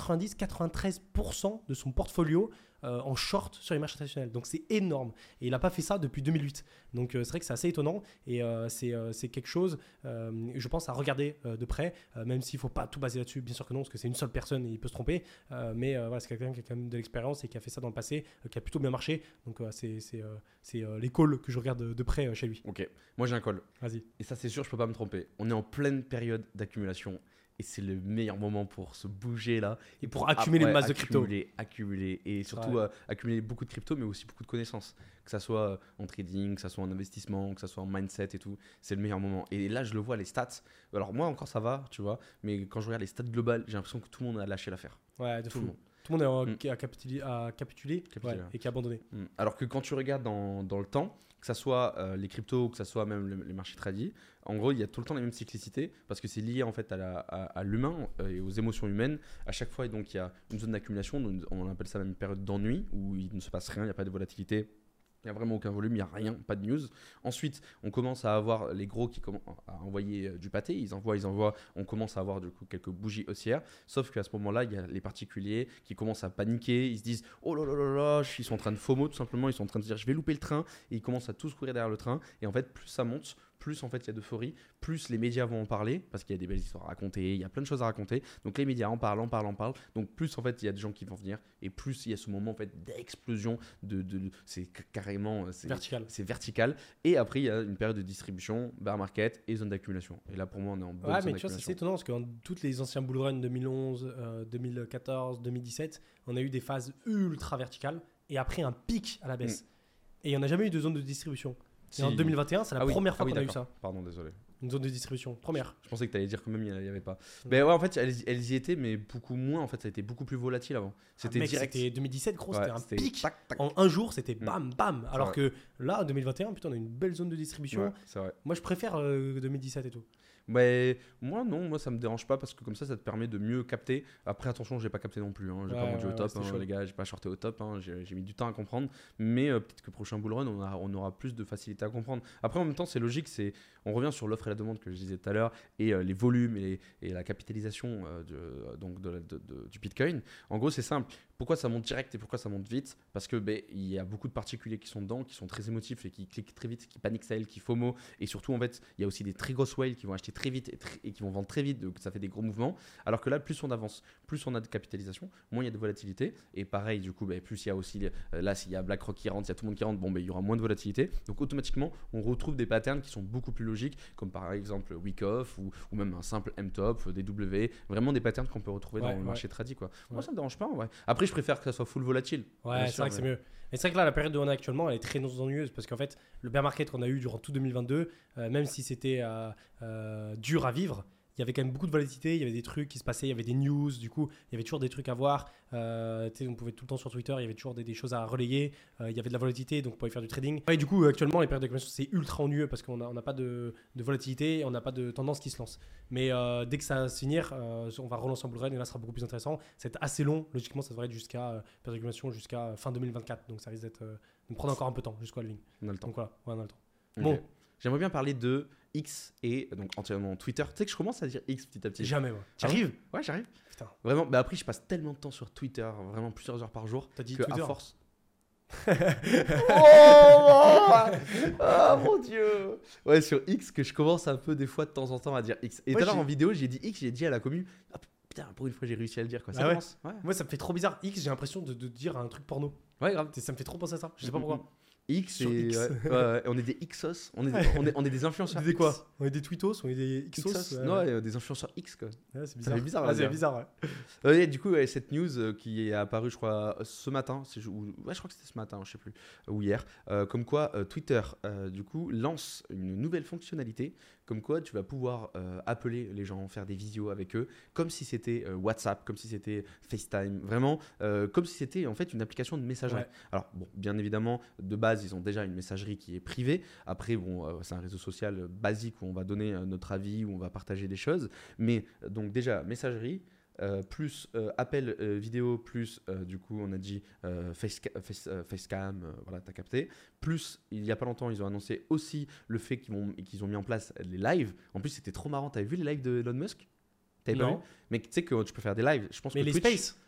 B: 90-93% de son portfolio en short sur les marchés traditionnels. Donc c'est énorme. Et il n'a pas fait ça depuis 2008. Donc c'est vrai que c'est assez étonnant. Et c'est quelque chose, je pense, à regarder de près, même s'il ne faut pas tout baser là-dessus. Bien sûr que non, parce que c'est une seule personne et il peut se tromper. Mais voilà, c'est quelqu'un qui a quand même de l'expérience et qui a fait ça dans le passé, qui a plutôt bien marché. Donc c'est les calls que je regarde de près chez lui.
A: Ok, moi j'ai un call.
B: Vas-y.
A: Et ça, c'est sûr, je ne peux pas me tromper. On est en pleine période d'accumulation. Et c'est le meilleur moment pour se bouger là.
B: Et pour accumuler une masse de crypto.
A: Accumuler. Et surtout accumuler beaucoup de crypto, mais aussi beaucoup de connaissances. Que ça soit en trading, que ça soit en investissement, que ça soit en mindset et tout. C'est le meilleur moment. Et là, je le vois, les stats. Alors moi, encore ça va, tu vois. Mais quand je regarde les stats globales, j'ai l'impression que tout le monde a lâché l'affaire.
B: Ouais, de
A: tout
B: fou.
A: le monde.
B: Tout le monde a capitulé et qui a abandonné.
A: Alors que quand tu regardes dans le temps, que ça soit les cryptos, que ça soit même les marchés tradis, en gros, il y a tout le temps les mêmes cyclicités parce que c'est lié en fait à l'humain et aux émotions humaines. À chaque fois, donc, il y a une zone d'accumulation, on appelle ça même une période d'ennui où il ne se passe rien, il n'y a pas de volatilité. Il n'y a vraiment aucun volume, il n'y a rien, pas de news. Ensuite, on commence à avoir les gros qui commencent à envoyer du pâté. Ils envoient. On commence à avoir du coup quelques bougies haussières. Sauf qu'à ce moment-là, il y a les particuliers qui commencent à paniquer. Ils se disent oh là là là là, ils sont en train de FOMO tout simplement. Ils sont en train de se dire je vais louper le train. Et ils commencent à tous courir derrière le train. Et en fait, plus ça monte, plus en fait il y a d'euphorie, plus les médias vont en parler parce qu'il y a des belles histoires à raconter, il y a plein de choses à raconter. Donc les médias en parlent. Donc plus en fait il y a des gens qui vont venir et plus il y a ce moment en fait d'explosion c'est carrément c'est vertical. Et après il y a une période de distribution, bear market et zone d'accumulation. Et là pour moi on est en bonne zone
B: mais tu vois, c'est étonnant parce que dans tous les anciens bull run 2011, 2014, 2017, on a eu des phases ultra verticales et après un pic à la baisse. Et il n'y en a jamais eu de zone de distribution. Et en 2021, c'est la première fois qu'on a eu ça.
A: Pardon, désolé.
B: Une zone de distribution. Première.
A: Je pensais que tu allais dire quand même il n'y avait pas. Mais ouais, en fait, elles y étaient, mais beaucoup moins. En fait, ça a été beaucoup plus volatile avant. C'était direct.
B: C'était 2017, gros,
A: Ouais,
B: c'était un pic.
A: tac, tac.
B: En un jour, c'était bam, bam. Alors
A: vrai.
B: que là, en 2021, putain, on a une belle zone de distribution.
A: Ouais, c'est vrai.
B: Moi, je préfère 2017 et tout.
A: Mais moi non, moi ça me dérange pas parce que comme ça te permet de mieux capter. Après attention, j'ai pas capté non plus, hein. J'ai pas vendu au top,
B: c'était
A: hein,
B: chaud.
A: les gars, j'ai pas shorté au top, hein. J'ai mis du temps à comprendre. Mais peut-être que prochain bull run, on aura plus de facilité à comprendre. Après en même temps, c'est logique, on revient sur l'offre et la demande que je disais tout à l'heure et les volumes et la capitalisation du Bitcoin. En gros, c'est simple. Pourquoi ça monte direct et pourquoi ça monte vite? Parce que il y a beaucoup de particuliers qui sont dedans, qui sont très émotifs et qui cliquent très vite, qui paniquent sell, qui FOMO. Et surtout, en fait, il y a aussi des très grosses whales qui vont acheter très vite et qui vont vendre très vite, donc ça fait des gros mouvements. Alors que là, plus on avance, plus on a de capitalisation, moins il y a de volatilité. Et pareil, du coup, plus il y a aussi, là, s'il y a BlackRock qui rentre, s'il y a tout le monde qui rentre, il y aura moins de volatilité. Donc automatiquement, on retrouve des patterns qui sont beaucoup plus logiques, comme par exemple Week Off ou même un simple M-Top, des W, vraiment des patterns qu'on peut retrouver dans le marché tradi, quoi. Moi, ça me dérange pas, en vrai. Après, je préfère que ça soit full volatile.
B: Ouais, c'est vrai que c'est mieux. Et c'est vrai que là, la période où on est actuellement, elle est très ennuyeuse parce qu'en fait, le bear market qu'on a eu durant tout 2022, même si c'était dur à vivre, il y avait quand même beaucoup de volatilité, il y avait des trucs qui se passaient, il y avait des news, du coup, il y avait toujours des trucs à voir. On pouvait tout le temps sur Twitter, il y avait toujours des choses à relayer, il y avait de la volatilité, donc on pouvait faire du trading. Et du coup, actuellement, les périodes d'accumulation, c'est ultra ennuyeux parce qu'on n'a pas de volatilité, on n'a pas de tendance qui se lance. Mais dès que ça va se finir, on va relancer en bull run et là, ça sera beaucoup plus intéressant. C'est assez long, logiquement, ça devrait être jusqu'à période d'accumulation jusqu'à fin 2024, donc ça risque de prendre encore un peu de temps jusqu'à la ligne.
A: On a le temps.
B: Donc voilà, on a le temps.
A: Okay.
B: Bon.
A: J'aimerais bien parler de X et donc entièrement Twitter. Tu sais que je commence à dire X petit à petit.
B: Jamais, moi.
A: Tu arrives? Ouais, j'arrive.
B: Putain.
A: Vraiment, après, je passe tellement de temps sur Twitter, vraiment plusieurs heures par jour.
B: T'as dit
A: que
B: Twitter
A: à force.
B: Oh
A: mon dieu! Ouais, sur X que je commence un peu des fois de temps en temps à dire X. Et tout à l'heure en vidéo, j'ai dit X, j'ai dit à la commu. Oh, putain, pour une fois, j'ai réussi à le dire, quoi. Ça commence. Ouais.
B: Moi, ça me fait trop bizarre. X, j'ai l'impression de dire un truc porno.
A: Ouais, grave.
B: Ça me fait trop penser à ça. Je sais pas pourquoi.
A: X,
B: sur X.
A: On est des Xos, on est des influenceurs.
B: On est des quoi? On est des tweetos, on est des Xos.
A: Non, des influenceurs X, quoi.
B: Ouais, c'est bizarre.
A: Ça fait bizarre,
B: c'est bizarre, ouais.
A: Du coup, cette news qui est apparue, je crois, ce matin, je crois que c'était ce matin, je sais plus, ou hier, comme quoi Twitter, du coup, lance une nouvelle fonctionnalité, comme quoi tu vas pouvoir appeler les gens, faire des visios avec eux, comme si c'était WhatsApp, comme si c'était FaceTime, vraiment, comme si c'était en fait une application de messagerie.
B: Ouais.
A: Alors, bon, bien évidemment, de base, ils ont déjà une messagerie qui est privée. Après, c'est un réseau social basique où on va donner notre avis, où on va partager des choses. Mais donc déjà, messagerie, plus appel vidéo, plus du coup, on a dit facecam, voilà, t'as capté. Plus, il n'y a pas longtemps, ils ont annoncé aussi le fait qu'ils ont mis en place les lives. En plus, c'était trop marrant. T'avais vu les lives de Elon Musk? T'avais pas vu? Mais tu sais que tu peux faire des lives. Je pense
B: mais
A: que
B: les
A: Twitch...
B: Space?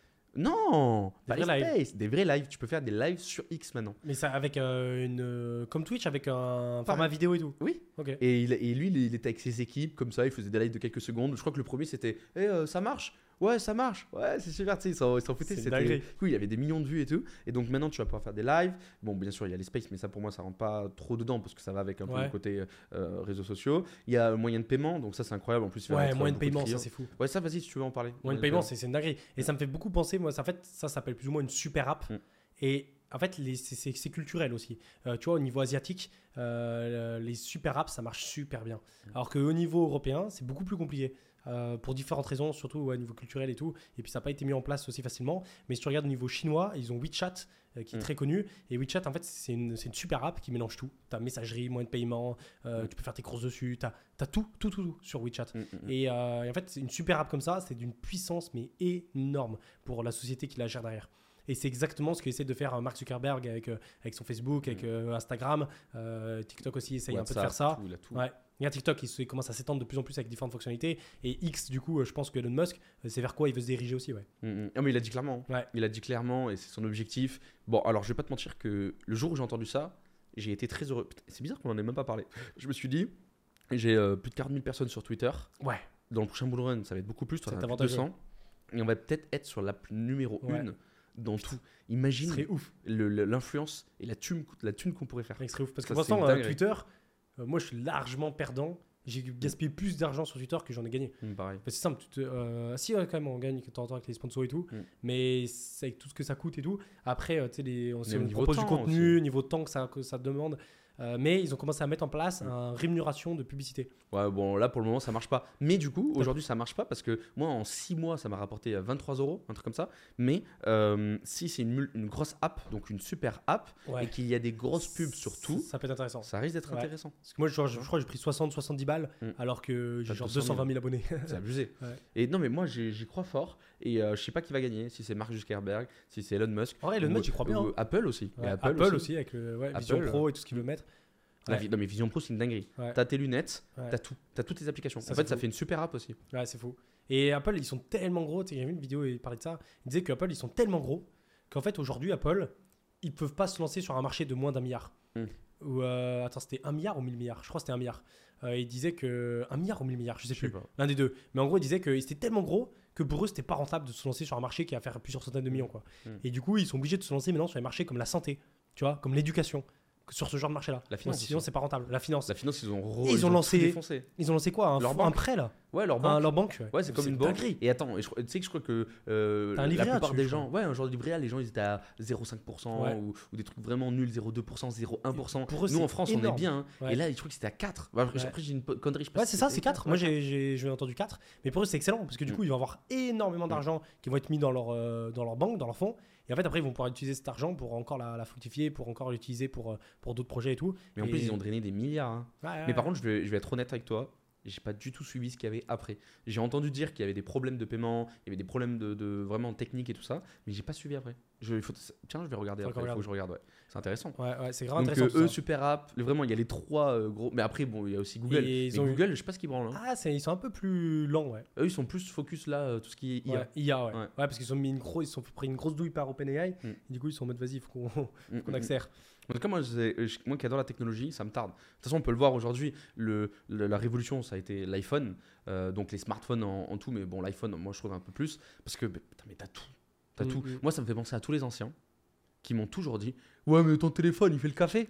A: Non,
B: des
A: pas
B: vrais
A: les Space, des vrais lives. Tu peux faire des lives sur X maintenant.
B: Mais ça avec comme Twitch avec un format vidéo et tout.
A: Oui.
B: Ok.
A: Et lui, il était avec ses équipes comme ça. Il faisait des lives de quelques secondes. Je crois que le premier c'était, ça marche. Ouais, ça marche. Ouais, c'est super. Tu sais, ils s'en foutaient. Oui, il y avait des millions de vues et tout. Et donc maintenant, tu vas pouvoir faire des lives. Bon, bien sûr, il y a les Space, mais ça pour moi, ça rentre pas trop dedans parce que ça va avec un peu le côté réseaux sociaux. Il y a moyen de paiement, donc ça c'est incroyable. En plus,
B: moyen de paiement, ça c'est fou.
A: Ouais, ça, vas-y, si tu veux en parler.
B: Moyen de paiement, c'est une dinguerie. Et ça me fait beaucoup penser, moi, en fait, ça s'appelle plus ou moins une super app. Et en fait, c'est culturel aussi. Tu vois, au niveau asiatique, les super apps, ça marche super bien. Alors qu'au niveau européen, c'est beaucoup plus compliqué. Pour différentes raisons, surtout au niveau culturel et tout. Et puis ça n'a pas été mis en place aussi facilement. Mais si tu regardes au niveau chinois, ils ont WeChat qui est très connu. Et WeChat, en fait, c'est une super app qui mélange tout. Tu as messagerie, moyen de paiement, tu peux faire tes courses dessus. Tu as tout sur WeChat. Et en fait, c'est une super app comme ça, c'est d'une puissance mais énorme pour la société qui la gère derrière. Et c'est exactement ce qu'essaie de faire Mark Zuckerberg avec son Facebook, avec Instagram. TikTok aussi essaye un peu de faire ça. Ouais. Il y a TikTok qui commence à s'étendre de plus en plus avec différentes fonctionnalités. Et X, du coup, je pense que Elon Musk, c'est vers quoi il veut se diriger aussi. Ouais.
A: Ah, mais il a dit clairement. Ouais. Il a dit clairement et c'est son objectif. Bon, alors je vais pas te mentir que le jour où j'ai entendu ça, j'ai été très heureux. C'est bizarre qu'on en ait même pas parlé. Je me suis dit, j'ai plus de 40 000 personnes sur Twitter.
B: Ouais.
A: Dans le prochain bull run, ça va être beaucoup plus. Ça va être 200. Et on va peut-être être sur l'app numéro 1 dans tout. Imagine l'influence et la thune qu'on pourrait faire.
B: Ce serait ouf. Parce que pour l'instant, Twitter, moi je suis largement perdant. J'ai gaspillé plus d'argent sur Twitter que j'en ai gagné.
A: Pareil.
B: C'est simple. Si quand même on gagne de temps en temps avec les sponsors et tout, mais avec tout ce que ça coûte et tout. Après, on propose du contenu, niveau de temps que ça demande. mais ils ont commencé à mettre en place une rémunération de publicité.
A: Ouais, bon, là pour le moment ça marche pas. Mais du coup, aujourd'hui ça marche pas parce que moi en 6 mois ça m'a rapporté 23 €, un truc comme ça. Mais si c'est une grosse app, donc une super app, et qu'il y a des grosses pubs sur tout,
B: ça peut être intéressant.
A: Ça risque d'être intéressant.
B: Parce que moi, je crois que j'ai pris 60-70 balles alors que j'ai genre 220 000 abonnés.
A: C'est abusé. Et non, mais moi j'y crois fort. Et je sais pas qui va gagner, si c'est Mark Zuckerberg, si c'est Elon Musk.
B: Ouais, Elon Musk, j'y crois bien.
A: Apple aussi.
B: Ouais, Apple aussi avec le Vision Pro et tout ce qu'il veut mettre.
A: Non mais Vision Pro c'est une dinguerie. T'as tes lunettes, t'as tout, t'as toutes tes applications. En fait ça fait une super app aussi.
B: Ouais, c'est fou. Et Apple ils sont tellement gros, tu sais, j'ai vu une vidéo et il parlait de ça, il disait que Apple ils sont tellement gros qu'en fait aujourd'hui Apple ils peuvent pas se lancer sur un marché de moins d'1 milliard. Ou attends, c'était 1 milliard ou 1000 milliards? Je crois que c'était 1 milliard. Il disait que 1 milliard ou 1000 milliards, je sais plus, l'un des deux. Mais en gros il disait que c'était tellement gros que pour eux c'était pas rentable de se lancer sur un marché qui va faire plusieurs centaines de millions quoi. Et du coup ils sont obligés de se lancer maintenant sur des marchés comme la santé, tu vois, comme l'éducation, sur ce genre de marché là.
A: La finance,
B: sinon c'est pas rentable. La finance
A: ils ont lancé
B: quoi, un prêt là.
A: Ouais, leur banque.
B: Leur banque.
A: Ouais, c'est comme une banque. Et attends, tu sais que je crois que la plupart des gens, un genre de livret A, les gens ils étaient à 0,5% ou des trucs vraiment nuls, 0,2%, 0,1%. Pour eux, nous en France on est bien. Et là, je crois que c'était à 4. Après j'ai une connerie.
B: Ouais, c'est ça, c'est 4. Moi j'ai entendu 4. Mais pour eux c'est excellent parce que du coup ils vont avoir énormément d'argent qui vont être mis dans leur banque, dans leur fonds. Et en fait, après, ils vont pouvoir utiliser cet argent pour encore la fructifier, pour encore l'utiliser pour d'autres projets et tout.
A: Mais en plus, ils ont drainé des milliards. Mais par contre, je vais être honnête avec toi. J'ai pas du tout suivi ce qu'il y avait après. J'ai entendu dire qu'il y avait des problèmes de paiement, il y avait des problèmes de vraiment technique et tout ça, mais j'ai pas suivi après. Tiens, je vais regarder après. Il faut que je regarde. Ouais. C'est intéressant.
B: Ouais, c'est grave
A: donc,
B: intéressant.
A: Eux, super app. Vraiment, il y a les 3 gros. Mais après, bon, il y a aussi Google. Google, je sais pas ce qu'ils branlent.
B: Ils sont un peu plus lents, ouais.
A: Eux, ils sont plus focus là, tout ce qui est IA.
B: IA, ouais. Parce qu'ils ont pris une grosse douille par OpenAI. Et du coup, ils sont en mode vas-y, il faut qu'on accélère.
A: En tout cas, moi qui adore la technologie, ça me tarde. De toute façon, on peut le voir aujourd'hui. La révolution, ça a été l'iPhone. Donc les smartphones en tout. Mais bon, l'iPhone, moi, je trouve un peu plus. Parce que t'as tout. T'as tout. Moi, ça me fait penser à tous les anciens qui m'ont toujours dit ouais, mais ton téléphone, il fait le café.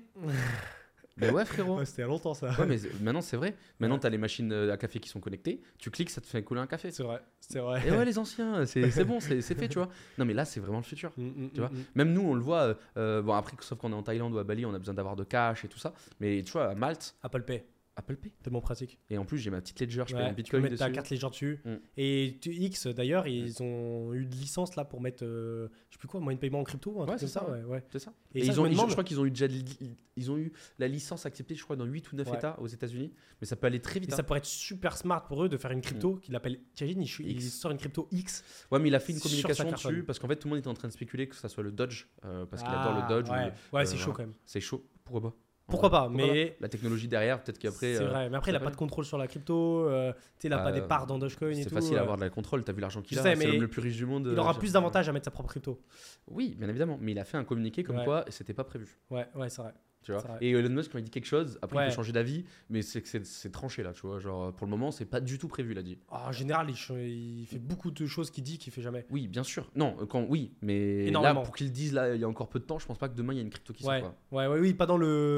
A: Mais ouais, frérot.
B: Ouais, c'était il y a longtemps ça.
A: Ouais, mais maintenant, c'est vrai. Maintenant, t'as les machines à café qui sont connectées. Tu cliques, ça te fait couler un café.
B: C'est vrai.
A: Et ouais, les anciens, c'est bon, c'est fait, tu vois. Non, mais là, c'est vraiment le futur. Tu vois. Même nous, on le voit. Bon, après, sauf qu'on est en Thaïlande ou à Bali, on a besoin d'avoir de cash et tout ça. Mais tu vois, à Malte.
B: Apple Pay. Tellement pratique.
A: Et en plus, j'ai ma petite Ledger, je paye en Bitcoin
B: tu peux mettre
A: dessus.
B: ta carte Ledger dessus. Et X, d'ailleurs, ils ont eu de licence là pour mettre, je sais plus quoi, moyen de paiement en crypto.
A: C'est ça. C'est ça.
B: Et
A: ça, je crois qu'ils ont eu déjà ils ont eu la licence acceptée, je crois, dans 8 ou 9 États aux États-Unis. Mais ça peut aller très vite.
B: Et ça pourrait être super smart pour eux de faire une crypto qu'il appelle. T'imagines, il sort une crypto X.
A: Ouais, mais il a fait une communication dessus parce qu'en fait, tout le monde était en train de spéculer que ça soit le Dodge. Parce qu'il adore le Dodge.
B: Ouais, c'est chaud quand même.
A: C'est chaud. Pourquoi pas?
B: Pourquoi pas, mais
A: la technologie derrière, peut-être qu'après.
B: C'est vrai, mais après, il n'a pas de contrôle sur la crypto, il n'a pas des parts dans Dogecoin et tout.
A: C'est facile à avoir de la contrôle, t'as vu l'argent qu'il a, c'est l'homme le plus riche du monde.
B: Il aura plus d'avantages à mettre sa propre crypto.
A: Oui, bien évidemment, mais il a fait un communiqué comme quoi et c'était pas prévu.
B: Ouais, c'est vrai.
A: Tu vois. Et Elon Musk m'a dit quelque chose, après il peut changer d'avis, mais c'est tranché là, tu vois. Genre pour le moment, c'est pas du tout prévu, il a dit.
B: En général, il fait beaucoup de choses qu'il dit qu'il fait jamais.
A: Oui, bien sûr. Non, mais là, pour qu'il le dise là, il y a encore peu de temps, je pense pas que demain il y a une crypto qui sort.
B: Oui, pas dans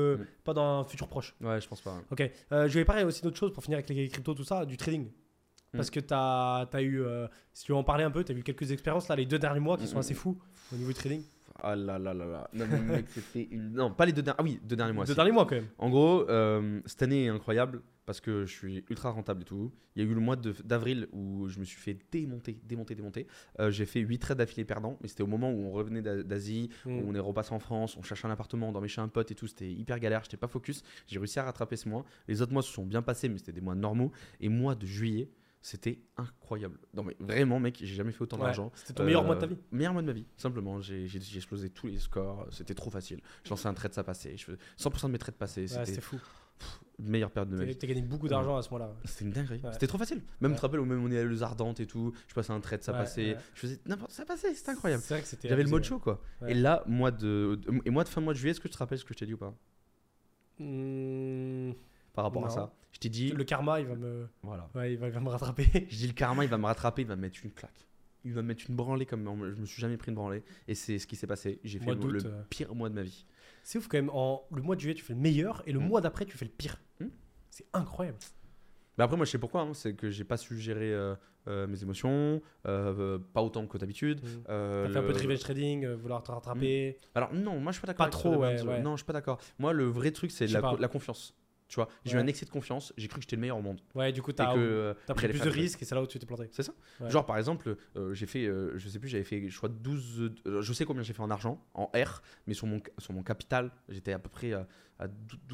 B: un futur proche.
A: Ouais, je pense pas.
B: Ok. Je vais parler aussi d'autre chose pour finir avec les cryptos, tout ça, du trading. Parce que t'as eu, si tu veux en parler un peu, t'as eu quelques expériences là, les 2 derniers mois qui sont assez fous au niveau du trading.
A: Ah là là là là. Non, mais mec, c'était Non, pas les 2 derniers. Ah oui, 2 derniers mois.
B: 2 derniers mois quand même.
A: En gros, cette année est incroyable parce que je suis ultra rentable et tout. Il y a eu le mois d'avril où je me suis fait démonter. J'ai fait 8 trades d'affilée perdants, mais c'était au moment où on revenait d'Asie, où on est repassé en France, on cherchait un appartement, on dormait chez un pote et tout. C'était hyper galère, j'étais pas focus. J'ai réussi à rattraper ce mois. Les autres mois se sont bien passés, mais c'était des mois normaux. Et mois de juillet, c'était incroyable. Non mais vraiment mec, j'ai jamais fait autant d'argent.
B: C'était ton meilleur mois de ta vie.
A: Meilleur mois de ma vie, simplement. J'ai explosé tous les scores, c'était trop facile. Je lançais un trade, ça passait. Je faisais 100% de mes trades passaient.
B: C'était fou.
A: Meilleure période de ma vie.
B: T'as gagné beaucoup d'argent à ce moment-là.
A: C'était une dinguerie. C'était trop facile. Même tu te rappelles, même on est à Les Ardentes et tout. Je passais un trade, ça passait. Je faisais n'importe, ça passait. C'était incroyable.
B: C'est vrai que c'était.
A: J'avais le mode show quoi. Et là, fin mois de juillet, est-ce que tu te rappelles ce que je t'ai dit ou pas? Par rapport à ça, je t'ai dit
B: le karma il va me il va me rattraper.
A: Je dis le karma il va me rattraper, il va me mettre une claque, il va me mettre une branlée comme je me suis jamais pris une branlée, et c'est ce qui s'est passé. J'ai fait le pire mois de ma vie.
B: C'est ouf quand même. Le mois de juillet tu fais le meilleur et le mois d'après tu fais le pire. C'est incroyable.
A: Mais après, moi, je sais pourquoi. Hein. C'est que j'ai pas su gérer mes émotions, pas autant que d'habitude.
B: T'as fait un peu de revenge trading, vouloir te rattraper.
A: Alors, non, moi, je suis pas d'accord.
B: Pas trop, ouais.
A: Non, je suis pas d'accord. Moi, le vrai truc, c'est
B: Je sais pas.
A: la confiance. Tu vois, j'ai eu un excès de confiance, j'ai cru que j'étais le meilleur au monde.
B: Ouais, du coup,
A: Et
B: t'as pris
A: j'allais
B: plus
A: faire
B: de
A: des trucs.
B: risques et c'est là où tu t'es planté.
A: C'est ça.
B: Ouais.
A: Genre, par exemple, j'ai fait, je sais plus, j'avais fait, je crois, 12. Je sais combien j'ai fait en argent, en R, mais sur mon capital, j'étais à peu près à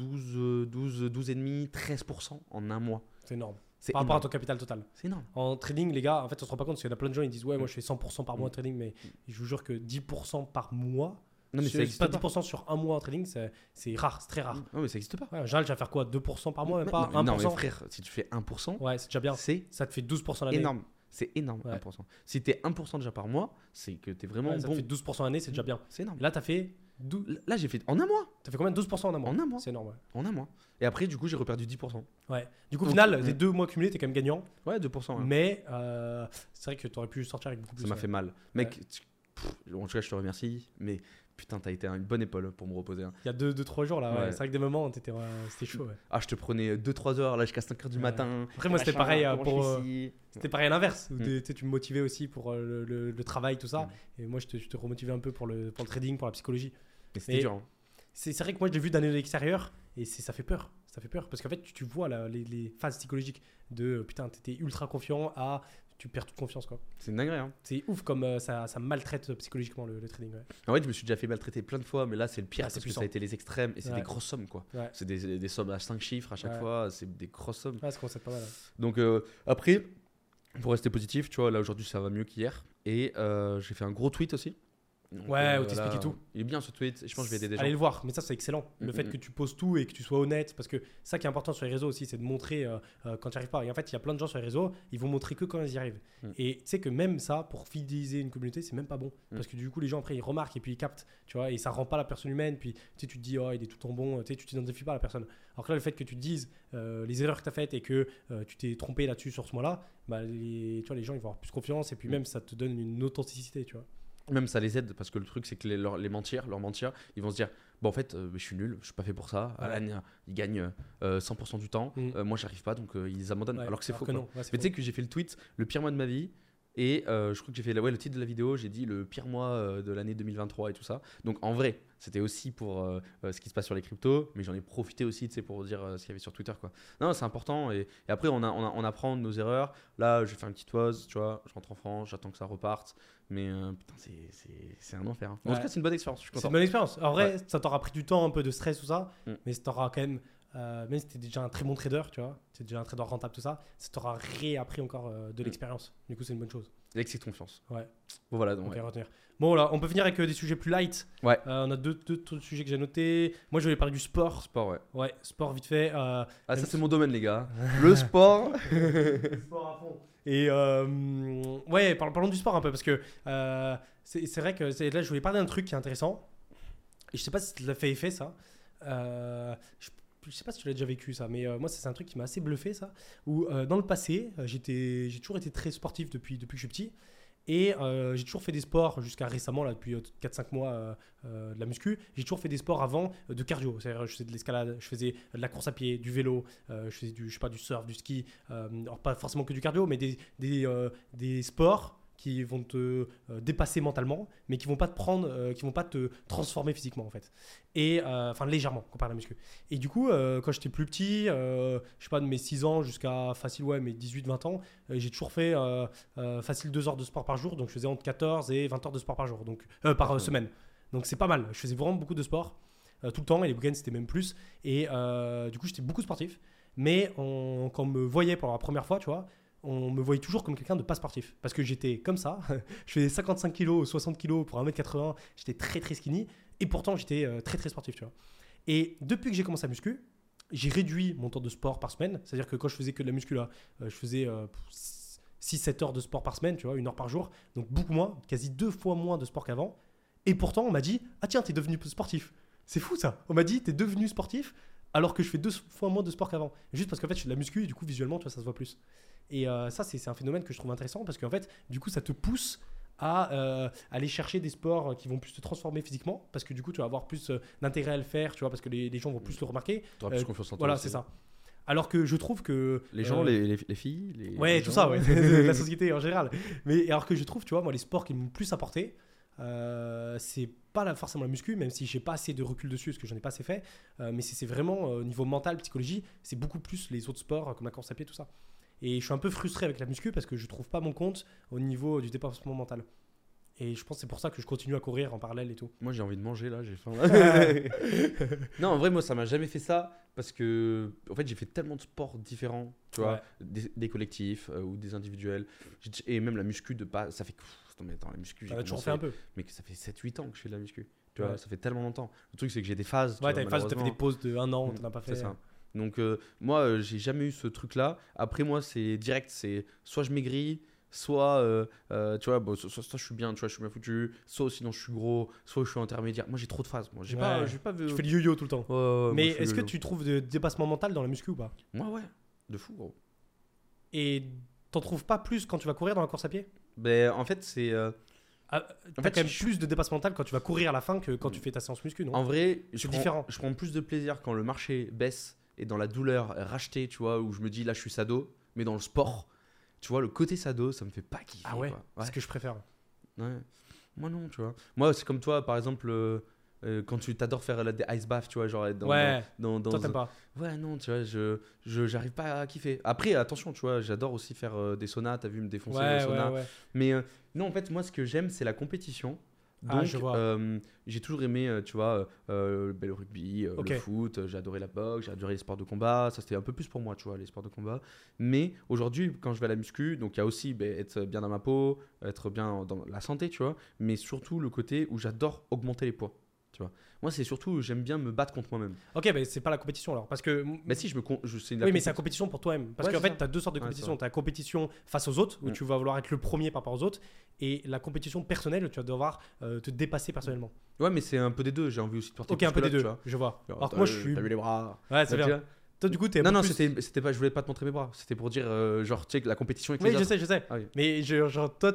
A: 12,5, 13% en un mois.
B: C'est énorme.
A: C'est
B: Par rapport à
A: énorme.
B: ton capital total.
A: C'est énorme.
B: En trading, les gars, en fait, on se rend pas compte parce qu'il y en a plein de gens, ils disent ouais, moi je fais 100% par mois en trading, mais je vous jure que 10% par mois,
A: Non, mais ça
B: c'est
A: existe
B: pas
A: pas.
B: 10% sur un mois en trading, c'est rare, c'est très rare.
A: Non, mais ça existe pas.
B: Ouais, en général, tu vas faire quoi 2% par mois, même pas
A: Non,
B: 1%.
A: mais frère, si tu fais 1%,
B: Ouais, c'est déjà bien.
A: c'est
B: Ça te fait 12% l'année.
A: énorme. C'est énorme,
B: Ouais.
A: 1%. Si t'es 1% déjà par mois, c'est que t'es vraiment
B: Ouais, ça te
A: bon.
B: fait 12% l'année, c'est déjà bien.
A: C'est énorme.
B: Et là, t'as fait
A: Là, j'ai fait en un mois.
B: T'as fait combien 12% en un mois.
A: En un mois.
B: C'est énorme, ouais.
A: En un mois. Et après, du coup, j'ai reperdu 10%.
B: Ouais. Du coup, au
A: Donc,
B: final, les 2 mois cumulés, t'es quand même gagnant.
A: Ouais, 2%. Ouais.
B: Mais c'est vrai que t'aurais pu sortir avec beaucoup plus.
A: Ça m'a
B: ouais.
A: fait mal. Mec, en tout cas, je te remercie. Mais putain, t'as été une bonne épaule pour me reposer. Hein.
B: Il y a 2-3 jours là, ouais.
A: Ouais.
B: C'est vrai que des moments, c'était chaud. Ouais.
A: Ah, je te prenais 2-3 heures là jusqu'à 5 heures du
B: Ouais.
A: matin.
B: Après, moi, c'était
A: Machin,
B: pareil
A: comment
B: pour.
A: je fais ici
B: C'était pareil à l'inverse. Où
A: Mm.
B: tu sais, tu me motivais aussi pour le travail, tout ça. Et moi, je te remotivais un peu pour le trading, pour la psychologie.
A: Mais c'était
B: Mais-
A: dur. Hein.
B: C'est vrai que moi, je l'ai vu d'année de l'extérieur et ça fait peur. Ça fait peur parce qu'en fait, tu vois les phases psychologiques de putain, t'étais ultra confiant à tu perds toute confiance, quoi.
A: C'est une dinguerie. Hein.
B: C'est ouf comme ça maltraite psychologiquement le trading. Ouais.
A: En fait, je me suis déjà fait maltraiter plein de fois, mais là, c'est le pire
B: Ah, c'est
A: parce que
B: puissant.
A: ça a été les extrêmes et c'est
B: Ouais.
A: des grosses sommes, quoi.
B: Ouais.
A: C'est des sommes à 5 chiffres à chaque
B: Ouais.
A: fois, c'est des grosses sommes.
B: Ouais, ça commence à être pas mal. Ouais.
A: Donc, après, pour rester positif, tu vois, là aujourd'hui, ça va mieux qu'hier. Et j'ai fait un gros tweet aussi. Donc,
B: Ouais, où t'expliquais
A: là,
B: tout.
A: Il est bien ce tweet, et je pense que je vais aider des gens.
B: Allez le voir, mais ça c'est excellent. Le
A: Mm,
B: fait
A: mm.
B: que tu poses tout et que tu sois honnête, parce que ça qui est important sur les réseaux aussi, c'est de montrer quand tu n'y arrives pas. Et en fait, il y a plein de gens sur les réseaux, ils vont montrer que quand ils y arrivent.
A: Mm.
B: Et tu sais que même ça, pour fidéliser une communauté, c'est même pas bon. Parce que du coup, les gens après ils remarquent et puis ils captent, tu vois, et ça rend pas la personne humaine. Puis tu sais, tu te dis, oh, il est tout en bon, tu sais, tu t'identifies pas à la personne. Alors que là, le fait que tu te dises les erreurs que tu as faites et que tu t'es trompé là-dessus sur ce mois-là, bah, tu vois, les gens ils vont avoir plus confiance et puis même ça te donne une authenticité, tu vois.
A: Même ça les aide parce que le truc, c'est que leur mentir, ils vont se dire bon, en fait, je suis nul, je suis pas fait pour ça.
B: Ouais.
A: Alan, il gagne 100% du temps.
B: Mm.
A: Moi, j'arrive pas, donc ils abandonnent.
B: Ouais,
A: alors que c'est faux.
B: que
A: Quoi.
B: non. Ouais, c'est
A: Mais tu
B: faux.
A: sais que j'ai fait le tweet, le pire mois de ma vie. Et je crois que j'ai fait le titre de la vidéo, j'ai dit le pire mois de l'année 2023 et tout ça. Donc en vrai, c'était aussi pour ce qui se passe sur les cryptos, mais j'en ai profité aussi pour dire ce qu'il y avait sur Twitter. Quoi. Non, c'est important. Et après, on apprend de nos erreurs. Là, j'ai fait un petit pause, tu vois, je rentre en France, j'attends que ça reparte. Mais putain, c'est un enfer. Hein. En
B: Ouais.
A: tout cas, c'est une bonne expérience, je suis
B: C'est
A: content.
B: une bonne expérience. En vrai, ça t'aura pris du temps, un peu de stress, tout ça,
A: Mm.
B: mais ça t'aura quand même, même si t'es déjà un très bon trader, tu vois, t'es déjà un trader rentable, tout ça, ça t'aura réappris encore de l'expérience. Du coup, c'est une bonne chose.
A: L'excès de confiance.
B: Ouais,
A: Bon, voilà. Donc,
B: on
A: ouais.
B: va retenir. Bon, là, on peut finir avec des sujets plus light.
A: Ouais.
B: On a deux sujets que j'ai notés. Moi, je voulais parler du sport.
A: Sport, ouais.
B: Ouais, sport vite fait.
A: Ah,
B: Même
A: ça,
B: si-
A: c'est mon domaine, les gars. Le sport.
B: Sport à fond. Et ouais, parlons du sport un peu parce que c'est vrai que là, je voulais parler d'un truc qui est intéressant. Et je sais pas si tu l'as fait effet, ça. Je sais pas si tu l'as déjà vécu, ça, mais moi, c'est un truc qui m'a assez bluffé, ça. Où dans le passé, j'ai toujours été très sportif depuis que je suis petit. Et j'ai toujours fait des sports jusqu'à récemment, là, depuis 4-5 mois, de la muscu. J'ai toujours fait des sports avant de cardio. C'est-à-dire, je faisais de l'escalade, je faisais de la course à pied, du vélo, je faisais je sais pas, du surf, du ski. Alors, pas forcément que du cardio, mais des sports qui vont te dépasser mentalement, mais qui vont pas te prendre, qui vont pas te transformer physiquement, en fait. Et enfin, légèrement, comparé à la muscu. Et du coup, quand j'étais plus petit, je sais pas, de mes 6 ans jusqu'à facile, ouais, mes 18-20 ans, j'ai toujours fait facile 2 heures de sport par jour. Donc, je faisais entre 14 et 20 heures de sport par jour, donc par semaine. Donc, c'est pas mal. Je faisais vraiment beaucoup de sport tout le temps, et les week-ends, c'était même plus. Et du coup, j'étais beaucoup sportif. Mais quand on me voyait pour la première fois, tu vois, on me voyait toujours comme quelqu'un de pas sportif. Parce que j'étais comme ça. Je faisais 55 kg, 60 kg pour 1m80. J'étais très, très skinny. Et pourtant, j'étais très, très sportif, tu vois. Et depuis que j'ai commencé à muscu, j'ai réduit mon temps de sport par semaine. C'est-à-dire que quand je faisais que de la muscu, là, je faisais 6-7 heures de sport par semaine, tu vois, 1 heure par jour. Donc beaucoup moins, quasi 2 fois moins de sport qu'avant. Et pourtant, on m'a dit, ah tiens, t'es devenu sportif. C'est fou ça. On m'a dit, t'es devenu sportif alors que je fais 2 fois moins de sport qu'avant. Juste parce qu'en fait, je fais de la muscu et du coup, visuellement, tu vois, ça se voit plus. Et ça, c'est un phénomène que je trouve intéressant parce qu'en fait, du coup, ça te pousse à aller chercher des sports qui vont plus te transformer physiquement parce que du coup, tu vas avoir plus d'intérêt à le faire, tu vois, parce que les gens vont plus le remarquer.
A: Tu auras plus confiance en toi.
B: Voilà,
A: aussi.
B: c'est ça. Alors que je trouve que
A: Les gens, les filles,
B: ouais,
A: les
B: tout
A: gens,
B: ça, ouais, la société en général. Mais alors que je trouve, tu vois, moi, les sports qui m'ont le plus apporté, c'est pas forcément la muscu, même si j'ai pas assez de recul dessus, parce que j'en ai pas assez fait. Mais c'est vraiment au niveau mental, psychologie, c'est beaucoup plus les autres sports comme la course à pied, tout ça. Et je suis un peu frustré avec la muscu parce que je trouve pas mon compte au niveau du dépassement mental. Et je pense que c'est pour ça que je continue à courir en parallèle et tout.
A: Moi j'ai envie de manger là, j'ai faim. Non, en vrai, moi ça m'a jamais fait ça parce que en fait j'ai fait tellement de sports différents, tu vois, des collectifs ou des individuels. Et même la muscu de pas. Ça fait. Attends, la muscu, j'ai
B: toujours fait un peu.
A: Mais ça fait 7-8 ans que je fais de la muscu. Tu vois, ça fait tellement longtemps. Le truc c'est que j'ai des phases.
B: Ouais, t'as des phases où t'as fait des pauses de 1 an, t'en as pas fait.
A: C'est ça. Donc moi j'ai jamais eu ce truc là. Après moi c'est direct, c'est soit je maigris, soit tu vois, bon, soit je suis bien, tu vois, je suis bien foutu, soit sinon je suis gros, soit je suis intermédiaire. Moi j'ai trop de phases. Moi j'ai pas vu.
B: Tu fais le yo-yo tout le temps. Mais est-ce que
A: yo-yo.
B: tu trouves de dépassement mental dans la muscu ou pas?
A: Moi ouais, de fou gros.
B: Et t'en trouves pas plus quand tu vas courir dans la course à pied?
A: Ben en fait c'est
B: T'as quand même plus de dépassement mental quand tu vas courir à la fin que quand tu fais ta séance muscu, non?
A: En vrai,
B: différent.
A: Je prends plus de plaisir quand le marché baisse et dans la douleur racheter, tu vois, où je me dis là je suis sado, mais dans le sport, tu vois, le côté sado, ça me fait pas kiffer.
B: Ah ouais,
A: quoi.
B: c'est ce que je préfère.
A: Ouais. Moi non, tu vois. Moi c'est comme toi, par exemple, quand tu t'adores faire des ice baths, tu vois, genre être dans
B: toi t'aimes pas.
A: Ouais, non, tu vois, j'arrive pas à kiffer. Après, attention, tu vois, j'adore aussi faire des saunas, t'as vu me défoncer au sauna. Mais non, en fait, moi ce que j'aime, c'est la compétition. Donc,
B: je vois.
A: j'ai toujours aimé, tu vois, le rugby, le foot, j'ai adoré la boxe, j'ai adoré les sports de combat. Ça, c'était un peu plus pour moi, tu vois, les sports de combat. Mais aujourd'hui, quand je vais à la muscu, donc il y a aussi être bien dans ma peau, être bien dans la santé, tu vois, mais surtout le côté où j'adore augmenter les poids. Tu vois. Moi, c'est surtout, j'aime bien me battre contre moi-même.
B: Ok, mais c'est pas la compétition alors. Parce que.
A: Mais si, c'est
B: oui, mais c'est la compétition pour toi-même. Parce qu'en fait, tu as deux sortes de compétition. Tu as la compétition face aux autres, où tu vas vouloir être le premier par rapport aux autres, et la compétition personnelle, où tu vas devoir te dépasser personnellement.
A: Ouais, mais c'est un peu des deux. J'ai envie aussi de porter.
B: Ok, un peu des deux, je vois.
A: Alors,
B: alors que moi, je suis.
A: T'as vu les bras.
B: Ouais, c'est bien. Toi, du coup, t'es
A: non, c'était pas, je voulais pas te montrer mes bras. C'était pour dire, genre, tu sais, la compétition avec les autres.
B: Oui, je sais. Ah, oui. Mais genre, toi,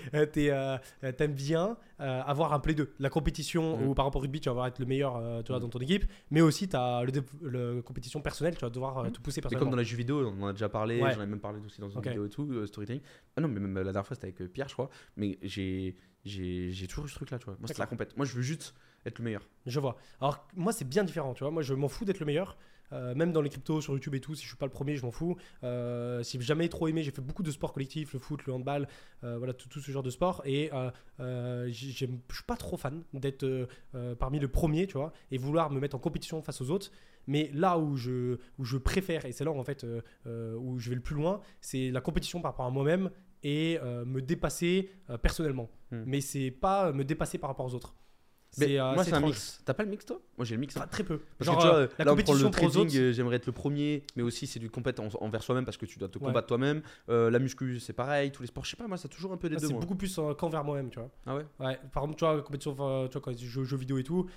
B: t'aimes bien avoir un play 2. La compétition, ou par rapport au rugby, tu vas devoir être le meilleur tu vois, dans ton équipe. Mais aussi, t'as la compétition personnelle, tu vas devoir te pousser personnellement.
A: Mais comme dans la jeu vidéo, on en a déjà parlé. J'en ai même parlé aussi dans une vidéo et tout, storytelling. Ah non, mais même la dernière fois, c'était avec Pierre, je crois. Mais j'ai toujours eu ce truc-là, tu vois. Moi, c'est la compète. Moi, je veux juste être le meilleur.
B: Je vois. Alors, moi, c'est bien différent, tu vois. Moi, je m'en fous d'être le meilleur. Même dans les cryptos sur YouTube et tout, si je suis pas le premier, je m'en fous. Si j'ai jamais trop aimé, j'ai fait beaucoup de sports collectifs, le foot, le handball, voilà tout ce genre de sport. Et je suis pas trop fan d'être parmi le premier, tu vois, et vouloir me mettre en compétition face aux autres. Mais là où je préfère, et c'est là où en fait où je vais le plus loin, c'est la compétition par rapport à moi-même et me dépasser personnellement. Mais c'est pas me dépasser par rapport aux autres.
A: Moi c'est un mix. T'as pas le mix toi? Moi j'ai le mix.
B: Enfin, très peu.
A: Parce que tu vois, la compétition pour les autres, j'aimerais être le premier, mais aussi c'est du compète envers soi-même parce que tu dois te combattre toi-même. La muscu c'est pareil, tous les sports, je sais pas, moi c'est toujours un peu des deux.
B: C'est beaucoup plus qu'envers moi-même, tu vois.
A: Ah ouais.
B: Ouais. Par exemple, tu vois, la compétition, tu vois, quand je joue aux jeux vidéo et tout,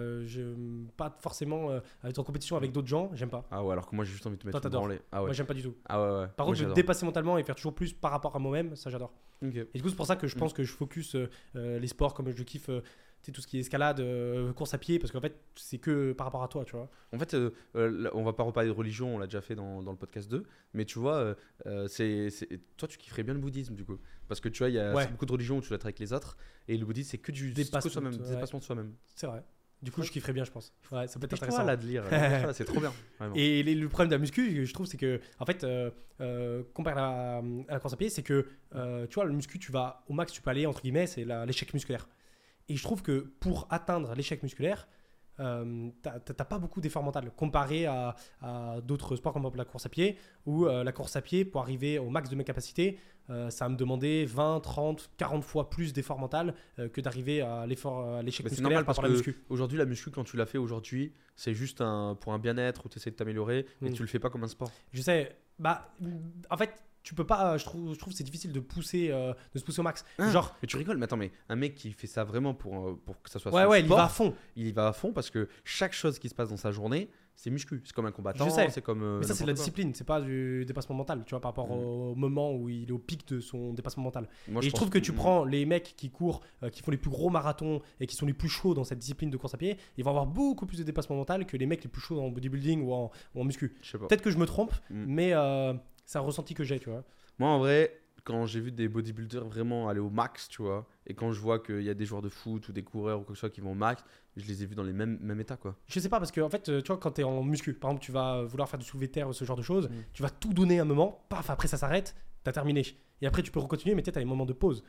B: pas forcément être en compétition avec d'autres gens, j'aime pas.
A: Ah ouais, alors que moi j'ai juste envie de te mettre
B: en branlée.
A: Ah ouais.
B: Moi j'aime pas du tout.
A: Ah ouais.
B: Par contre, me dépasser mentalement et faire toujours plus par rapport à moi-même, ça j'adore.
A: Okay.
B: Et du coup, c'est pour ça que je pense que je focus les sports comme je kiffe. Tout ce qui est escalade, course à pied, parce qu'en fait, c'est que par rapport à toi, tu vois.
A: En fait, on va pas reparler de religion, on l'a déjà fait dans le podcast 2, mais tu vois, toi, tu kifferais bien le bouddhisme, du coup. Parce que tu vois, il y a beaucoup de religions où tu dois être avec les autres, et le bouddhisme, c'est que du dépassement de soi-même.
B: C'est vrai. Du coup, je kifferais bien, je pense. Ouais, ça peut être intéressant.
A: Toi, là, de lire. C'est trop bien. Vraiment.
B: Et le problème de la muscu, je trouve, c'est que, en fait, comparé à la course à pied, c'est que, tu vois, le muscu, au max, tu peux aller, entre guillemets, c'est l'échec musculaire. Et je trouve que pour atteindre l'échec musculaire, t'as pas beaucoup d'effort mental comparé à d'autres sports comme la course à pied, où la course à pied, pour arriver au max de mes capacités, ça va me demander 20, 30, 40 fois plus d'effort mental que d'arriver à l'échec musculaire.
A: C'est normal parce que aujourd'hui, la muscu, quand tu l'as fait aujourd'hui, c'est juste pour un bien-être où tu essaies de t'améliorer, et tu le fais pas comme un sport.
B: Je sais, en fait, tu peux pas, je trouve que c'est difficile de se pousser au max.
A: Genre, mais tu rigoles, mais attends, mais un mec qui fait ça vraiment pour que ça soit son
B: il y
A: sport,
B: va à fond.
A: Il y va à fond parce que chaque chose qui se passe dans sa journée, c'est muscu. C'est comme un combattant,
B: Je sais.
A: c'est comme.
B: Mais ça, c'est de la
A: n'importe quoi.
B: discipline, c'est pas du dépassement mental, tu vois, par rapport au moment où il est au pic de son dépassement mental.
A: Moi,
B: Et je
A: pense
B: trouve que tu prends les mecs qui courent, qui font les plus gros marathons et qui sont les plus chauds dans cette discipline de course à pied, ils vont avoir beaucoup plus de dépassement mental que les mecs les plus chauds en bodybuilding ou en muscu.
A: Je sais pas.
B: Peut-être que je me trompe, mais c'est un ressenti que j'ai, tu vois.
A: Moi, en vrai, quand j'ai vu des bodybuilders vraiment aller au max, tu vois, et quand je vois qu'il y a des joueurs de foot ou des coureurs ou quoi que ce soit qui vont au max, je les ai vus dans les mêmes états, quoi.
B: Je sais pas, parce que en fait, tu vois, quand t'es en muscu, par exemple, tu vas vouloir faire du soulevé de terre ou ce genre de choses, tu vas tout donner à un moment, paf, après ça s'arrête, t'as terminé. Et après, tu peux recontinuer, mais tu as des moments de pause.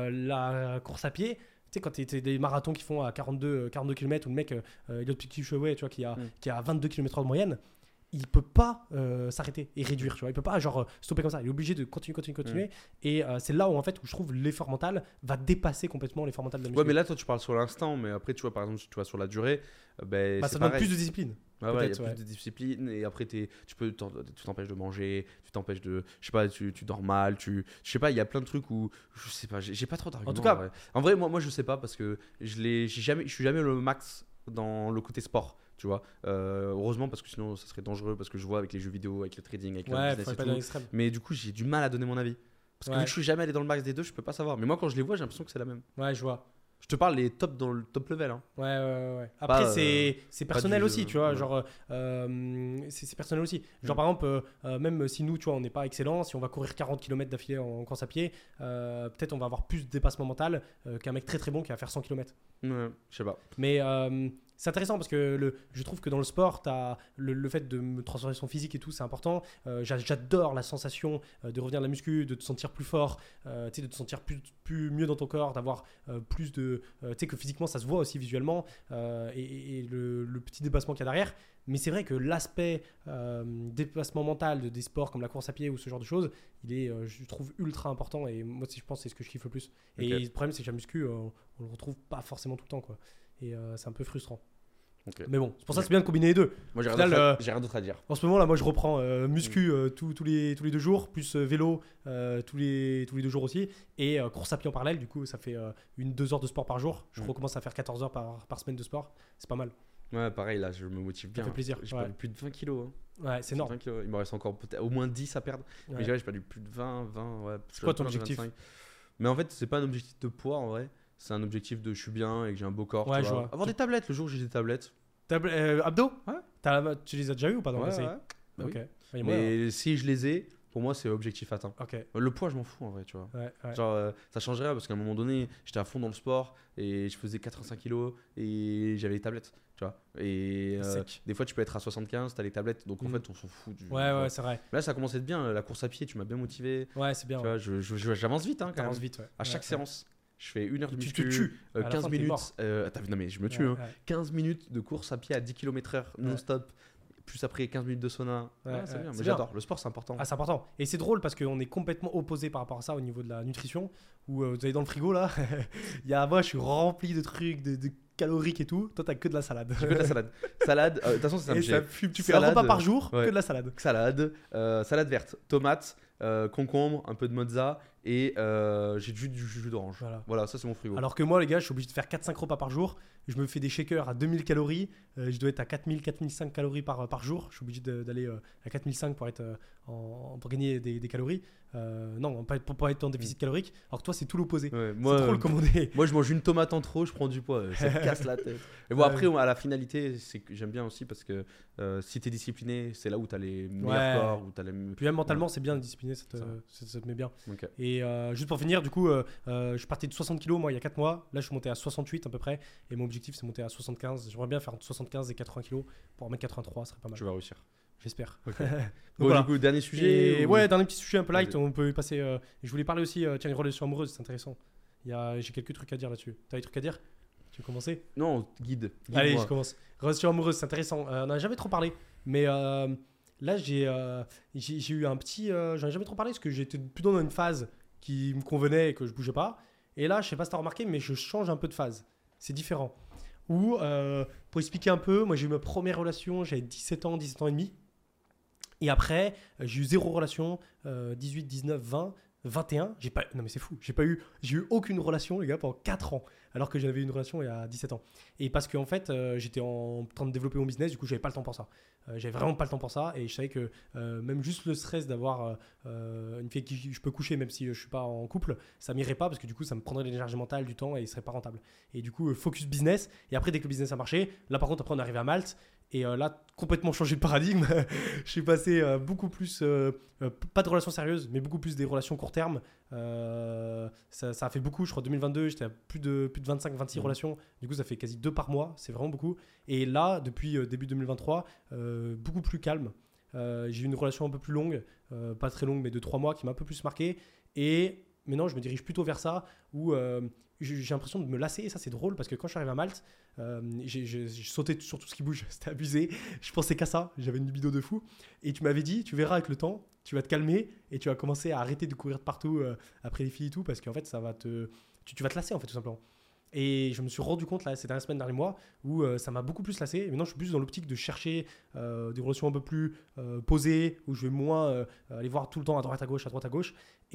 B: La course à pied, tu sais, quand tu des marathons qui font à 42 km, où le mec, Eliud Kipchoge, tu vois, qui a 22 km/h de moyenne, il peut pas s'arrêter et réduire, tu vois. Il peut pas genre stopper comme ça. Il est obligé de continuer. Et c'est là où en fait où je trouve l'effort mental va dépasser complètement l'effort mental de la muscu.
A: Ouais, mais là, toi, tu parles sur l'instant, mais après, tu vois, par exemple, tu vois sur la durée, c'est
B: ça demande
A: pareil.
B: plus de discipline.
A: Ouais, il y a plus de discipline et après tu t'empêches de manger, tu t'empêches de, je sais pas, tu dors mal, je sais pas, il y a plein de trucs où je sais pas, j'ai pas trop d'arguments.
B: En tout cas,
A: en vrai, moi je sais pas parce que je suis jamais le max dans le côté sport, tu vois. Heureusement parce que sinon ça serait dangereux parce que je vois avec les jeux vidéo, avec le trading, avec le business et tout. Mais du coup j'ai du mal à donner mon avis parce que vu que je suis jamais allé dans le max des deux, je peux pas savoir. Mais moi quand je les vois j'ai l'impression que c'est la même.
B: Ouais, je vois.
A: Je te parle les top dans le top level. Hein.
B: Ouais. Après, c'est personnel aussi, tu vois.
A: Ouais.
B: Genre, c'est personnel aussi. Genre, par exemple, même si nous, tu vois, on n'est pas excellent, si on va courir 40 km d'affilée en course à pied, peut-être on va avoir plus de dépassement mental qu'un mec très très bon qui va faire 100 km.
A: Ouais, je sais pas.
B: Mais c'est intéressant parce que je trouve que dans le sport, t'as le fait de me transformer son physique et tout, c'est important. J'adore la sensation de revenir de la muscu, de te sentir plus fort, de te sentir plus mieux dans ton corps, d'avoir plus de. Tu sais que physiquement, ça se voit aussi visuellement et le petit dépassement qu'il y a derrière. Mais c'est vrai que l'aspect dépassement mental des sports comme la course à pied ou ce genre de choses, il est, je trouve, ultra important. Et moi, je pense que c'est ce que je kiffe le plus. Okay. Et le problème, c'est que la muscu, on le retrouve pas forcément tout le temps, quoi. Et c'est un peu frustrant. Okay. Mais bon, c'est pour ça que c'est bien de combiner les deux.
A: Moi, j'ai rien d'autre à dire.
B: En ce moment, là, moi, je reprends muscu tous les 2 jours, plus vélo tous les 2 jours aussi, et course à pied en parallèle. Du coup, ça fait 2 heures de sport par jour. Je recommence à faire 14 heures par semaine de sport. C'est pas mal.
A: Ouais, pareil, là, je me motive bien.
B: Ça fait plaisir.
A: J'ai perdu plus de 20 kilos. Hein.
B: Ouais, c'est énorme.
A: Il me reste encore au moins 10 à perdre. Ouais. Mais j'ai perdu plus de 20. Ouais,
B: c'est quoi ton objectif?
A: Mais en fait, c'est pas un objectif de poids en vrai. C'est un objectif de je suis bien et que j'ai un beau corps.
B: Ouais,
A: tu vois. Avoir des tablettes le jour où j'ai des tablettes.
B: Abdos?
A: Ouais.
B: Tu les as déjà eu ou pas dans
A: ouais.
B: Bah
A: okay.
B: Oui.
A: Mais si je les ai, pour moi, c'est objectif atteint.
B: Okay.
A: Le poids, je m'en fous en vrai, tu vois.
B: Ouais.
A: Genre, ça changerait rien parce qu'à un moment donné, j'étais à fond dans le sport et je faisais 85 kilos et j'avais les tablettes, tu vois. Et des fois, tu peux être à 75, t'as les tablettes, donc en fait, on s'en fout.
B: Ouais, c'est vrai.
A: Mais là, ça commence à être bien. La course à pied, tu m'as bien motivé.
B: Ouais, c'est bien.
A: Tu vois, j'avance vite, hein, quand même.
B: Vite, ouais.
A: À chaque séance. Je fais 1 heure de muscu,
B: tu te tues.
A: 15 minutes. Non, mais je me tue. 15 minutes de course à pied à 10 km/h non-stop. Plus après 15 minutes de sauna. C'est bien. Mais j'adore. Le sport, c'est important.
B: C'est important. Et c'est drôle parce qu'on est complètement opposés par rapport à ça au niveau de la nutrition. Où vous allez dans le frigo là, moi je suis rempli de trucs, de caloriques et tout. Toi, t'as que de la salade.
A: J'ai que de la salade. Salade, de toute façon, c'est un
B: tu fais un repas par jour,
A: que
B: de la salade.
A: Salade verte, tomate, concombre, un peu de mozza et j'ai du jus d'orange. Voilà, ça c'est mon frigo.
B: Alors que moi, les gars, je suis obligé de faire 4-5 repas par jour. Je me fais des shakers à 2000 calories. Je dois être à 4000-4005 calories par jour. Je suis obligé d'aller à 4005 pour gagner des calories. Non, pour pas être en déficit calorique. Alors que toi, c'est tout l'opposé.
A: Ouais,
B: c'est trop le commandé.
A: Moi, je mange une tomate en trop, je prends du poids. Ça me casse la tête. Et bon, après, à la finalité, c'est que j'aime bien aussi parce que si t'es discipliné, c'est là où t'as les meilleurs corps. Où t'as les...
B: Puis même mentalement, c'est bien discipliné, ça te met bien.
A: Okay.
B: Et juste pour finir, du coup, je partais de 60 kg moi il y a 4 mois. Là, je suis monté à 68 à peu près. Et mon objectif, c'est monter à 75. J'aimerais bien faire entre 75 et 80 kg pour en mettre 83, ça serait pas mal.
A: Tu vas réussir.
B: J'espère.
A: Okay. Bon, voilà. Du coup, dernier sujet.
B: Ouais, dernier petit sujet un peu light. On peut y passer. Je voulais parler aussi, une relation amoureuse, c'est intéressant. J'ai quelques trucs à dire là-dessus. T'as des trucs à dire? Tu veux commencer?
A: Non, guide.
B: Allez, je commence. Relation amoureuse, c'est intéressant. On n'en a jamais trop parlé. Mais là, j'ai eu un petit. J'en ai jamais trop parlé parce que j'étais plutôt dans une phase qui me convenait et que je bougeais pas. Et là, je sais pas si t'as remarqué, mais je change un peu de phase. C'est différent. Pour expliquer un peu, moi j'ai eu ma première relation, j'avais 17 ans et demi. Et après, j'ai eu 0 relation, 18, 19, 20, 21. Non mais c'est fou, j'ai eu aucune relation, les gars, pendant 4 ans. Alors que j'avais une relation il y a 17 ans. Et parce qu'en fait, j'étais en train de développer mon business, du coup, j'avais pas le temps pour ça. J'avais vraiment pas le temps pour ça. Et je savais que même juste le stress d'avoir une fille avec qui je peux coucher, même si je suis pas en couple, ça m'irait pas parce que du coup, ça me prendrait de l'énergie mentale, du temps et ce serait pas rentable. Et du coup, focus business. Et après, dès que le business a marché, là par contre, après, on est arrivé à Malte. Et là, complètement changé de paradigme. Je suis passé beaucoup plus, pas de relations sérieuses, mais beaucoup plus des relations court terme. Ça a fait beaucoup, je crois, 2022, j'étais à plus de 25-26 relations. Du coup, ça fait quasi 2 par mois, c'est vraiment beaucoup. Et là, depuis début 2023, beaucoup plus calme. J'ai eu une relation un peu plus longue, pas très longue, mais de 3 mois qui m'a un peu plus marqué. Et maintenant, je me dirige plutôt vers ça où j'ai l'impression de me lasser. Et ça, c'est drôle parce que quand je suis arrivé à Malte, j'ai sauté sur tout ce qui bouge. C'était abusé. Je pensais qu'à ça. J'avais une libido de fou. Et tu m'avais dit, tu verras avec le temps, tu vas te calmer et tu vas commencer à arrêter de courir de partout après les filles et tout parce qu'en fait, ça va tu vas te lasser en fait, tout simplement. Et je me suis rendu compte là, ces dernières semaines, derniers mois, où ça m'a beaucoup plus lassé. Et maintenant, je suis plus dans l'optique de chercher des relations un peu plus posées, où je vais moins aller voir tout le temps à droite à gauche.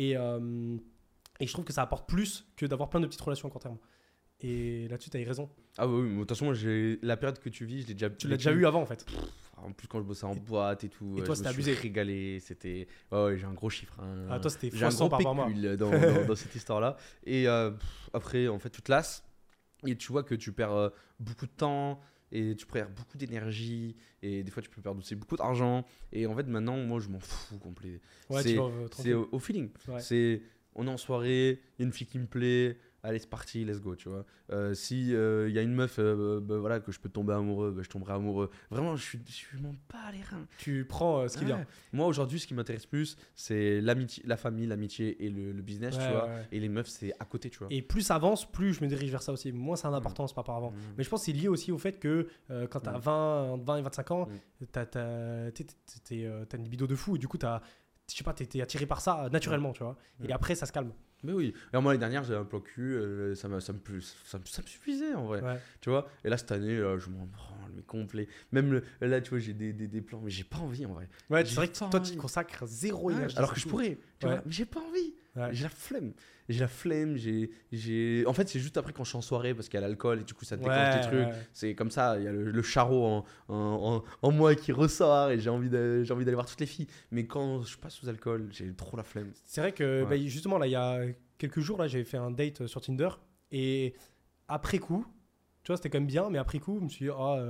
B: Et je trouve que ça apporte plus que d'avoir plein de petites relations à court terme. Et là-dessus, tu as eu raison.
A: Ah oui, mais de toute façon, moi, la période que tu vis, je l'ai déjà.
B: Tu l'as déjà eu avant, en fait.
A: En plus, quand je bossais en boîte et tout,
B: et toi, c'était abusé.
A: Je me suis régalé. C'était. Ouais, j'ai un gros chiffre.
B: Ah, toi, c'était
A: j'ai un gros pécule dans cette histoire-là. Et après, en fait, tu te lasses et tu vois que tu perds beaucoup de temps et tu perds beaucoup d'énergie et des fois, tu peux perdre aussi beaucoup d'argent. Et en fait, maintenant, moi, je m'en fous complet.
B: Ouais,
A: c'est au feeling.
B: Ouais.
A: On est en soirée, il y a une fille qui me plaît. Allez, c'est parti, let's go, tu vois. Si il y a une meuf voilà, que je peux tomber amoureux, je tomberai amoureux. Vraiment, je m'en bats les reins.
B: Tu prends ce qui vient.
A: Moi, aujourd'hui, ce qui m'intéresse plus, c'est l'amitié, la famille, l'amitié et le business, tu vois. Et les meufs, c'est à côté, tu vois.
B: Et plus ça avance, plus je me dirige vers ça aussi. Moins ça a d'importance par rapport à avant. Mais je pense que c'est lié aussi au fait que quand tu as 20 et 25 ans, tu as une libido de fou. Et du coup, je sais pas, t'es attiré par ça naturellement, tu vois. Et après, ça se calme.
A: Mais oui. Et moi, l'année dernière, j'avais un plan cul, ça me suffisait en vrai.
B: Ouais.
A: Tu vois. Et là, cette année, je m'en branle, mais complet. Même là, tu vois, j'ai des plans, mais j'ai pas envie en vrai.
B: Ouais, c'est vrai que toi, tu consacres zéro énergie.
A: Alors que je pourrais, tu vois, mais j'ai pas envie. Ouais. J'ai la flemme. En fait, c'est juste après quand je suis en soirée parce qu'il y a l'alcool et du coup, ça te déclenche des trucs. Ouais. C'est comme ça, il y a le charreau en moi qui ressort et j'ai envie d'aller voir toutes les filles. Mais quand je passe sous alcool, j'ai trop la flemme.
B: C'est vrai que justement, là, il y a quelques jours, là, j'avais fait un date sur Tinder et après coup, tu vois, c'était quand même bien, mais après coup, je me suis dit,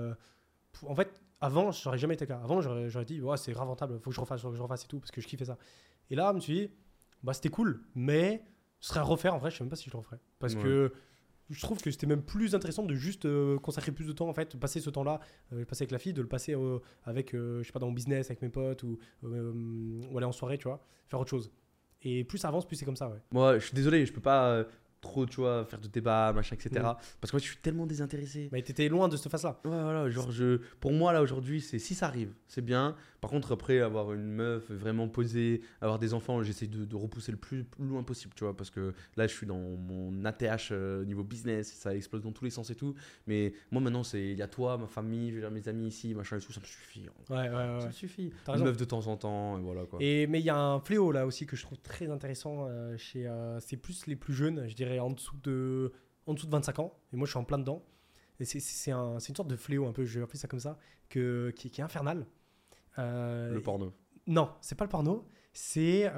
B: en fait, avant, j'aurais jamais été là. Avant, j'aurais dit, c'est grave rentable, faut que je refasse et tout parce que je kiffais ça. Et là, je me suis dit, c'était cool, mais ce serait à refaire. En vrai, je sais même pas si je le referais parce que je trouve que c'était même plus intéressant de juste consacrer plus de temps, en fait, passer ce temps-là, passer avec la fille, de le passer avec, je sais pas, dans mon business, avec mes potes ou aller en soirée, tu vois, faire autre chose. Et plus ça avance, plus c'est comme ça, ouais.
A: Moi, je suis désolé, je peux pas trop, tu vois, faire de débat, machin, etc. Parce que moi, je suis tellement désintéressé.
B: Mais t'étais loin de cette phase-là.
A: Ouais, voilà, genre, pour moi, là, aujourd'hui, si ça arrive, c'est bien. Par contre, après, avoir une meuf vraiment posée, avoir des enfants, j'essaie de repousser le plus loin possible, tu vois, parce que là, je suis dans mon ATH niveau business, ça explose dans tous les sens et tout. Mais moi, maintenant, il y a toi, ma famille, mes amis ici, machin et tout, ça me suffit.
B: Ouais.
A: Ça me suffit. Une meuf de temps en temps, et voilà, quoi.
B: Mais il y a un fléau, là, aussi, que je trouve très intéressant c'est plus les plus jeunes, je dirais, en dessous de 25 ans. Et moi, je suis en plein dedans. Et c'est une sorte de fléau, un peu, je vais appeler ça comme ça, qui est infernal.
A: Le porno.
B: Non, c'est pas le porno, c'est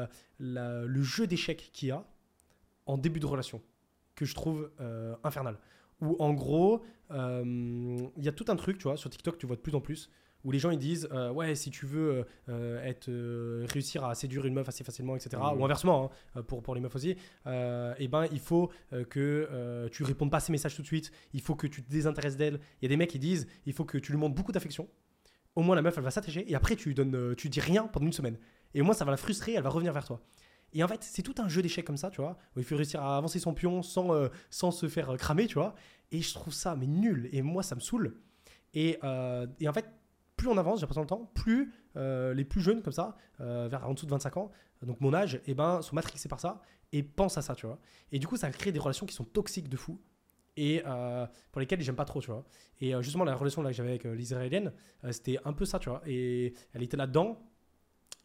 B: le jeu d'échecs qu'il y a en début de relation, que je trouve infernal. Où en gros, il y a tout un truc, tu vois, sur TikTok, tu vois de plus en plus, où les gens ils disent si tu veux réussir à séduire une meuf assez facilement, etc. Ou inversement, pour les meufs aussi, il faut que tu répondes pas à ses messages tout de suite, il faut que tu te désintéresses d'elle. Il y a des mecs qui disent il faut que tu lui montres beaucoup d'affection. Au moins la meuf elle va s'attacher et après tu dis rien pendant une semaine. Et au moins ça va la frustrer, elle va revenir vers toi. Et en fait, c'est tout un jeu d'échecs comme ça, tu vois, où il faut réussir à avancer son pion sans se faire cramer, tu vois. Et je trouve ça mais nul. Et moi, ça me saoule. Et en fait, plus on avance, j'ai l'impression le temps, plus les plus jeunes comme ça, vers en dessous de 25 ans, donc mon âge, sont matrixés par ça et pensent à ça, tu vois. Et du coup, ça crée des relations qui sont toxiques de fou. Et pour lesquelles j'aime pas trop, tu vois. Et justement la relation là que j'avais avec l'israélienne, c'était un peu ça, tu vois. Et elle était là-dedans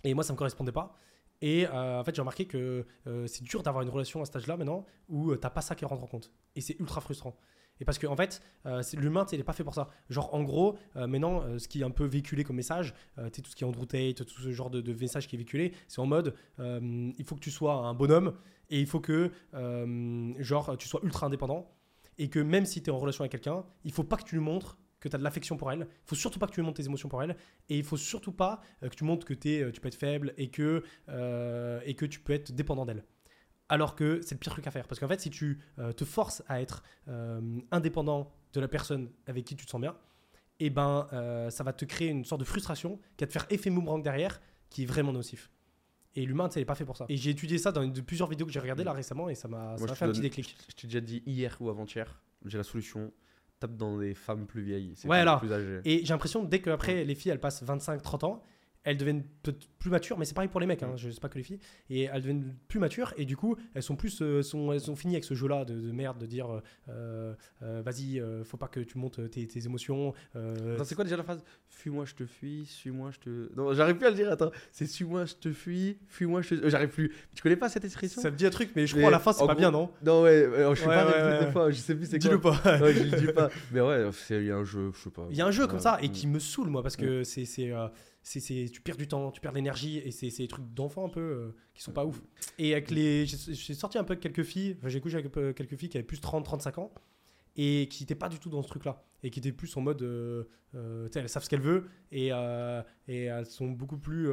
B: Et moi, ça me correspondait pas. Et en fait, j'ai remarqué que c'est dur d'avoir une relation à cet âge-là maintenant où t'as pas ça qui rentre en compte. Et c'est ultra frustrant. Et parce que en fait, l'humain, il n'est pas fait pour ça. Genre, en gros, maintenant, ce qui est un peu véhiculé comme message, tout ce qui est Andrew Tate, tout ce genre de message qui est véhiculé, c'est en mode, il faut que tu sois un bonhomme et il faut que, tu sois ultra indépendant. Et que même si tu es en relation avec quelqu'un, il faut pas que tu lui montres que tu as de l'affection pour elle. Il faut surtout pas que tu lui montres tes émotions pour elle. Et il faut surtout pas que tu montres que tu peux être faible et que tu peux être dépendant d'elle. Alors que c'est le pire truc à faire. Parce qu'en fait, si tu te forces à être indépendant de la personne avec qui tu te sens bien, et ça va te créer une sorte de frustration qui va te faire effet boomerang derrière, qui est vraiment nocif. Et l'humain, il n'est pas fait pour ça. Et j'ai étudié ça dans plusieurs vidéos que j'ai regardées là récemment et ça m'a fait un petit déclic.
A: Je t'ai déjà dit hier ou avant-hier, j'ai la solution. Tape dans des femmes plus vieilles, plus âgées.
B: Et j'ai l'impression dès qu'après les filles elles passent 25-30 ans, elles deviennent peut-être plus matures, mais c'est pareil pour les mecs, je sais pas que les filles, et elles deviennent plus matures et du coup elles sont plus elles sont finies avec ce jeu-là de merde de dire vas-y, faut pas que tu montes tes émotions.
A: Attends, c'est quoi déjà la phrase? Fuis-moi, je te fuis, suis-moi, je te. Non, j'arrive plus à le dire. Attends, c'est suis-moi, je te fuis, fuis-moi, je te. J'arrive plus. Tu connais pas cette expression?
B: Ça me dit un truc, mais je crois à la fin c'est pas bien, non?
A: Non, je suis pas avec des fois, je sais plus c'est quoi.
B: Dis-le pas.
A: Ouais, je le dis pas. Mais ouais, il y a un jeu, je sais pas.
B: Il y a un jeu comme ça et qui me saoule moi parce que tu perds du temps, tu perds de l'énergie et c'est des trucs d'enfants un peu qui sont pas ouf. Et avec j'ai sorti un peu avec quelques filles, j'ai couché avec quelques filles qui avaient plus de 30-35 ans et qui n'étaient pas du tout dans ce truc-là et qui étaient plus en mode, elles savent ce qu'elles veulent et elles sont beaucoup plus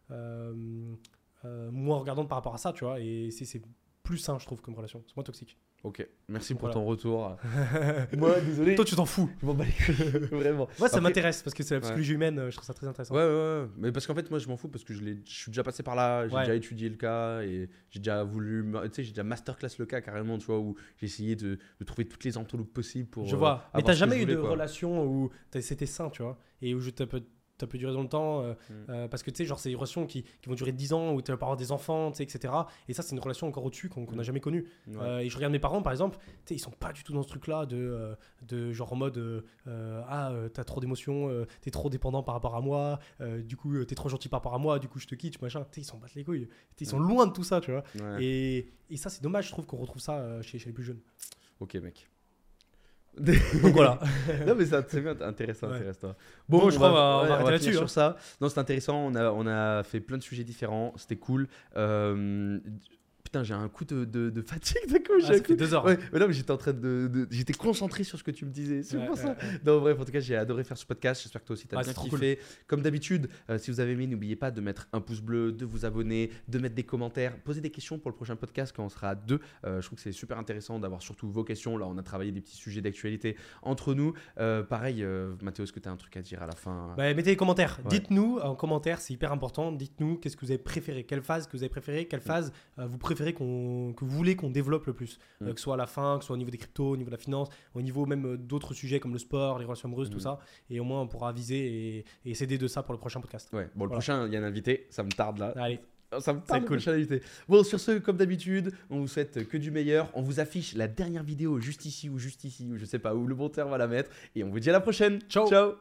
B: moins regardantes par rapport à ça, tu vois. Et c'est plus sain, je trouve, comme relation. C'est moins toxique.
A: Ok, merci pour ton retour.
B: Moi, désolé. Toi, tu t'en fous.
A: Je m'en bats les couilles, vraiment.
B: Moi, ça m'intéresse parce que c'est la psychologie humaine, je trouve ça très intéressant.
A: Ouais. Mais parce qu'en fait, moi, je m'en fous parce que je suis déjà passé par là, j'ai déjà étudié le cas et j'ai déjà voulu. Tu sais, j'ai déjà masterclass le cas carrément, tu vois, où j'ai essayé de trouver toutes les entourloupes possibles pour.
B: Je vois. Mais t'as jamais eu de relation où c'était sain, tu vois, et où ça peut durer dans le temps parce que tu sais, genre, c'est des relations qui vont durer 10 ans où tu vas avoir des enfants, tu sais, etc. Et ça, c'est une relation encore au-dessus qu'on n'a jamais connue. Et je regarde mes parents, par exemple, tu sais, ils sont pas du tout dans ce truc-là de genre en mode t'as trop d'émotions, t'es trop dépendant par rapport à moi, du coup, t'es trop gentil par rapport à moi, du coup, je te quitte, machin. Tu sais, ils s'en battent les couilles. Ils sont loin de tout ça, tu vois. Et ça, c'est dommage, je trouve, qu'on retrouve ça chez les plus jeunes.
A: Ok, mec.
B: Donc voilà.
A: Non mais c'est bien intéressant.
B: Bon, je crois qu'on va arrêter
A: là-dessus
B: sur
A: ça. Non, c'était intéressant. On a fait plein de sujets différents. C'était cool. Putain, j'ai un coup de fatigue d'un coup.
B: Ça fait 2 heures.
A: Ouais, mais non, mais j'étais en train j'étais concentré sur ce que tu me disais. C'est pour ça. Non, bref, en tout cas, j'ai adoré faire ce podcast. J'espère que toi aussi t'as bien kiffé. Cool. Comme d'habitude, si vous avez aimé, n'oubliez pas de mettre un pouce bleu, de vous abonner, de mettre des commentaires, poser des questions pour le prochain podcast quand on sera à 2. Je trouve que c'est super intéressant d'avoir surtout vos questions. Là, on a travaillé des petits sujets d'actualité entre nous. Pareil, Mathéo, est-ce que tu as un truc à dire à la fin?
B: Mettez des commentaires. Ouais. Dites-nous en commentaire, c'est hyper important. Dites-nous qu'est-ce que vous avez préféré, quelle phase que vous avez préféré, quelle phase vous préférez que vous voulez qu'on développe le plus, que ce soit à la fin, que ce soit au niveau des cryptos, au niveau de la finance, au niveau même d'autres sujets comme le sport, les relations amoureuses, tout ça. Et au moins, on pourra viser et s'aider de ça pour le prochain podcast.
A: Ouais, bon, le prochain, il y a un invité, ça me tarde là.
B: Allez.
A: Ça me tarde, cool. Invité. Bon, sur ce, comme d'habitude, on vous souhaite que du meilleur. On vous affiche la dernière vidéo juste ici ou je sais pas où le bon terme va la mettre. Et on vous dit à la prochaine.
B: Ciao.